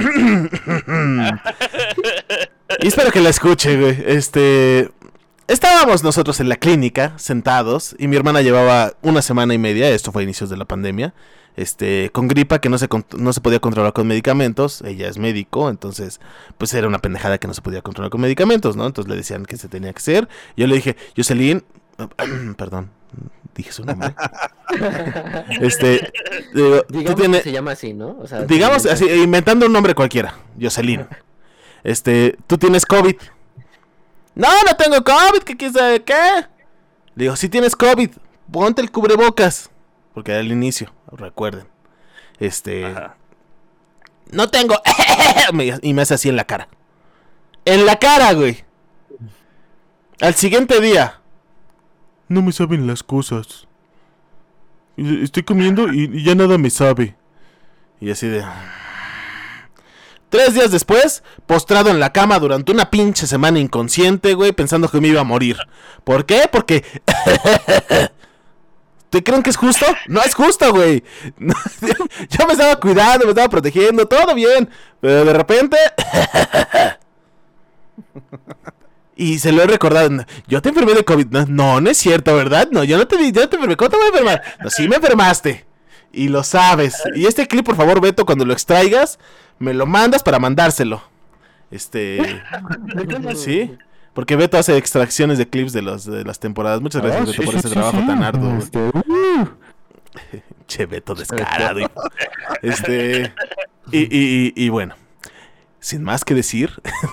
Y espero que la escuche, güey. Este, estábamos nosotros en la clínica, sentados, y mi hermana llevaba una semana y media, esto fue a inicios de la pandemia, este, con gripa que no se, con- no se podía controlar con medicamentos. Ella es médico, entonces, pues era una pendejada que no se podía controlar con medicamentos, ¿no? Entonces le decían que se tenía que hacer. Yo le dije, Jocelyn, perdón, dije su nombre. Este, digo, tú Digamos tienes, que se llama así, ¿no? O sea, digamos se así, inventando un nombre cualquiera, Jocelyn. Este, tú tienes COVID. No, no tengo COVID, ¿qué quieres saber qué? Le digo, si tienes COVID, ponte el cubrebocas. Porque era el inicio, recuerden. Este, Ajá. no tengo. Me- y me hace así en la cara. En la cara, güey. Al siguiente día. No me saben las cosas. Y- Estoy comiendo y y ya nada me sabe. Y así de... Tres días después, postrado en la cama durante una pinche semana inconsciente, güey, pensando que me iba a morir. ¿Por qué? Porque... ¿Te creen que es justo? No es justo, güey. No, yo me estaba cuidando, me estaba protegiendo, todo bien. Pero de repente... Y se lo he recordado. Yo te enfermé de COVID. No, no, no es cierto, ¿verdad? No, yo no te di, yo no te enfermé. ¿Cómo te voy a enfermar? No, sí me enfermaste. Y lo sabes. Y este clip, por favor, Beto, cuando lo extraigas, me lo mandas para mandárselo. Este... ¿Sí? Porque Beto hace extracciones de clips de, los, de las temporadas. Muchas gracias, Ah, Beto, sí, por sí, ese sí, trabajo sí. tan arduo. güey. Este, uh, Che, Beto descarado. hijo. Este... Y, y, y, y bueno. Sin más que decir,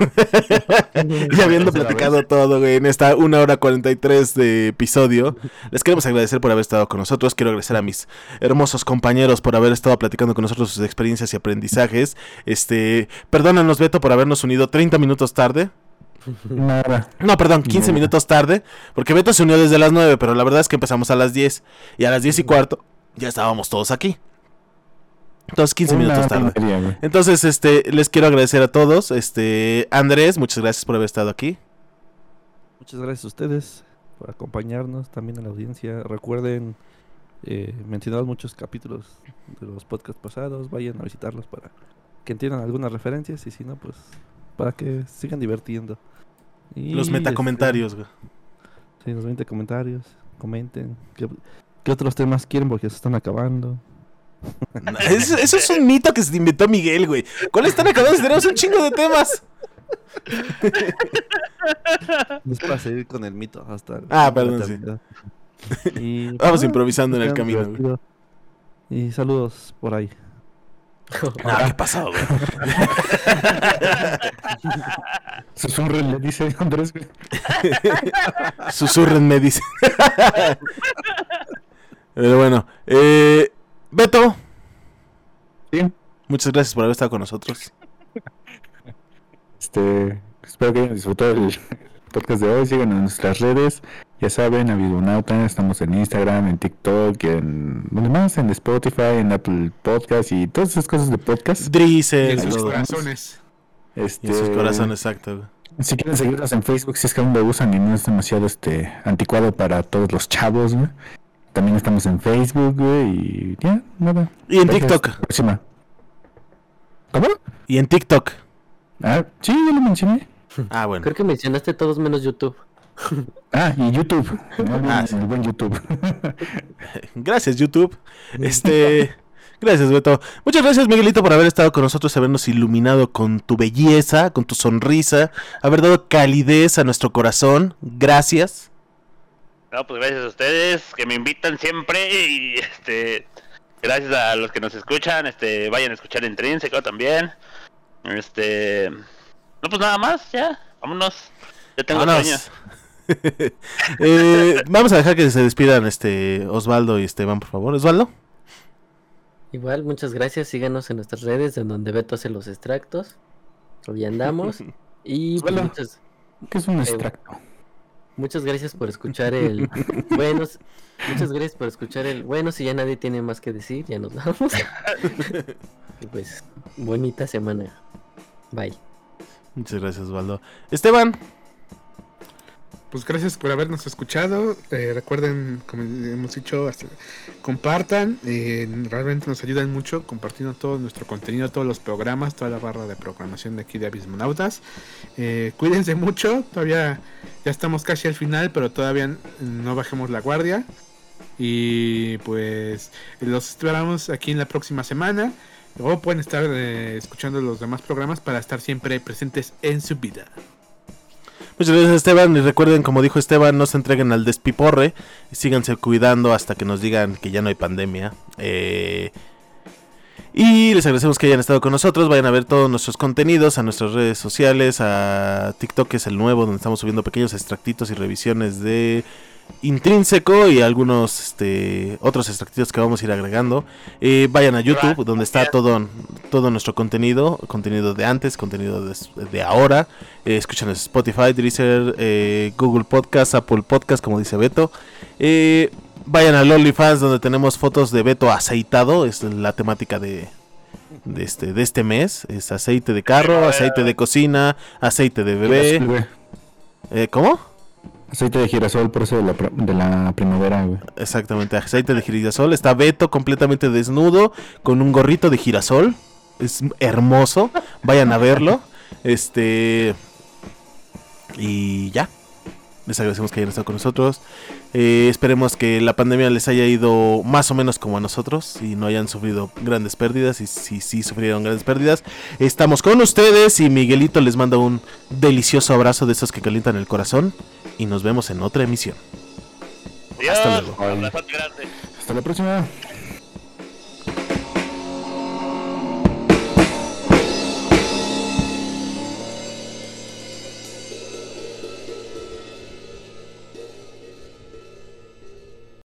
y habiendo platicado todo, güey, en esta una hora cuarenta y tres de episodio, les queremos agradecer por haber estado con nosotros. Quiero agradecer a mis hermosos compañeros por haber estado platicando con nosotros sus experiencias y aprendizajes. Este, perdónanos, Beto, por habernos unido treinta minutos tarde. nada. No, perdón, quince No. minutos tarde, porque Beto se unió desde las nueve, pero la verdad es que empezamos a las diez, y a las diez y cuarto ya estábamos todos aquí. Entonces, quince minutos Una tarde. tontería, güey. Entonces, este, les quiero agradecer a todos. Este, Andrés, muchas gracias por haber estado aquí. Muchas gracias a ustedes por acompañarnos, también a la audiencia. Recuerden, eh, mencionamos muchos capítulos de los podcasts pasados, vayan a visitarlos para que entiendan algunas referencias y si no, pues para que sigan divirtiendo. Y, Los metacomentarios, güey. Este, sí, los metacomentarios. Comenten. ¿Qué, ¿Qué otros temas quieren? Porque se están acabando. Eso, eso es un mito que se inventó Miguel, güey. ¿Cuáles están acabando? Tenemos un chingo de temas. No es para seguir con el mito hasta... Ah, perdón, sí. Y, Vamos ah, improvisando en el sean camino, güey. divertidos. Y saludos por ahí. Ah, ¿qué pasó, güey? Susurren, dice Andrés, güey. Susurrenme, dice. Pero bueno, eh, Beto. Sí. Muchas gracias por haber estado con nosotros. Este, espero que hayan disfrutado el podcast de hoy. Síganos en nuestras redes. Ya saben, Abismonauta, estamos en Instagram, en TikTok, en ¿dónde más? En Spotify, en Apple Podcast y todas esas cosas de podcast. Drizzle, En sus todo. corazones. Este, Y en sus corazones, exacto, güey. Si quieren seguirnos en Facebook, si es que aún lo usan y no es demasiado este anticuado para todos los chavos, güey. También estamos en Facebook, güey, y ya, nada. Y en Gracias. TikTok. Hasta la próxima. ¿Cómo? Y en TikTok. Ah, sí, ya lo mencioné. Ah, bueno. Creo que mencionaste todos menos YouTube. Ah, y YouTube. No, Ah, no, sí. el buen YouTube. Gracias, YouTube. Este. Gracias, Beto. Muchas gracias, Miguelito, por haber estado con nosotros, habernos iluminado con tu belleza, con tu sonrisa, haber dado calidez a nuestro corazón. Gracias. No, pues gracias a ustedes que me invitan siempre y este gracias a los que nos escuchan, este vayan a escuchar Intrínseco también. Este no pues nada más, ya, vámonos. Ya tengo Vámonos. sueño. eh, vamos a dejar que se despidan este Osvaldo y Esteban, por favor. Osvaldo. Igual, muchas gracias. Síganos en nuestras redes, en donde Beto hace los extractos. Hoy andamos. Y pues, Hola. muchas, ¿Qué es un extracto? muchas gracias por escuchar el. Bueno, s- muchas gracias por escuchar el. Bueno, si ya nadie tiene más que decir, ya nos vamos. Y pues, bonita semana. Bye. Muchas gracias, Osvaldo. Esteban. Pues gracias por habernos escuchado. Eh, recuerden, como hemos dicho, hasta- compartan. Eh, realmente nos ayudan mucho compartiendo todo nuestro contenido, todos los programas, toda la barra de programación de aquí de Abismonautas. Eh, cuídense mucho. Todavía ya estamos casi al final, pero todavía no bajemos la guardia. Y pues los esperamos aquí en la próxima semana. O pueden estar eh, escuchando los demás programas para estar siempre presentes en su vida. Muchas gracias, Esteban. Y recuerden, como dijo Esteban, no se entreguen al despiporre. Síganse cuidando hasta que nos digan que ya no hay pandemia. Eh, y les agradecemos que hayan estado con nosotros. Vayan a ver todos nuestros contenidos a nuestras redes sociales. A TikTok, que es el nuevo, donde estamos subiendo pequeños extractitos y revisiones de Intrínseco y algunos este, otros extractitos que vamos a ir agregando. Eh, vayan a YouTube, donde está todo, todo nuestro contenido, contenido de antes, contenido de, de ahora. Eh, escuchen Spotify, Deezer, eh, Google Podcast, Apple Podcast, como dice Beto. Eh, vayan a OnlyFans, donde tenemos fotos de Beto aceitado, es la temática de, de, este, de este mes. Es aceite de carro, aceite de cocina, aceite de bebé. Girasol, güey. Eh, ¿Cómo? Aceite de girasol, por eso de la, pr- de la primavera, güey. Exactamente, aceite de girasol. Está Beto completamente desnudo con un gorrito de girasol. Es hermoso. Vayan a verlo. Este. Y ya. Les agradecemos que hayan estado con nosotros. Eh, esperemos que la pandemia les haya ido más o menos como a nosotros y no hayan sufrido grandes pérdidas. Y si sí sufrieron grandes pérdidas, estamos con ustedes. Y Miguelito les manda un delicioso abrazo de esos que calientan el corazón. Y nos vemos en otra emisión. Adiós. Hasta luego. Un abrazote grande. Hasta la próxima.